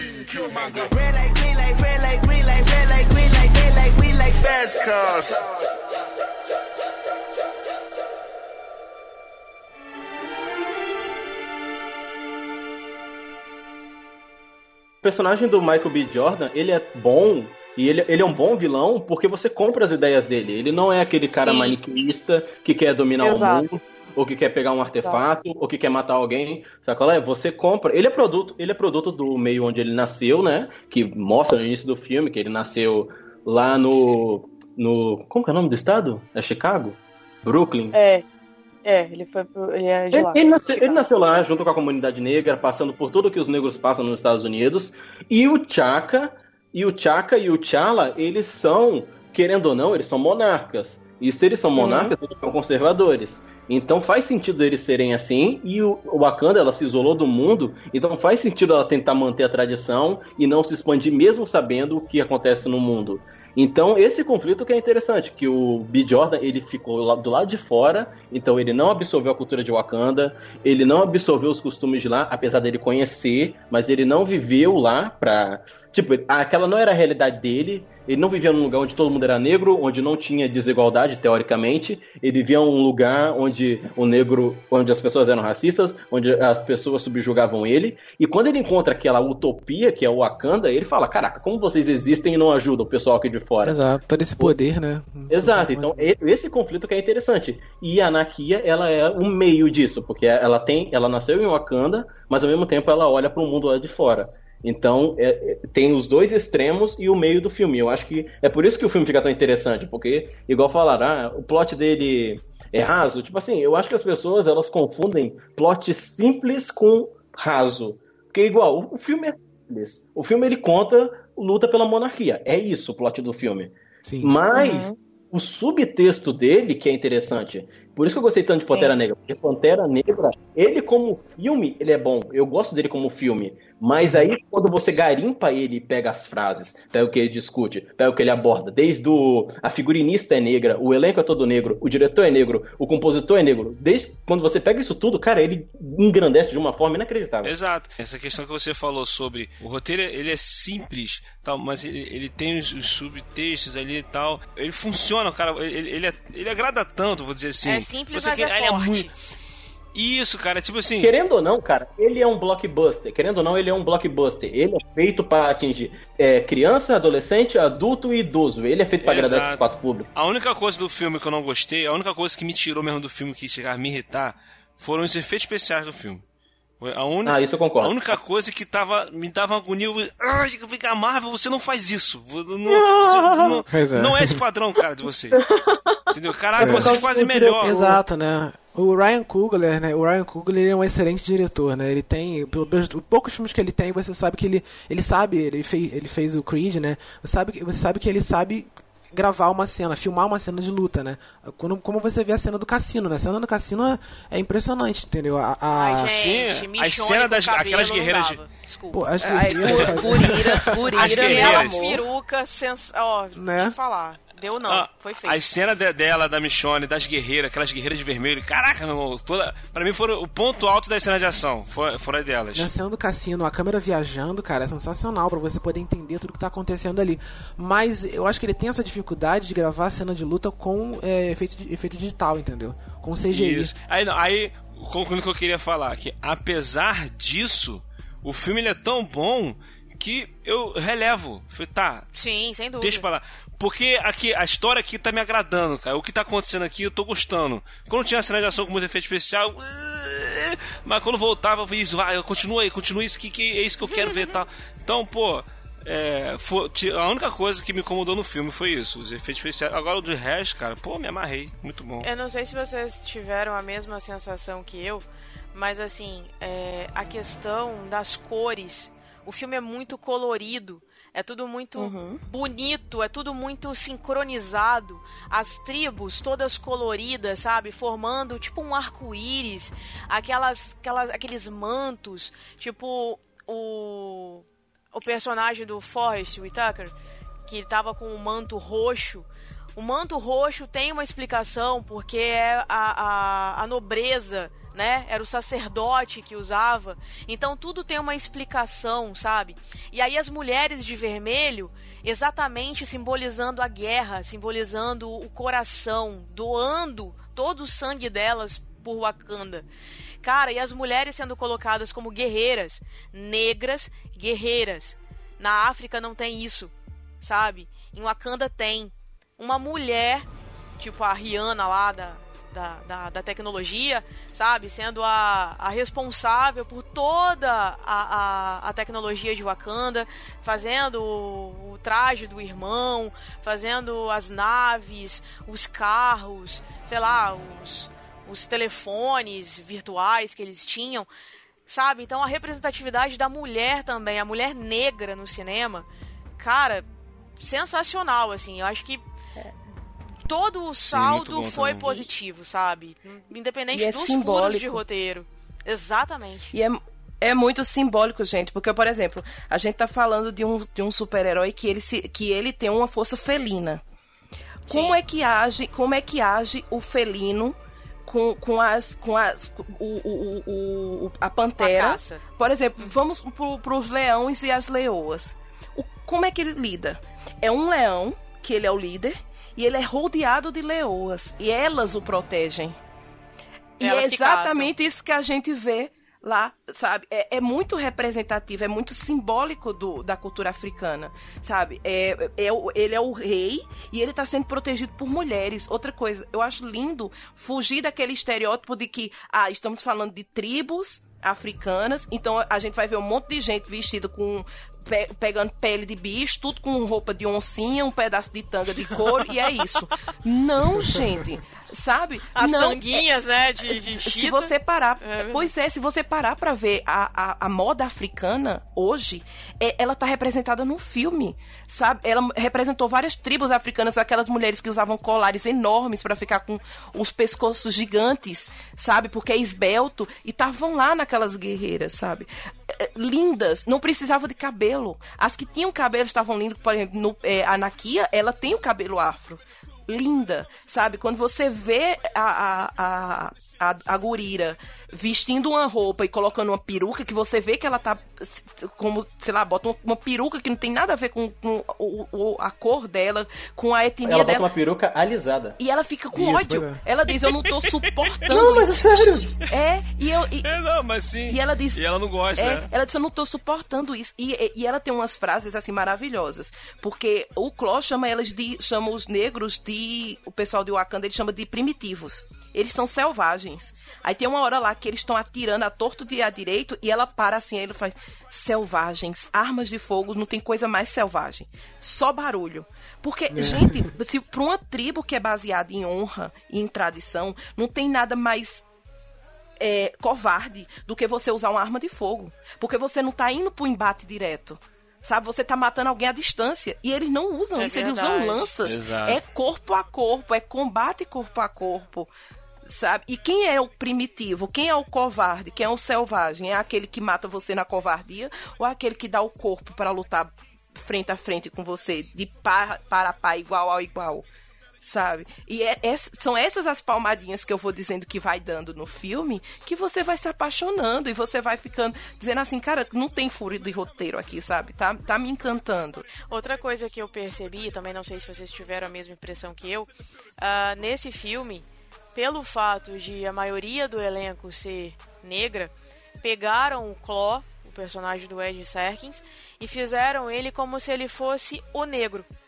O personagem do Michael B. Jordan, ele é bom, e ele, ele é um bom vilão porque você compra as ideias dele. Ele não é aquele cara Sim. maniqueísta que quer dominar Exato. o mundo, ou que quer pegar um artefato, Exato. ou que quer matar alguém. Sabe qual é? Você compra... Ele é produto, ele é produto do meio onde ele nasceu, né? Que mostra no início do filme que ele nasceu lá no... no como que é o nome do estado? É Chicago? Brooklyn? É. É, ele foi pro, ele é de ele, lá. Ele nasceu, ele nasceu lá junto com a comunidade negra, passando por tudo que os negros passam nos Estados Unidos. E o T'Chaka, e o T'Chaka e o T'Challa, eles são, querendo ou não, eles são monarcas. E se eles são monarcas, uhum. eles são conservadores. Então faz sentido eles serem assim. E o Wakanda, ela se isolou do mundo. Então faz sentido ela tentar manter a tradição e não se expandir, mesmo sabendo o que acontece no mundo. Então, esse conflito que é interessante, que o B. Jordan, ele ficou lá, do lado de fora, então ele não absorveu a cultura de Wakanda, ele não absorveu os costumes de lá, apesar dele conhecer, mas ele não viveu lá pra... Tipo, aquela não era a realidade dele, ele não vivia num lugar onde todo mundo era negro, onde não tinha desigualdade, teoricamente, ele vivia num lugar onde o negro, onde as pessoas eram racistas, onde as pessoas subjugavam ele, e quando ele encontra aquela utopia, que é o Wakanda, ele fala, caraca, como vocês existem e não ajudam o pessoal aqui de fora? Exato, todo esse poder, né? Exato, então esse conflito que é interessante. E a Nakia, ela é um meio disso, porque ela tem, ela nasceu em Wakanda, mas ao mesmo tempo ela olha para o mundo lá de fora. Então, é, tem os dois extremos e o meio do filme. Eu acho que é por isso que o filme fica tão interessante, porque, igual falaram, ah, o plot dele é raso. Tipo assim, eu acho que as pessoas, elas confundem plot simples com raso. Porque, igual, o filme é simples. O filme, ele conta luta pela monarquia. É isso o plot do filme. Sim. Mas... Uhum. O subtexto dele que é interessante. Por isso que eu gostei tanto de Pantera Sim. Negra. Porque Pantera Negra, ele como filme, ele é bom. Eu gosto dele como filme. Mas aí, quando você garimpa ele e pega as frases, pega o que ele discute, pega o que ele aborda, desde o... A figurinista é negra, o elenco é todo negro, o diretor é negro, o compositor é negro. Desde quando você pega isso tudo, cara, ele engrandece de uma forma inacreditável. Exato. Essa questão que você falou sobre o roteiro, ele é simples, tal, mas ele, ele tem os, os subtextos ali e tal. Ele funciona, cara. Ele, ele, é, ele agrada tanto, vou dizer assim. É simples, você mas que, é ele forte. É muito... Isso, cara, tipo assim... Querendo ou não, cara, ele é um blockbuster. Querendo ou não, ele é um blockbuster. Ele é feito pra atingir é, criança, adolescente, adulto e idoso. Ele é feito pra agradar esses quatro públicos. A única coisa do filme que eu não gostei, a única coisa que me tirou mesmo do filme, que chegava a me irritar, foram os efeitos especiais do filme. A única, ah, isso eu concordo. A única coisa que tava, me dava agonia, ai, fica Marvel, você não faz isso. Não, não, é. não é esse padrão, cara, de você. Entendeu? Caraca, é. vocês fazem melhor. Exato, né? O Ryan Coogler, né? O Ryan Coogler é um excelente diretor, né? Ele tem, pelos poucos filmes que ele tem, você sabe que ele, ele sabe, ele fez, ele fez o Creed, né? Você sabe, você sabe que ele sabe gravar uma cena, filmar uma cena de luta, né? Quando, como você vê a cena do cassino, né? A cena do cassino é, é impressionante, entendeu? A, a... Ai, gente, a cena das aquelas guerreiras de... Desculpa. Pô, as guerreiras... Purira, purira, as guerreiras. Peruca, sens... ó, né? deixa eu falar. Deu não, ah, foi feito. A cena de, dela, da Michonne, das guerreiras, aquelas guerreiras de vermelho, caraca, meu irmão, toda, pra mim foram o ponto alto das cenas de ação, foram, foram delas. Na cena do cassino, a câmera viajando, cara, é sensacional pra você poder entender tudo que tá acontecendo ali. Mas eu acho que ele tem essa dificuldade de gravar a cena de luta com é, efeito, efeito digital, entendeu? Com C G I. Isso. Aí, não, aí, concluindo o que eu queria falar, que apesar disso, o filme ele é tão bom que eu relevo. Falei, tá. Sim, sem dúvida. Deixa pra lá. Porque aqui, a história aqui tá me agradando, cara. O que tá acontecendo aqui, eu tô gostando. Quando tinha a cena de ação com muito efeito especial, Mas quando voltava, eu fiz, vai, continua aí, continua isso que, que é isso que eu quero ver e tal. Então, pô, é, foi, a única coisa que me incomodou no filme foi isso, os efeitos especiais. Agora o de resto, cara, pô, me amarrei, muito bom. Eu não sei se vocês tiveram a mesma sensação que eu, mas assim, é, a questão das cores, o filme é muito colorido. É tudo muito uhum. bonito, é tudo muito sincronizado. As tribos todas coloridas, sabe? Formando tipo um arco-íris. Aquelas, aquelas, aqueles mantos. Tipo o, o personagem do Forrest Whitaker, que tava com um manto roxo. O manto roxo tem uma explicação, porque é a, a, a nobreza, né? Era o sacerdote que usava. Então tudo tem uma explicação, sabe? E aí as mulheres de vermelho, exatamente simbolizando a guerra, simbolizando o coração, doando todo o sangue delas por Wakanda. Cara, e as mulheres sendo colocadas como guerreiras, negras guerreiras. Na África não tem isso, sabe? Em Wakanda tem. Uma mulher, tipo a Rihanna lá da... Da, da, da tecnologia, sabe? Sendo a, a responsável por toda a, a, a tecnologia de Wakanda, fazendo o, o traje do irmão, fazendo as naves, os carros, sei lá, os, os telefones virtuais que eles tinham, sabe? Então a representatividade da mulher também, a mulher negra no cinema, cara, sensacional, assim. Eu acho que todo o saldo Sim, foi também. positivo, sabe? Independente é dos simbólico. furos de roteiro. Exatamente. E é, é muito simbólico, gente, porque, por exemplo, a gente tá falando de um, de um super-herói que ele, se, que ele tem uma força felina. Como é que age, como é que age o felino com, com as com as o, o, o, o a pantera? A por exemplo, uhum. vamos pro, pros leões e as leoas. O, como é que ele lida? É um leão, que ele é o líder, e ele é rodeado de leoas. E elas o protegem. E elas é exatamente isso que a gente vê lá, sabe? É, é muito representativo, é muito simbólico do, da cultura africana, sabe? É, é, ele é o rei e ele tá sendo protegido por mulheres. Outra coisa, eu acho lindo fugir daquele estereótipo de que, ah, estamos falando de tribos africanas, então a gente vai ver um monte de gente vestida com... Pe- pegando pele de bicho, tudo com roupa de oncinha, um pedaço de tanga de couro, e é isso. Não, gente, sabe? As não, tanguinhas, é, né, de, de se chita. você parar, é pois é, se você parar pra ver a, a, a moda africana hoje, é, ela tá representada no filme, sabe? Ela representou várias tribos africanas, aquelas mulheres que usavam colares enormes pra ficar com os pescoços gigantes, sabe? Porque é esbelto, e estavam lá naquelas guerreiras, sabe? Lindas, não precisava de cabelo. As que tinham cabelo estavam lindas. Por exemplo, no, é, a Nakia, ela tem o cabelo afro. Linda, sabe? Quando você vê a, a, a, a Gurira vestindo uma roupa e colocando uma peruca, que você vê que ela tá como, sei lá, bota uma, uma peruca que não tem nada a ver com, com o, o, a cor dela, com a etnia ela dela. Ela bota uma peruca alisada. E ela fica com Isso, ódio. É. Ela diz, eu não tô suportando não, mas isso. É sério. É, e eu... E, é, não, mas sim. E ela diz... E ela não gosta, é, né? Ela diz, eu não tô suportando isso. E, e ela tem umas frases, assim, maravilhosas. Porque o Klaw chama elas de... Chama os negros de... O pessoal de Wakanda, ele chama de primitivos. Eles são selvagens. Aí tem uma hora lá que eles estão atirando a torto e a direito e ela para assim, aí ele faz selvagens, armas de fogo, não tem coisa mais selvagem. Só barulho. Porque, é. gente, se para uma tribo que é baseada em honra e em tradição, não tem nada mais é, covarde do que você usar uma arma de fogo. Porque você não tá indo pro embate direto. Sabe, você tá matando alguém à distância. E eles não usam é isso, verdade. eles usam lanças. Exato. É corpo a corpo, é combate corpo a corpo. Sabe? E quem é o primitivo? Quem é o covarde? Quem é o selvagem? É aquele que mata você na covardia ou é aquele que dá o corpo para lutar frente a frente com você, de par para par, igual ao igual? Sabe? E é, é, são essas as palmadinhas que eu vou dizendo que vai dando no filme, que você vai se apaixonando e você vai ficando dizendo assim, cara, não tem furo de roteiro aqui, sabe? Tá, tá me encantando. Outra coisa que eu percebi, também não sei se vocês tiveram a mesma impressão que eu, uh, nesse filme, pelo fato de a maioria do elenco ser negra, pegaram o Klaw, o personagem do Ed Serkins, e fizeram ele como se ele fosse o negro,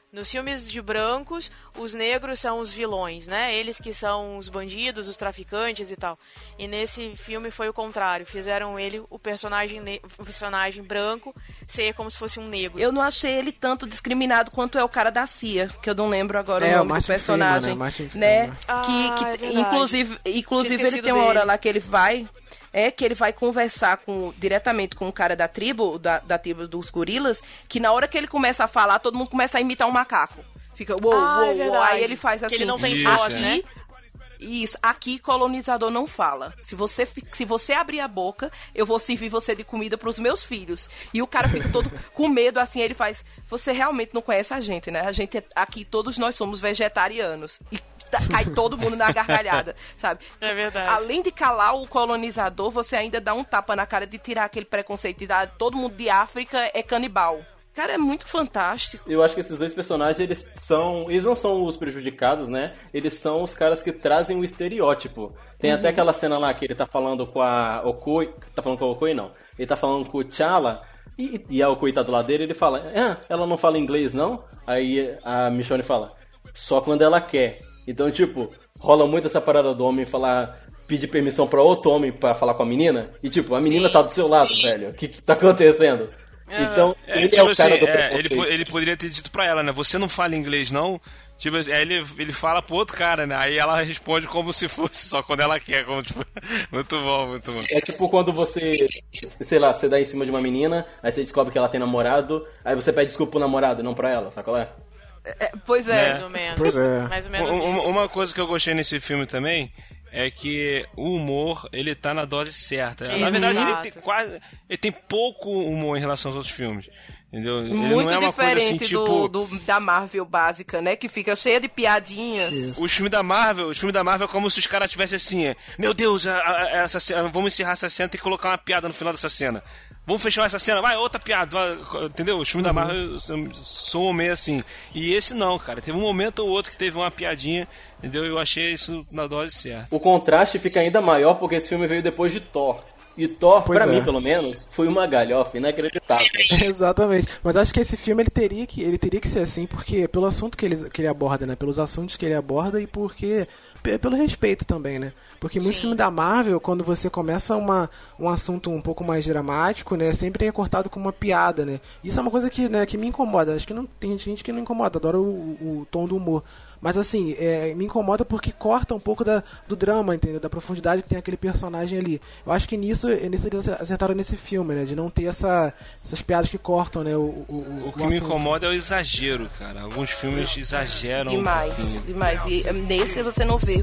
Nos filmes de brancos, os negros são os vilões, né? Eles que são os bandidos, os traficantes e tal. E nesse filme foi o contrário. Fizeram ele, o personagem, ne- o personagem branco, ser como se fosse um negro. Eu não achei ele tanto discriminado quanto é o cara da C I A, que eu não lembro agora É, o o nome do Martin personagem. Freeman, né? Martin né? Freeman. Ah, que, que é verdade. inclusive, inclusive Tinha ele tem esquecido uma hora dele. lá que ele vai... É que ele vai conversar com, diretamente com o cara da tribo, da, da tribo dos gorilas, que na hora que ele começa a falar, todo mundo começa a imitar um macaco. Fica, uou, Ah, é uou, uou. verdade. Aí ele faz Que assim. ele não tem Isso, voz, é. né? Isso, aqui colonizador não fala. Se você, fi- se você abrir a boca, eu vou servir você de comida pros meus filhos. E o cara fica todo com medo, assim, ele faz... Você realmente não conhece a gente, né? A gente, é- aqui, todos nós somos vegetarianos. E tá- cai todo mundo na gargalhada, sabe? É verdade. Além de calar o colonizador, você ainda dá um tapa na cara de tirar aquele preconceito de dar todo mundo de África é canibal. Cara, é muito fantástico. Eu acho que esses dois personagens, eles são... Eles não são os prejudicados, né? Eles são os caras que trazem o estereótipo. Tem Uhum. até aquela cena lá que ele tá falando com a Okoi... Tá falando com a Okoi, não. Ele tá falando com o T'Challa e, e a Okoi tá do lado dele, ele fala... Ah, ela não fala inglês, não? Aí a Michonne fala... Só quando ela quer. Então, tipo, rola muito essa parada do homem falar... Pedir permissão pra outro homem pra falar com a menina. E, tipo, a menina Sim. tá do seu lado, velho. O que que tá acontecendo? Então, É, ele tipo é o cara assim, do é, ele, preconceito. po- ele poderia ter dito pra ela, né? Você não fala inglês, não? Tipo, assim, aí ele, ele fala pro outro cara, né? Aí ela responde como se fosse só quando ela quer. Como, tipo, muito bom, muito bom. É tipo quando você, sei lá, você dá em cima de uma menina, aí você descobre que ela tem namorado, aí você pede desculpa pro namorado, não pra ela, sabe qual é? É, pois é. Mais ou menos. Pois é. Mais ou menos Um- isso. Uma coisa que eu gostei nesse filme também é que o humor, ele tá na dose certa. Na Exato. verdade, ele tem quase... Ele tem pouco humor em relação aos outros filmes. Entendeu? Ele Muito não é uma coisa diferente assim, do, tipo... do- da Marvel básica, né? Que fica cheia de piadinhas. Os filmes da Marvel, os filmes da Marvel é como se os caras tivessem assim, é, meu Deus, a- a- essa cena, vamos encerrar essa cena, tem que colocar uma piada no final dessa cena. Vamos fechar essa cena, vai, outra piada, vai, entendeu? Os filmes da Marvel são meio assim. E esse não, cara. Teve um momento ou outro que teve uma piadinha, entendeu? Eu achei isso na dose certa. O contraste fica ainda maior porque esse filme veio depois de Thor. E Thor, Pois pra é. mim pelo menos, foi uma galhofa inacreditável. Exatamente. Mas acho que esse filme ele teria que, ele teria que ser assim, porque pelo assunto que ele, que ele aborda, né? Pelos assuntos que ele aborda e porque. pe- Pelo respeito também, né? Porque muitos filmes da Marvel, quando você começa uma, um assunto um pouco mais dramático, né? Sempre é cortado com uma piada, né? Isso é uma coisa que, né, que me incomoda. Acho que não, tem gente que não incomoda, adora o, o, o tom do humor. Mas assim, é, me incomoda porque corta um pouco da, do drama, entendeu? Da profundidade que tem aquele personagem ali. Eu acho que nisso, nisso eles acertaram nesse filme, né? De não ter essa, essas piadas que cortam, né? O, o, O que me incomoda é o exagero, cara. Alguns filmes exageram Demais, um pouquinho. demais. E eh, nesse você não vê.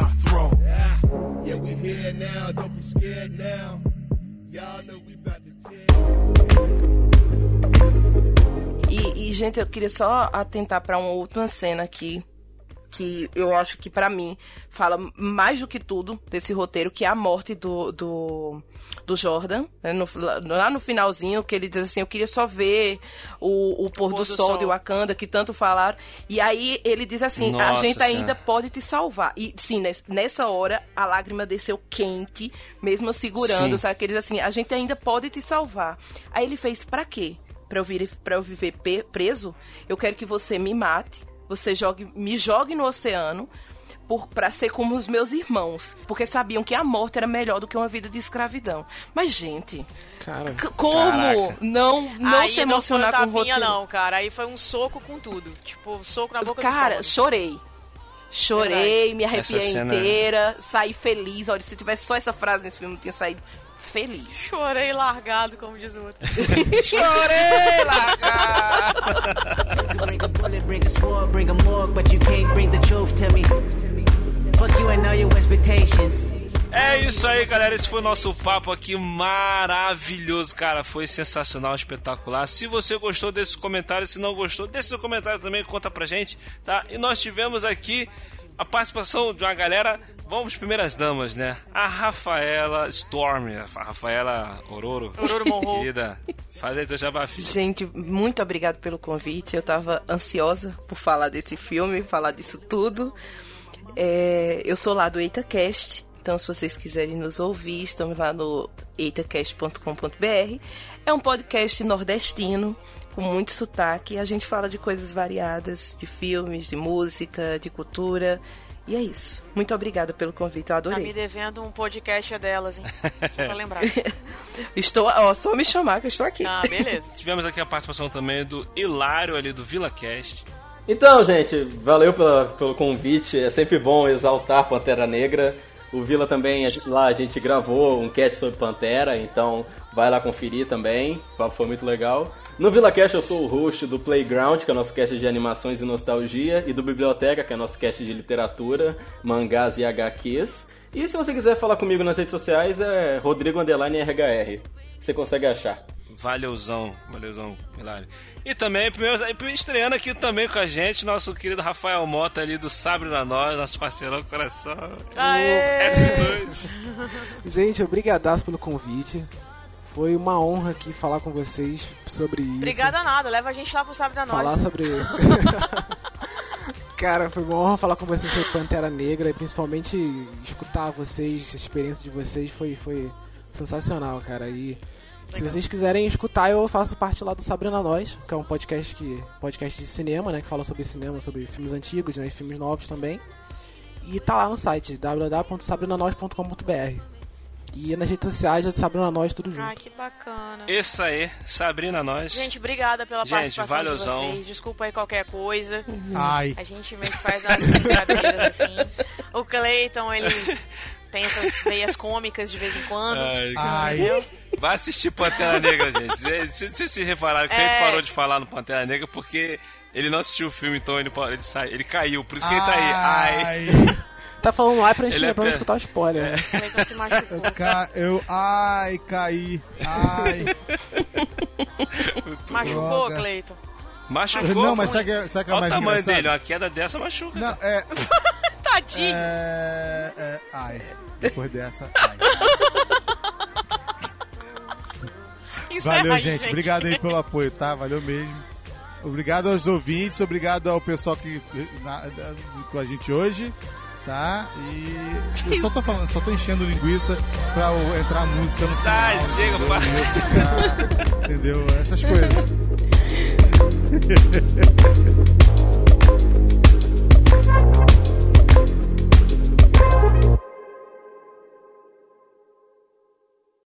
Yeah, we here now, don't be scared now. Y'all know we about to E, e, gente, eu queria só atentar pra uma última cena aqui, que eu acho que pra mim fala mais do que tudo desse roteiro, que é a morte do, do, do Jordan, né? No- lá no finalzinho, que ele diz assim, eu queria só ver o, o pôr do, sol, de Wakanda, que tanto falaram, e aí ele diz assim, a Nossa gente Senhora. ainda pode te salvar. E sim, nes- nessa hora a lágrima desceu quente, mesmo eu segurando, Sim. sabe? Que ele diz assim, a gente ainda pode te salvar. Aí ele fez, pra quê? Pra eu, vir, pra eu viver pe- preso? Eu quero que você me mate, você jogue, me jogue no oceano por, pra ser como os meus irmãos. Porque sabiam que a morte era melhor do que uma vida de escravidão. Mas, gente, Cara, c- como Caraca. não, não Aí se emocionar não foi com um o tapinha, roteiro? não, cara. Aí foi um soco com tudo. Tipo, soco na boca do Cara, estômago. chorei. Chorei, me arrepiei Essa cena- inteira, saí feliz. Olha, se tivesse só essa frase nesse filme, eu tinha saído feliz. Chorei largado, como diz o outro. Chorei largado! Bring a bullet, bring a sword, bring a morgue, but you can't bring the truth to me. Fuck you and all your expectations. É isso aí, galera. Esse foi o nosso papo aqui maravilhoso, cara. Foi sensacional, espetacular. Se você gostou desse comentário, se não gostou, deixa seu comentário também, conta pra gente, tá? E nós tivemos aqui a participação de uma galera. Vamos, primeiras damas, né? A Rafaela Storm, a Rafaela Ororo. Ororo Monroe. Querida, faz aí teu jabá, filho. Gente, muito obrigado pelo convite. Eu tava ansiosa por falar desse filme, falar disso tudo. É, eu sou lá do EitaCast, então se vocês quiserem nos ouvir, estamos lá no eitacast ponto com ponto b r. É um podcast nordestino, com muito sotaque. A gente fala de coisas variadas, de filmes, de música, de cultura. E é isso. Muito obrigada pelo convite, eu adorei. Tá me devendo um podcast delas, hein? Só pra lembrar. Estou, ó, só me chamar que eu estou aqui. Ah, beleza. Tivemos aqui a participação também do Hilário ali do VilaCast. Então, gente, valeu pela, pelo convite. É sempre bom exaltar Pantera Negra. O Vila também, lá a gente gravou um cast sobre Pantera, então vai lá conferir também. O papo foi muito legal. No VilaCast eu sou o host do Playground, que é o nosso cast de animações e nostalgia, e do Biblioteca, que é o nosso cast de literatura, mangás e agá quês. E se você quiser falar comigo nas redes sociais, é Rodrigo Underline R H R. Você consegue achar. Valeuzão, valeuzão, Hilário. E também, primeiro, estreando aqui também com a gente, nosso querido Rafael Mota ali do Sabre na Nós, nosso parceirão do coração. Aê! S dois. Gente, obrigadaço pelo convite. Foi uma honra aqui falar com vocês sobre isso. Obrigada nada, leva a gente lá pro Sabre da Nós. Falar sobre... Cara, foi uma honra falar com vocês sobre Pantera Negra e principalmente escutar vocês, a experiência de vocês foi, foi sensacional, cara. E se vocês quiserem escutar, eu faço parte lá do Sabrina Nós, que é um podcast, que, podcast de cinema, né? Que fala sobre cinema, sobre filmes antigos, né? E filmes novos também. E tá lá no site, w w w ponto sabrina nós ponto com ponto b r. E nas redes sociais é Sabrina Nós, tudo junto. Ai, que bacana. Isso aí, Sabrina Nós. Gente, obrigada pela gente, participação valeuzão. de vocês. Desculpa aí qualquer coisa. Ai. A gente meio que faz umas brincadeiras assim. O Cleiton, ele tem essas veias cômicas de vez em quando. Ai, Ai. Vai assistir Pantera Negra, gente. Se vocês se repararam, o Cleiton É. parou de falar no Pantera Negra porque ele não assistiu o filme, então ele, ele, sai, ele caiu. Por isso que ele tá aí. Ai. Ai. Tá falando lá pra gente Ele é pra não pe- escutar o spoiler. né? O Cleiton se machucou. Ca- eu, ai, caí. Ai. Machucou, Droga. Cleiton. Machucou. Não, mas sabe que, sabe que é Olha o mais tamanho engraçado? dele, uma queda dessa machuca. Não, é, Tadinho. é, é. Ai. Depois dessa. Ai. Encerra Valeu, aí, gente. Obrigado aí pelo apoio, tá? Valeu mesmo. Obrigado aos ouvintes, obrigado ao pessoal que na, na, com a gente hoje, tá? E eu só tô falando, só tô enchendo linguiça pra o- entrar a música no Sai, final. chega, entendeu? pá. E eu ficar, entendeu? Essas coisas.